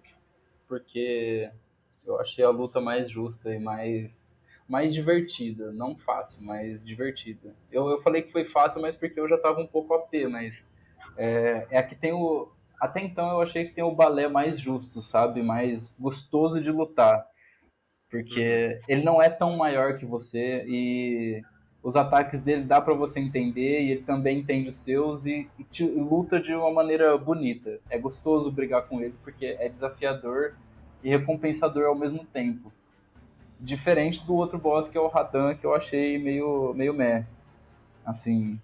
porque eu achei a luta mais justa e mais divertida. Não fácil, mas divertida. Eu falei que foi fácil, mas porque eu já tava um pouco AP, mas é a que tem o. Até então eu achei que tem o balé mais justo, sabe? Mais gostoso de lutar. uhum. Porque ele não é tão maior que você e os ataques dele dá pra você entender e ele também entende os seus e luta de uma maneira bonita. É gostoso brigar com ele porque é desafiador e recompensador ao mesmo tempo. Diferente do outro boss que é o Radan, que eu achei meio meh. Assim,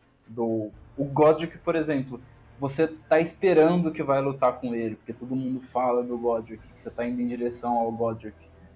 o Godric, por exemplo, você tá esperando que vai lutar com ele, porque todo mundo fala do Godric, que você tá indo em direção ao Godric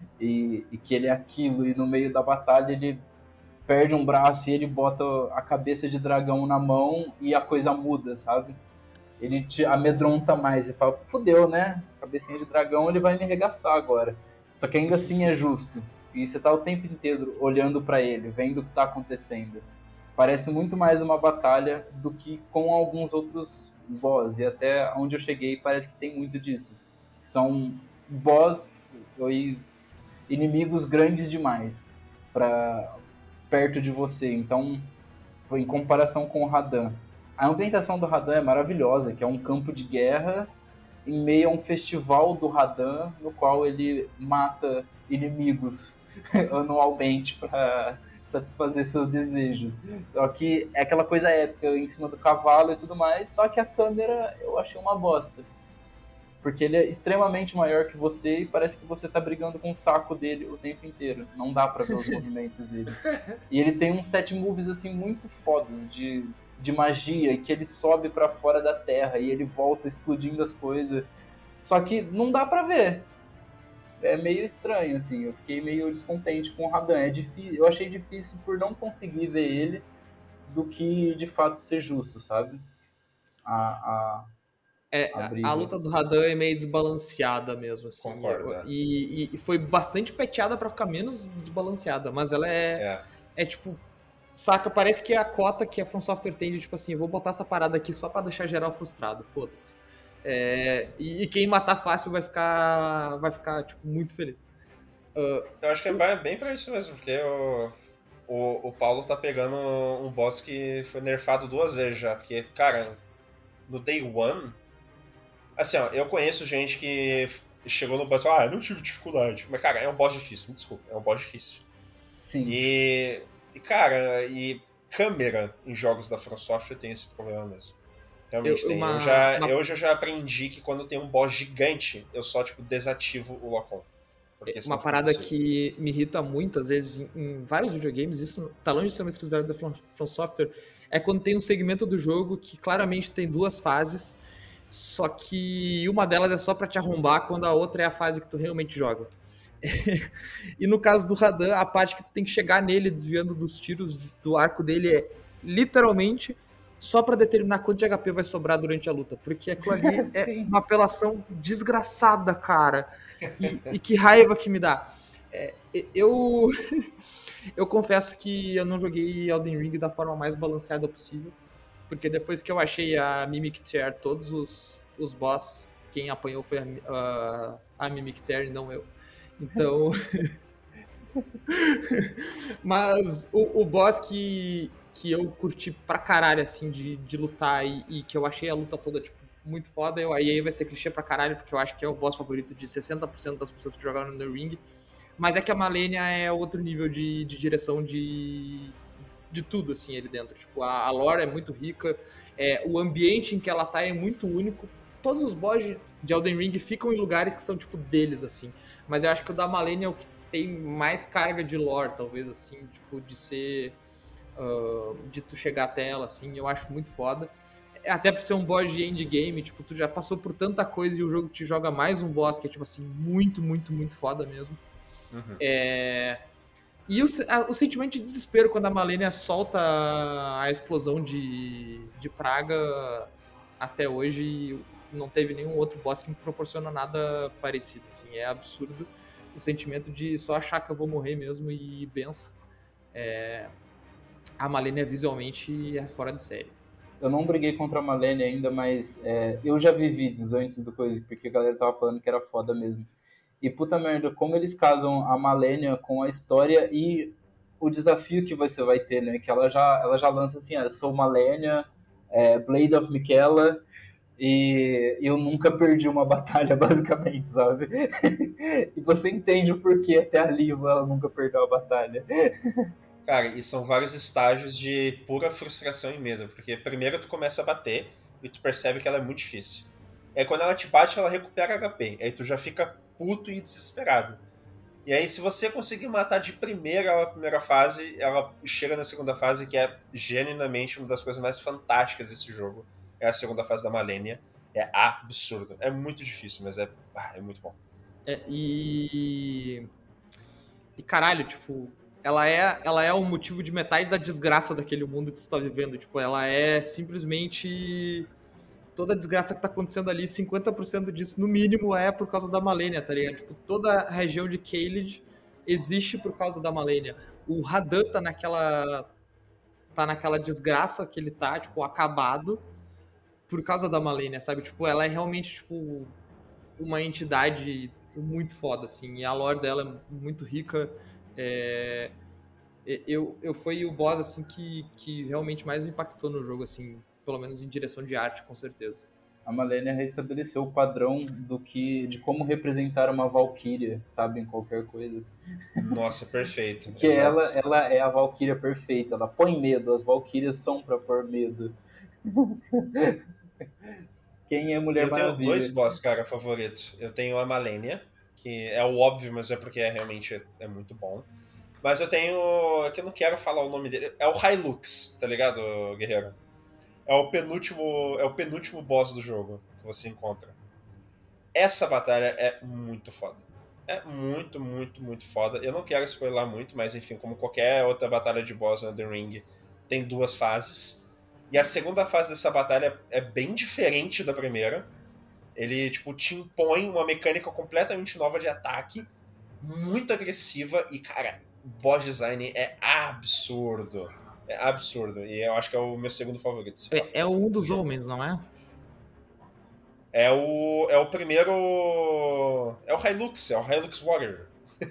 e que ele é aquilo, e no meio da batalha ele perde um braço e ele bota a cabeça de dragão na mão e a coisa muda, sabe? Ele te amedronta mais e fala, fudeu, né? Cabecinha de dragão, ele vai me arregaçar agora. Só que ainda assim é justo. E você tá o tempo inteiro olhando para ele, vendo o que tá acontecendo. Parece muito mais uma batalha do que com alguns outros boss. E até onde eu cheguei parece que tem muito disso. São boss e inimigos grandes demais para perto de você. Então, em comparação com o Radan, a ambientação do Radan é maravilhosa, que é um campo de guerra em meio a um festival do Radan, no qual ele mata inimigos anualmente para satisfazer seus desejos. Só que é aquela coisa épica em cima do cavalo e tudo mais, só que a câmera eu achei uma bosta. Porque ele é extremamente maior que você e parece que você tá brigando com o saco dele o tempo inteiro. Não dá pra ver os movimentos dele. E ele tem uns set moves assim muito fodas de magia e que ele sobe pra fora da terra e ele volta explodindo as coisas. Só que não dá pra ver. É meio estranho, assim. Eu fiquei meio descontente com o Radan. É difícil, eu achei difícil por não conseguir ver ele do que de fato ser justo, sabe? A, a, a A briga. luta do Radan é meio desbalanceada mesmo, assim. Concordo. E foi bastante peteada pra ficar menos desbalanceada, mas ela É. é tipo, saca, parece que é a cota que a From Software tem de tipo assim, eu vou botar essa parada aqui só pra deixar geral frustrado, foda-se. E quem matar fácil vai ficar tipo, muito feliz. Eu acho que é bem pra isso mesmo, porque o Paulo tá pegando um boss que foi nerfado 2 vezes já. Porque, cara, no Day One. Assim, ó, eu conheço gente que chegou no boss e falou, eu não tive dificuldade. Mas, cara, é um boss difícil, me desculpa, é um boss difícil. Sim. Cara, câmera em jogos da From Software tem esse problema mesmo. Realmente tem. Eu já aprendi que quando tem um boss gigante, eu só, tipo, desativo o lock-on. Uma parada que me irrita muito, às vezes, em vários videogames, isso tá longe de ser uma exclusividade da From Software, é quando tem um segmento do jogo que claramente tem duas fases, só que uma delas é só pra te arrombar, quando a outra é a fase que tu realmente joga. E no caso do Radan, a parte que tu tem que chegar nele desviando dos tiros do arco dele é literalmente só pra determinar quanto de HP vai sobrar durante a luta, porque aquilo ali é uma apelação desgraçada, cara. E que raiva que me dá. Eu confesso que eu não joguei Elden Ring da forma mais balanceada possível, porque depois que eu achei a Mimic Tear, todos os boss, quem apanhou foi a Mimic Tear e não eu. Então... Mas o boss que eu curti pra caralho, assim, de lutar e que eu achei a luta toda, tipo, muito foda, aí vai ser clichê pra caralho, porque eu acho que é o boss favorito de 60% das pessoas que jogaram no The Ring, mas é que a Malenia é outro nível de direção de tudo, assim, ali dentro. Tipo, a lore é muito rica, o ambiente em que ela tá é muito único. Todos os boss de Elden Ring ficam em lugares que são, tipo, deles, assim. Mas eu acho que o da Malenia é o que tem mais carga de lore, talvez, assim, tipo, de ser... de tu chegar até ela, assim, eu acho muito foda. Até por ser um boss de endgame, tipo, tu já passou por tanta coisa e o jogo te joga mais um boss que é, tipo assim, muito, muito, muito foda mesmo. Uhum. E o sentimento de desespero quando a Malenia solta a explosão de praga, até hoje não teve nenhum outro boss que me proporciona nada parecido, assim, é absurdo o sentimento de só achar que eu vou morrer mesmo e benção. A Malenia visualmente é fora de série. Eu não briguei contra a Malenia ainda, mas eu já vi vídeos antes do coisa, porque a galera tava falando que era foda mesmo. E puta merda, como eles casam a Malenia com a história e o desafio que você vai ter, né? Que ela já lança assim, eu sou Malenia, Blade of Miquella, e eu nunca perdi uma batalha, basicamente, sabe? E você entende o porquê até ali ela nunca perdeu a batalha. Cara, e são vários estágios de pura frustração e medo, porque primeiro tu começa a bater e tu percebe que ela é muito difícil. Aí quando ela te bate, ela recupera HP. Aí tu já fica puto e desesperado. E aí se você conseguir matar de primeira a primeira fase, ela chega na segunda fase, que é genuinamente uma das coisas mais fantásticas desse jogo. É a segunda fase da Malenia. É absurdo. É muito difícil, mas é muito bom. E caralho, tipo, ela é o motivo de metade da desgraça daquele mundo que você tá vivendo. Tipo, ela é simplesmente toda a desgraça que tá acontecendo ali, 50% disso, no mínimo, é por causa da Malenia, tá ligado? Tipo, toda a região de Caelid existe por causa da Malenia. O Radan tá naquela desgraça que ele tá, tipo, acabado por causa da Malenia, sabe? Tipo, ela é realmente, tipo, uma entidade muito foda, assim, e a lore dela é muito rica. Eu fui o boss, assim, que realmente mais me impactou no jogo, assim, pelo menos em direção de arte, com certeza. A Malenia restabeleceu o padrão de como representar uma Valkyria, sabe, em qualquer coisa. Nossa, perfeito. Porque ela é a Valkyria perfeita, ela põe medo, as Valkyrias são pra pôr medo. Quem é Mulher Maravilha? Eu tenho dois boss, cara, favoritos. Eu tenho a Malenia, que é o óbvio, mas é porque realmente é muito bom. Mas eu tenho... que eu não quero falar o nome dele. É o Hylux, tá ligado, guerreiro? É o penúltimo boss do jogo que você encontra. Essa batalha é muito foda. É muito, muito, muito foda. Eu não quero spoiler muito, mas enfim, como qualquer outra batalha de boss no The Ring, tem duas fases. E a segunda fase dessa batalha é bem diferente da primeira. Ele, tipo, te impõe uma mecânica completamente nova de ataque, muito agressiva, e, cara, o boss design é absurdo. É absurdo. E eu acho que é o meu segundo favorito. É um dos homens, não é? É o primeiro. É o Hylux Warrior.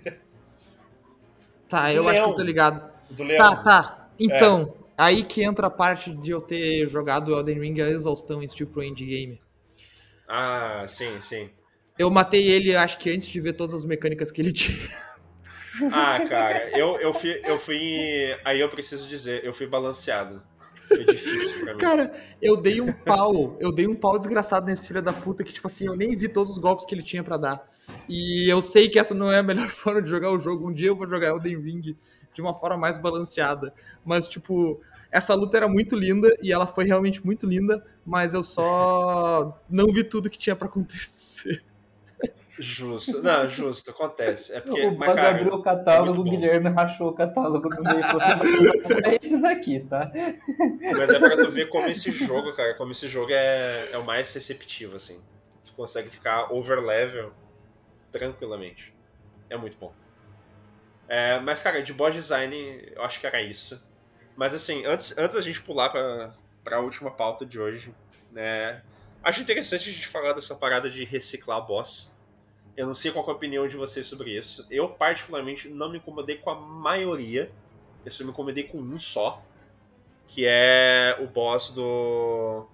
Tá, Do eu acho que eu leão. tô ligado. Do leão. Tá. Então, aí que entra a parte de eu ter jogado Elden Ring a exaustão em estilo pro endgame. Ah, sim, sim. Eu matei ele, acho que antes de ver todas as mecânicas que ele tinha. Ah, cara, eu fui. Aí eu preciso dizer, eu fui balanceado. Tipo, foi difícil pra mim. Cara, eu dei um pau desgraçado nesse filho da puta que, tipo assim, eu nem vi todos os golpes que ele tinha pra dar. E eu sei que essa não é a melhor forma de jogar o jogo. Um dia eu vou jogar Elden Ring de uma forma mais balanceada. Mas, tipo, essa luta era muito linda e ela foi realmente muito linda, mas eu só não vi tudo que tinha pra acontecer. Justo. Não, justo, acontece. É O porque. Mas, boss abriu cara, o é muito catálogo, o bom. Guilherme rachou o catálogo no meio e falou: você vai usar só esses aqui, tá? Mas é pra tu ver como esse jogo, cara, como esse jogo é o mais receptivo, assim. Tu consegue ficar overlevel tranquilamente. É muito bom. Mas, cara, de boss design, eu acho que era isso. Mas, assim, antes da gente pular pra última pauta de hoje, né? Acho interessante a gente falar dessa parada de reciclar boss. Eu não sei qual que é a opinião de vocês sobre isso. Eu, particularmente, não me incomodei com a maioria. Eu só me incomodei com um só, que é o boss do.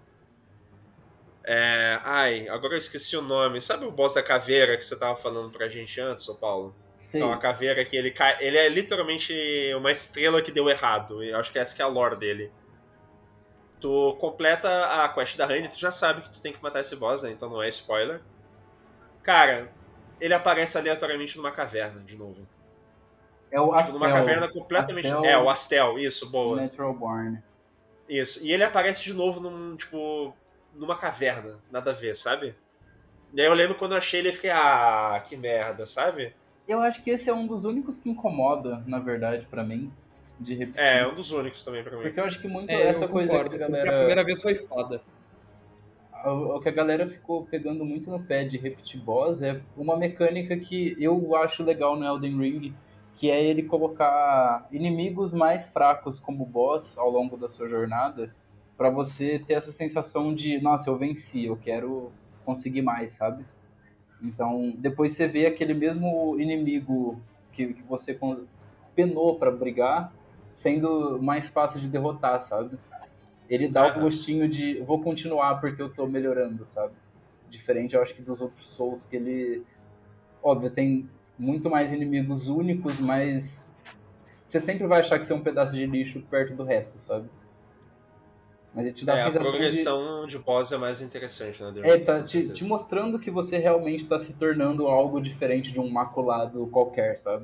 Ai, agora eu esqueci o nome. Sabe o boss da caveira que você tava falando pra gente antes, ô Paulo? Que é uma Sei. caveira que ele cai. Ele é literalmente uma estrela que deu errado. Eu acho que essa que é a lore dele. Tu completa a quest da Honey, tu já sabe que tu tem que matar esse boss, né? Então não é spoiler. Cara, ele aparece aleatoriamente numa caverna de novo. É o Tipo, numa Astel. caverna completamente. O Astel Astel, isso, boa. Natural Born. Isso. E ele aparece de novo numa caverna, nada a ver, sabe? E aí eu lembro quando eu achei ele, eu fiquei, que merda, sabe? Eu acho que esse é um dos únicos que incomoda, na verdade, pra mim, de É repetir. um dos únicos também pra mim. Porque eu acho que muito É, eu essa coisa que a concordo, porque a galera. primeira vez foi foda. O que a galera ficou pegando muito no pé de repetir boss é uma mecânica que eu acho legal no Elden Ring, que é ele colocar inimigos mais fracos como boss ao longo da sua jornada, pra você ter essa sensação de, nossa, eu venci, eu quero conseguir mais, sabe? Então, depois você vê aquele mesmo inimigo que você penou pra brigar, sendo mais fácil de derrotar, sabe? Ele dá o Aham. gostinho de vou continuar porque eu tô melhorando, sabe? Diferente, eu acho que dos outros Souls, que ele, óbvio, tem muito mais inimigos únicos, mas você sempre vai achar que você é um pedaço de lixo perto do resto, sabe? Mas ele te dá a A sensação de. progressão de boss é mais interessante na The É, Ring, tá com te certeza. mostrando que você realmente tá se tornando algo diferente de um maculado qualquer, sabe?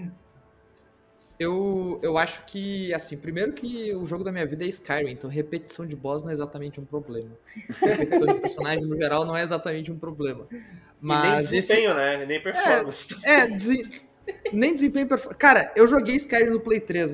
Eu acho que, assim, primeiro que o jogo da minha vida é Skyrim, então repetição de boss não é exatamente um problema. Repetição de personagem, no geral, não é exatamente um problema. E nem Mas esse. desempenho, né? Nem performance. Nem desempenho perfeito. Cara, eu joguei Skyrim no Play 3.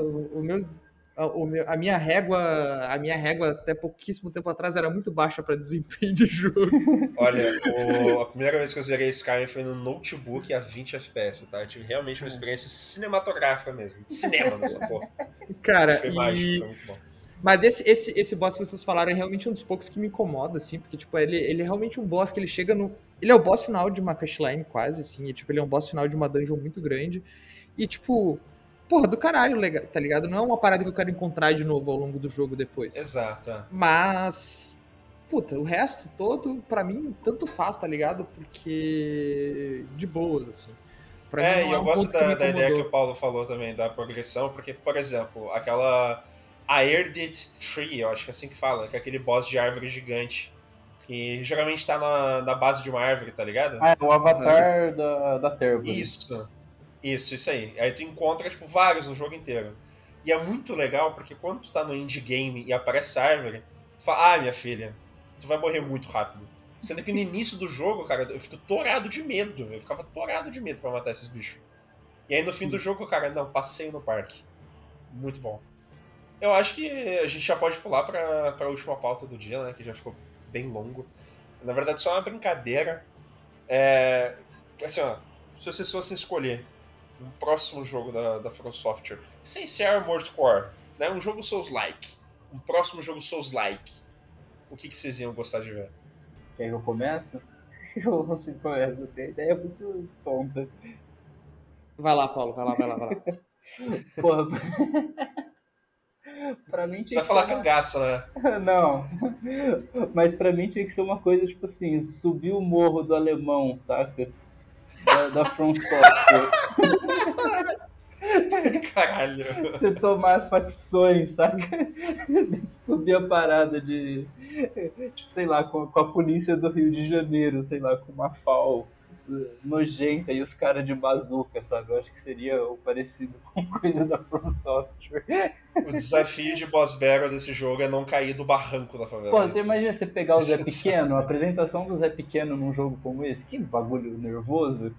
A minha régua até pouquíssimo tempo atrás era muito baixa pra desempenho de jogo. Olha, a primeira vez que eu zerei Skyrim foi no notebook a 20 FPS, tá? Eu tive realmente uma experiência cinematográfica mesmo. De cinema nessa porra. Cara, Foi mágico, foi muito bom. Mas esse boss que vocês falaram é realmente um dos poucos que me incomoda, assim, porque, tipo, ele é realmente um boss que ele chega no. Ele é o boss final de uma questline, quase, assim, e, tipo, ele é um boss final de uma dungeon muito grande. E, tipo, porra, do caralho, tá ligado? Não é uma parada que eu quero encontrar de novo ao longo do jogo depois. Exato. É. Mas. Puta, o resto todo, pra mim, tanto faz, tá ligado? Porque. De boas, assim. Pra mim E não é eu um gosto ponto que me da ideia que o incomodou. Paulo falou também, da progressão, porque, por exemplo, aquela Airded Tree, eu acho que é assim que fala, que é aquele boss de árvore gigante, que geralmente tá na base de uma árvore, tá ligado? Ah, é o Aham. avatar da Tervore. Isso aí. Aí tu encontra, tipo, vários no jogo inteiro. E é muito legal, porque quando tu tá no indie game e aparece a árvore, tu fala, minha filha, tu vai morrer muito rápido. Sendo que no início do jogo, cara, eu fico torado de medo. Eu ficava torado de medo pra matar esses bichos. E aí no fim do jogo, cara, não, passeio no parque. Muito bom. Eu acho que a gente já pode pular pra última pauta do dia, né? Que já ficou bem longo. Na verdade, só uma brincadeira. Assim, ó, se vocês fossem escolher um próximo jogo da From Software, sem ser Armored Core, né? Um jogo Souls-like. Um próximo jogo Souls-like. O que vocês iam gostar de ver? Quer que eu comece? Ou vocês começam? Tem ideia muito tonta. Vai lá, Paulo, vai lá. Porra, Pra mim Você tinha vai que falar ser uma... cangaço, né? Não, mas pra mim tinha que ser uma coisa tipo assim, subir o morro do alemão, saca? Da From Software. Caralho. Você tomar as facções, saca? Tem que subir a parada de. Tipo, sei lá, com a polícia do Rio de Janeiro, sei lá, com uma FAO nojenta e os caras de bazuca, sabe? Eu acho que seria o parecido com coisa da From Software. O desafio de boss battle desse jogo é não cair do barranco da favela. Pô, você imagina você pegar o Zé Isso é Pequeno, a apresentação do Zé Pequeno num jogo como esse? Que bagulho nervoso.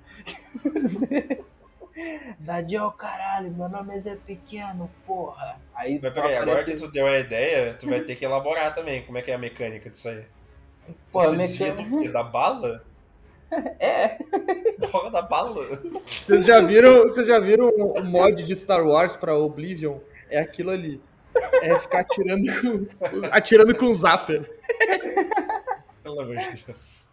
Dadinho ao caralho, meu nome é Zé Pequeno, porra. Aí Mas peraí, agora que aparece. tu deu a ideia, tu vai ter que elaborar também como é que é a mecânica disso aí. Tu Porra, se desvia do quê? Da bala? É. Porra da bala? Vocês já viram o mod de Star Wars pra Oblivion? É aquilo ali. É ficar atirando com o Zapper. Pelo amor de Deus.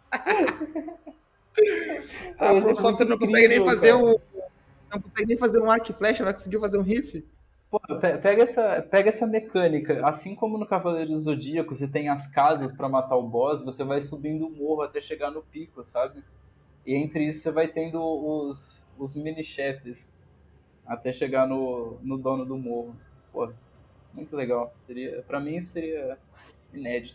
A Ia ser From Software muito não consegue nem incrível, fazer cara. não consegue nem fazer um arco e flecha, vai conseguir fazer um riff. Pô, pega essa mecânica. Assim como no Cavaleiro do Zodíaco, você tem as casas pra matar o boss, você vai subindo o morro até chegar no pico, sabe? E entre isso você vai tendo os mini-chefes até chegar no dono do morro. Pô, muito legal. Pra mim isso seria inédito.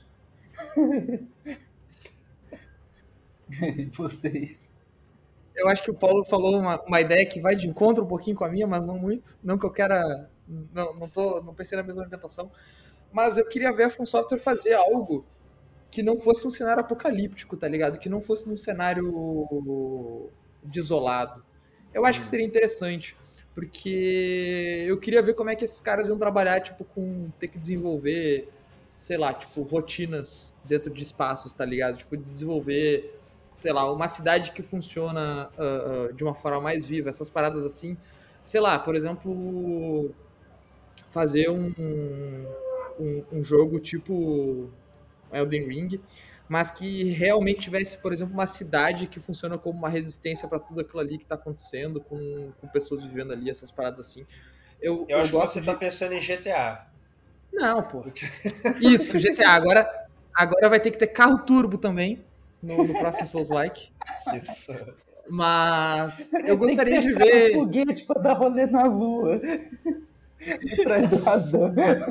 E vocês? Eu acho que o Paulo falou uma ideia que vai de encontro um pouquinho com a minha, mas não muito. Não que eu queira. Não pensei na mesma orientação. Mas eu queria ver a From Software fazer algo que não fosse um cenário apocalíptico, tá ligado? Que não fosse num cenário desolado. Eu acho que seria interessante, porque eu queria ver como é que esses caras iam trabalhar, tipo, com ter que desenvolver, sei lá, tipo, rotinas dentro de espaços, tá ligado? Tipo, desenvolver, sei lá, uma cidade que funciona de uma forma mais viva, essas paradas assim. Sei lá, por exemplo, fazer um jogo tipo Elden Ring, mas que realmente tivesse, por exemplo, uma cidade que funciona como uma resistência para tudo aquilo ali que tá acontecendo, com pessoas vivendo ali, essas paradas assim. Eu, Eu eu acho que gosto você tá de. pensando em GTA. Não, pô. Isso, GTA. Agora vai ter que ter carro turbo também no próximo Souls Like. Isso. Mas eu Tem que gostaria de ter cara ver foguete pra dar rolê na lua. Atrás do radar.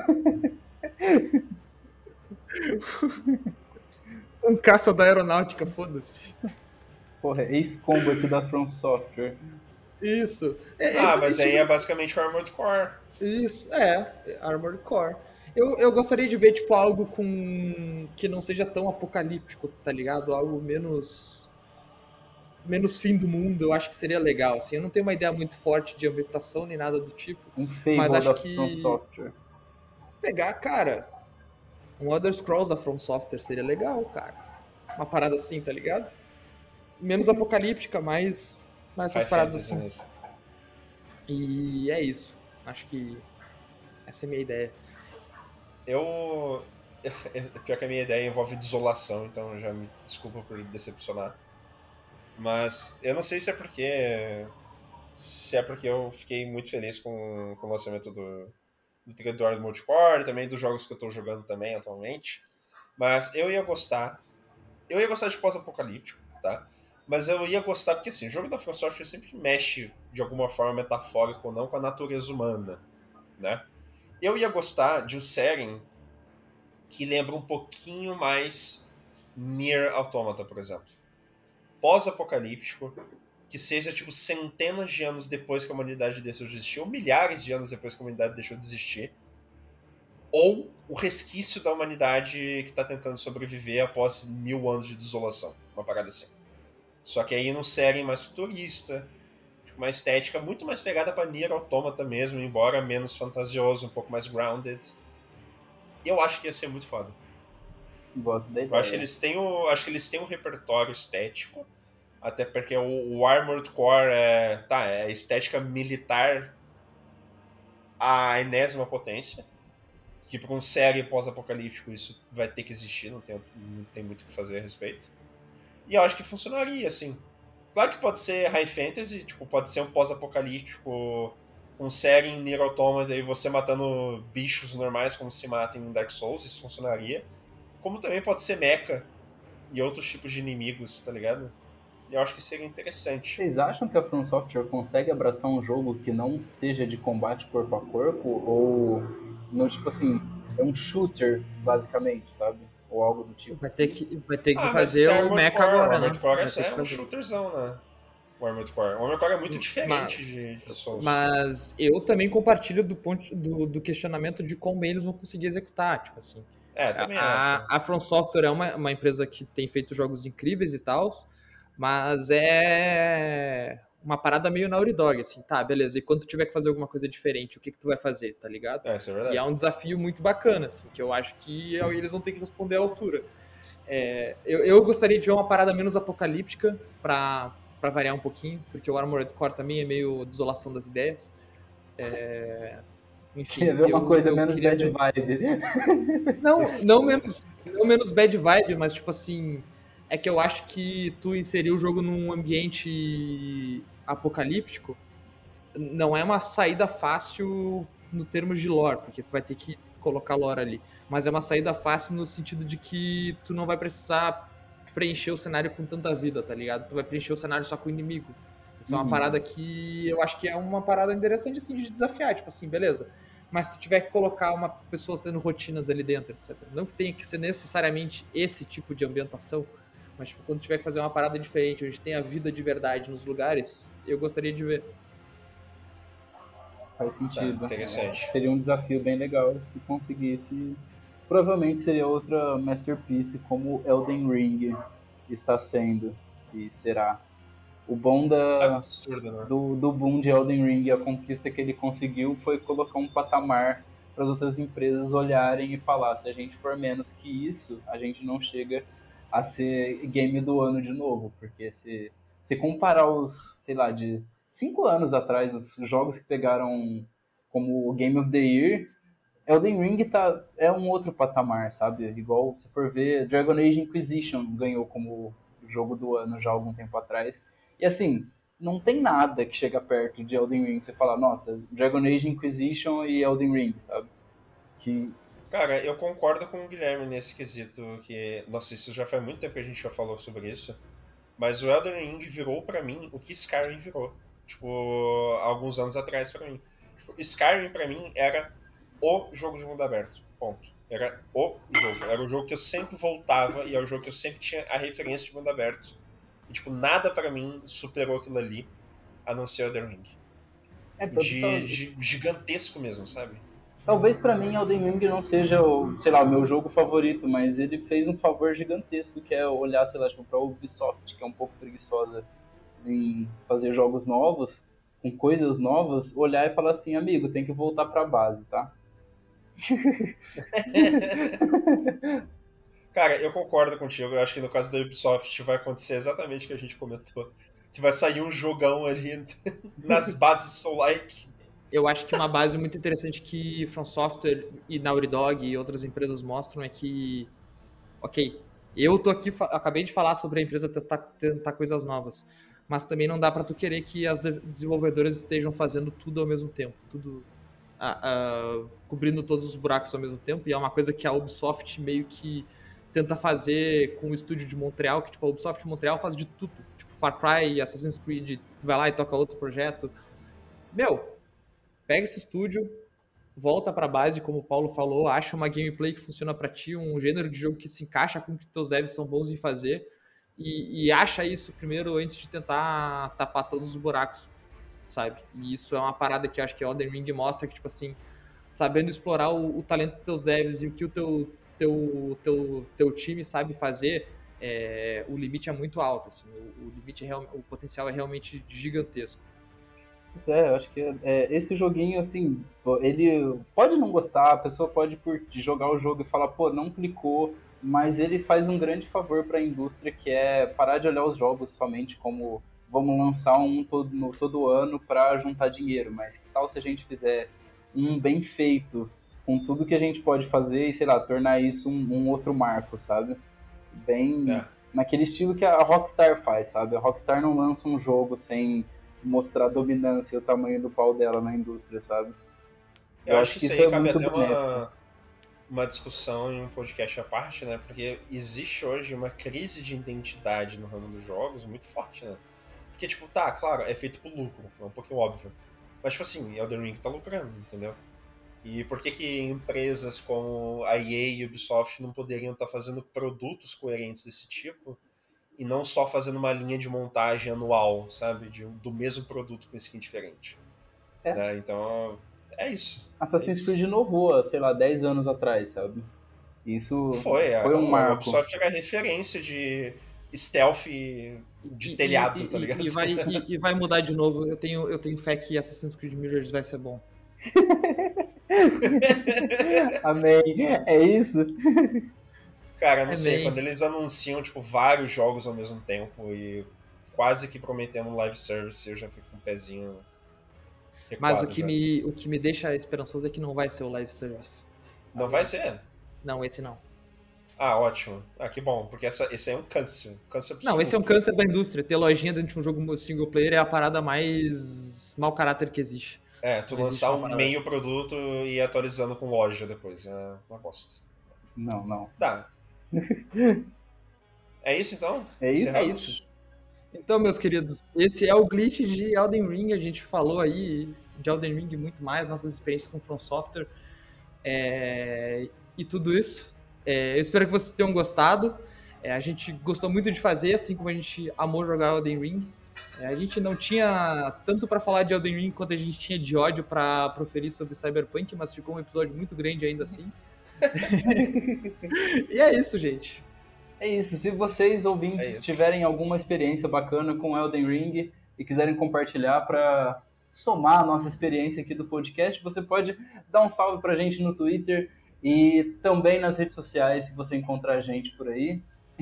um caça da aeronáutica, foda-se. Porra, Ace Combat da From Software. Isso. Ah, mas Esse aí tipo é basicamente o Armored Core. Isso, Armored Core. Eu gostaria de ver, tipo, algo com que não seja tão apocalíptico, tá ligado? Algo menos fim do mundo, eu acho que seria legal, assim. Eu não tenho uma ideia muito forte de ambientação nem nada do tipo, Um mas Fable acho da From que Software. pegar, cara, um Elder Scrolls da From Software seria legal, cara. Uma parada assim, tá ligado? Menos apocalíptica, mais essas High paradas Fantasy assim. nisso. E é isso. Acho que essa é a minha ideia. Eu. Pior que a minha ideia envolve desolação, então já me desculpa por decepcionar. Mas eu não sei se é porque. Se é porque eu fiquei muito feliz com o lançamento do Trigger do Armored Core, também dos jogos que eu tô jogando também atualmente. Mas eu ia gostar. Eu ia gostar de pós-apocalíptico, tá? Mas eu ia gostar, porque assim, o jogo da From Software sempre mexe de alguma forma metafórica ou não com a natureza humana, né? Eu ia gostar de um setting que lembra um pouquinho mais Nier Automata, por exemplo. Pós-apocalíptico, que seja tipo centenas de anos depois que a humanidade deixou de existir, ou milhares de anos depois que a humanidade deixou de existir, ou o resquício da humanidade que está tentando sobreviver após 1000 anos de desolação, uma parada assim. Só que aí num setting mais futurista, uma estética muito mais pegada para Nier Automata mesmo, embora menos fantasioso, um pouco mais grounded. E eu acho que ia ser muito foda. Gosto da Eu acho que ideia. acho que eles têm um repertório estético, até porque o Armored Core é estética militar à enésima potência, que para um série pós-apocalíptico isso vai ter que existir, não tem muito o que fazer a respeito. E eu acho que funcionaria, assim. Claro que pode ser high fantasy, tipo, pode ser um pós-apocalíptico com série em Nier Automata e você matando bichos normais como se mata em Dark Souls, isso funcionaria. Como também pode ser mecha e outros tipos de inimigos, tá ligado? Eu acho que seria interessante. Vocês acham que a From Software consegue abraçar um jogo que não seja de combate corpo a corpo? Ou, não, tipo assim, é um shooter, basicamente, sabe? Ou algo do tipo assim? Vai ter que Mas fazer o Armored mecha Core, o agora, né? Armored Core Vai ter que é um fazer. shooterzão, né? O Armored Core. O Armored Core é muito diferente Mas, de Souls. mas eu também compartilho do questionamento de como eles vão conseguir executar, tipo assim. Também acho. A From Software é uma empresa que tem feito jogos incríveis e tal, mas é uma parada meio Naughty Dog, assim, tá, beleza, e quando tu tiver que fazer alguma coisa diferente, o que tu vai fazer, tá ligado? Isso é E é verdade. um desafio muito bacana, assim, que eu acho que eles vão ter que responder à altura. Eu gostaria de ver uma parada menos apocalíptica pra variar um pouquinho, porque o Armored Core também é meio desolação das ideias. Enfim, Quer ver uma coisa eu menos queria bad ver. vibe? Não menos bad vibe, mas tipo assim, é que eu acho que tu inserir o jogo num ambiente apocalíptico não é uma saída fácil no termos de lore, porque tu vai ter que colocar lore ali, mas é uma saída fácil no sentido de que tu não vai precisar preencher o cenário com tanta vida, tá ligado? Tu vai preencher o cenário só com o inimigo. Isso é uma parada que eu acho que é uma parada interessante assim de desafiar, tipo assim, beleza. Mas se tu tiver que colocar uma pessoa tendo rotinas ali dentro, etc. Não que tenha que ser necessariamente esse tipo de ambientação, mas tipo, quando tiver que fazer uma parada diferente, onde tem a vida de verdade nos lugares, eu gostaria de ver. Faz sentido. Interessante. Seria um desafio bem legal se conseguisse. Provavelmente seria outra masterpiece como Elden Ring está sendo e será. O bom Absurdo, né? do boom de Elden Ring, a conquista que ele conseguiu foi colocar um patamar para as outras empresas olharem e falar: se a gente for menos que isso, a gente não chega a ser game do ano de novo. Porque se comparar os, sei lá, de 5 anos atrás, os jogos que pegaram como Game of the Year, Elden Ring é um outro patamar, sabe? Igual se for ver, Dragon Age Inquisition ganhou como jogo do ano já há algum tempo atrás. E assim, não tem nada que chega perto de Elden Ring. Você fala, nossa, Dragon Age Inquisition e Elden Ring, sabe? Que Cara, eu concordo com o Guilherme nesse quesito, que, nossa, isso já faz muito tempo que a gente já falou sobre isso, mas o Elden Ring virou pra mim o que Skyrim virou, tipo, alguns anos atrás pra mim. Tipo, Skyrim pra mim era o jogo de mundo aberto, ponto. Era o jogo, era o jogo que eu sempre voltava e era o jogo que eu sempre tinha a referência de mundo aberto. E, tipo, nada pra mim superou aquilo ali, a não ser Elden Ring. é De gigantesco mesmo, sabe? talvez para mim Elden Ring não seja o, sei lá, o meu jogo favorito, mas ele fez um favor gigantesco que é olhar, sei lá, tipo, para Ubisoft, que é um pouco preguiçosa em fazer jogos novos, com coisas novas, olhar e falar assim, amigo, tem que voltar para a base, tá? Cara, eu concordo contigo. Eu acho que no caso da Ubisoft vai acontecer exatamente o que a gente comentou. Que vai sair um jogão ali nas bases Soul-like. Eu acho que uma base muito interessante que From Software e Naughty Dog e outras empresas mostram é que, ok, eu tô aqui, acabei de falar sobre a empresa tentar coisas novas, mas também não dá para tu querer que as desenvolvedoras estejam fazendo tudo ao mesmo tempo, tudo cobrindo todos os buracos ao mesmo tempo, e é uma coisa que a Ubisoft meio que tenta fazer com o estúdio de Montreal, que tipo, a Ubisoft Montreal faz de tudo, tipo Far Cry, Assassin's Creed, tu vai lá e toca outro projeto. Meu, pega esse estúdio, volta pra base, como o Paulo falou, acha uma gameplay que funciona pra ti, um gênero de jogo que se encaixa com o que teus devs são bons em fazer, e acha isso primeiro antes de tentar tapar todos os buracos, sabe? E isso é uma parada que eu acho que o Elden Ring mostra que, tipo assim, sabendo explorar o talento dos teus devs e o que o teu time sabe fazer, o limite é muito alto, assim, o limite o potencial é realmente gigantesco. Eu acho que esse joguinho, assim, ele pode não gostar, a pessoa pode curtir, jogar o jogo e falar, pô, não clicou, mas ele faz um grande favor para a indústria, que é parar de olhar os jogos somente como vamos lançar um todo ano para juntar dinheiro, mas que tal se a gente fizer um bem feito, com tudo que a gente pode fazer e, sei lá, tornar isso um outro marco, sabe? Bem É. naquele estilo que a Rockstar faz, sabe? A Rockstar não lança um jogo sem mostrar a dominância e o tamanho do pau dela na indústria, sabe? Eu acho que isso aí cabe muito até benéfico. uma discussão em um podcast à parte, né? Porque existe hoje uma crise de identidade no ramo dos jogos muito forte, né? Porque, tipo, tá, claro, é feito por lucro, é um pouquinho óbvio. Mas, tipo assim, Elden Ring tá lucrando, entendeu? E por que empresas como a EA e Ubisoft não poderiam estar fazendo produtos coerentes desse tipo e não só fazendo uma linha de montagem anual, sabe? Do mesmo produto com skin diferente. É. Né? Então, é isso. Assassin's Creed inovou, sei lá, 10 anos atrás, sabe? Isso Foi um a marco. Ubisoft era referência de stealth de telhado, tá ligado? E vai mudar de novo. Eu tenho fé que Assassin's Creed Mirrors vai ser bom. Amém. É isso? Cara, eu não sei, Amém. quando eles anunciam, tipo, vários jogos ao mesmo tempo e quase que prometendo um live service, eu já fico com o pezinho recuado. Mas o já. que me deixa esperançoso é que não vai ser o live service. Não vai ser? Não, esse não. Ah, ótimo. Ah, que bom, porque esse aí é um câncer. Câncer absoluto. Não, esse é um câncer da indústria. Ter lojinha dentro de um jogo single player é a parada mais mau caráter que existe. É, tu Não existe lançar uma um parada. meio produto e ir atualizando com loja depois. É uma bosta. Não. Tá. É isso então? É isso? Encerramos? É isso. Então, meus queridos, esse é o glitch de Elden Ring. A gente falou aí de Elden Ring e muito mais, nossas experiências com From Software e tudo isso. Eu espero que vocês tenham gostado. A gente gostou muito de fazer, assim como a gente amou jogar Elden Ring. A gente não tinha tanto para falar de Elden Ring quanto a gente tinha de ódio para proferir sobre Cyberpunk, mas ficou um episódio muito grande ainda assim. E é isso, gente. É isso. Se vocês, ouvintes, tiverem alguma experiência bacana com Elden Ring e quiserem compartilhar para somar a nossa experiência aqui do podcast, você pode dar um salve pra gente no Twitter e também nas redes sociais, se você encontrar a gente por aí.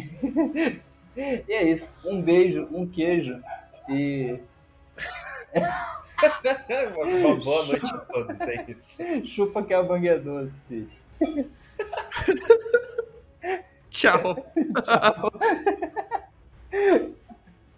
E é isso. Um beijo, um queijo e... Uma boa noite a todos, é isso. Chupa que a bangue é doce, filho. Tchau. Tchau.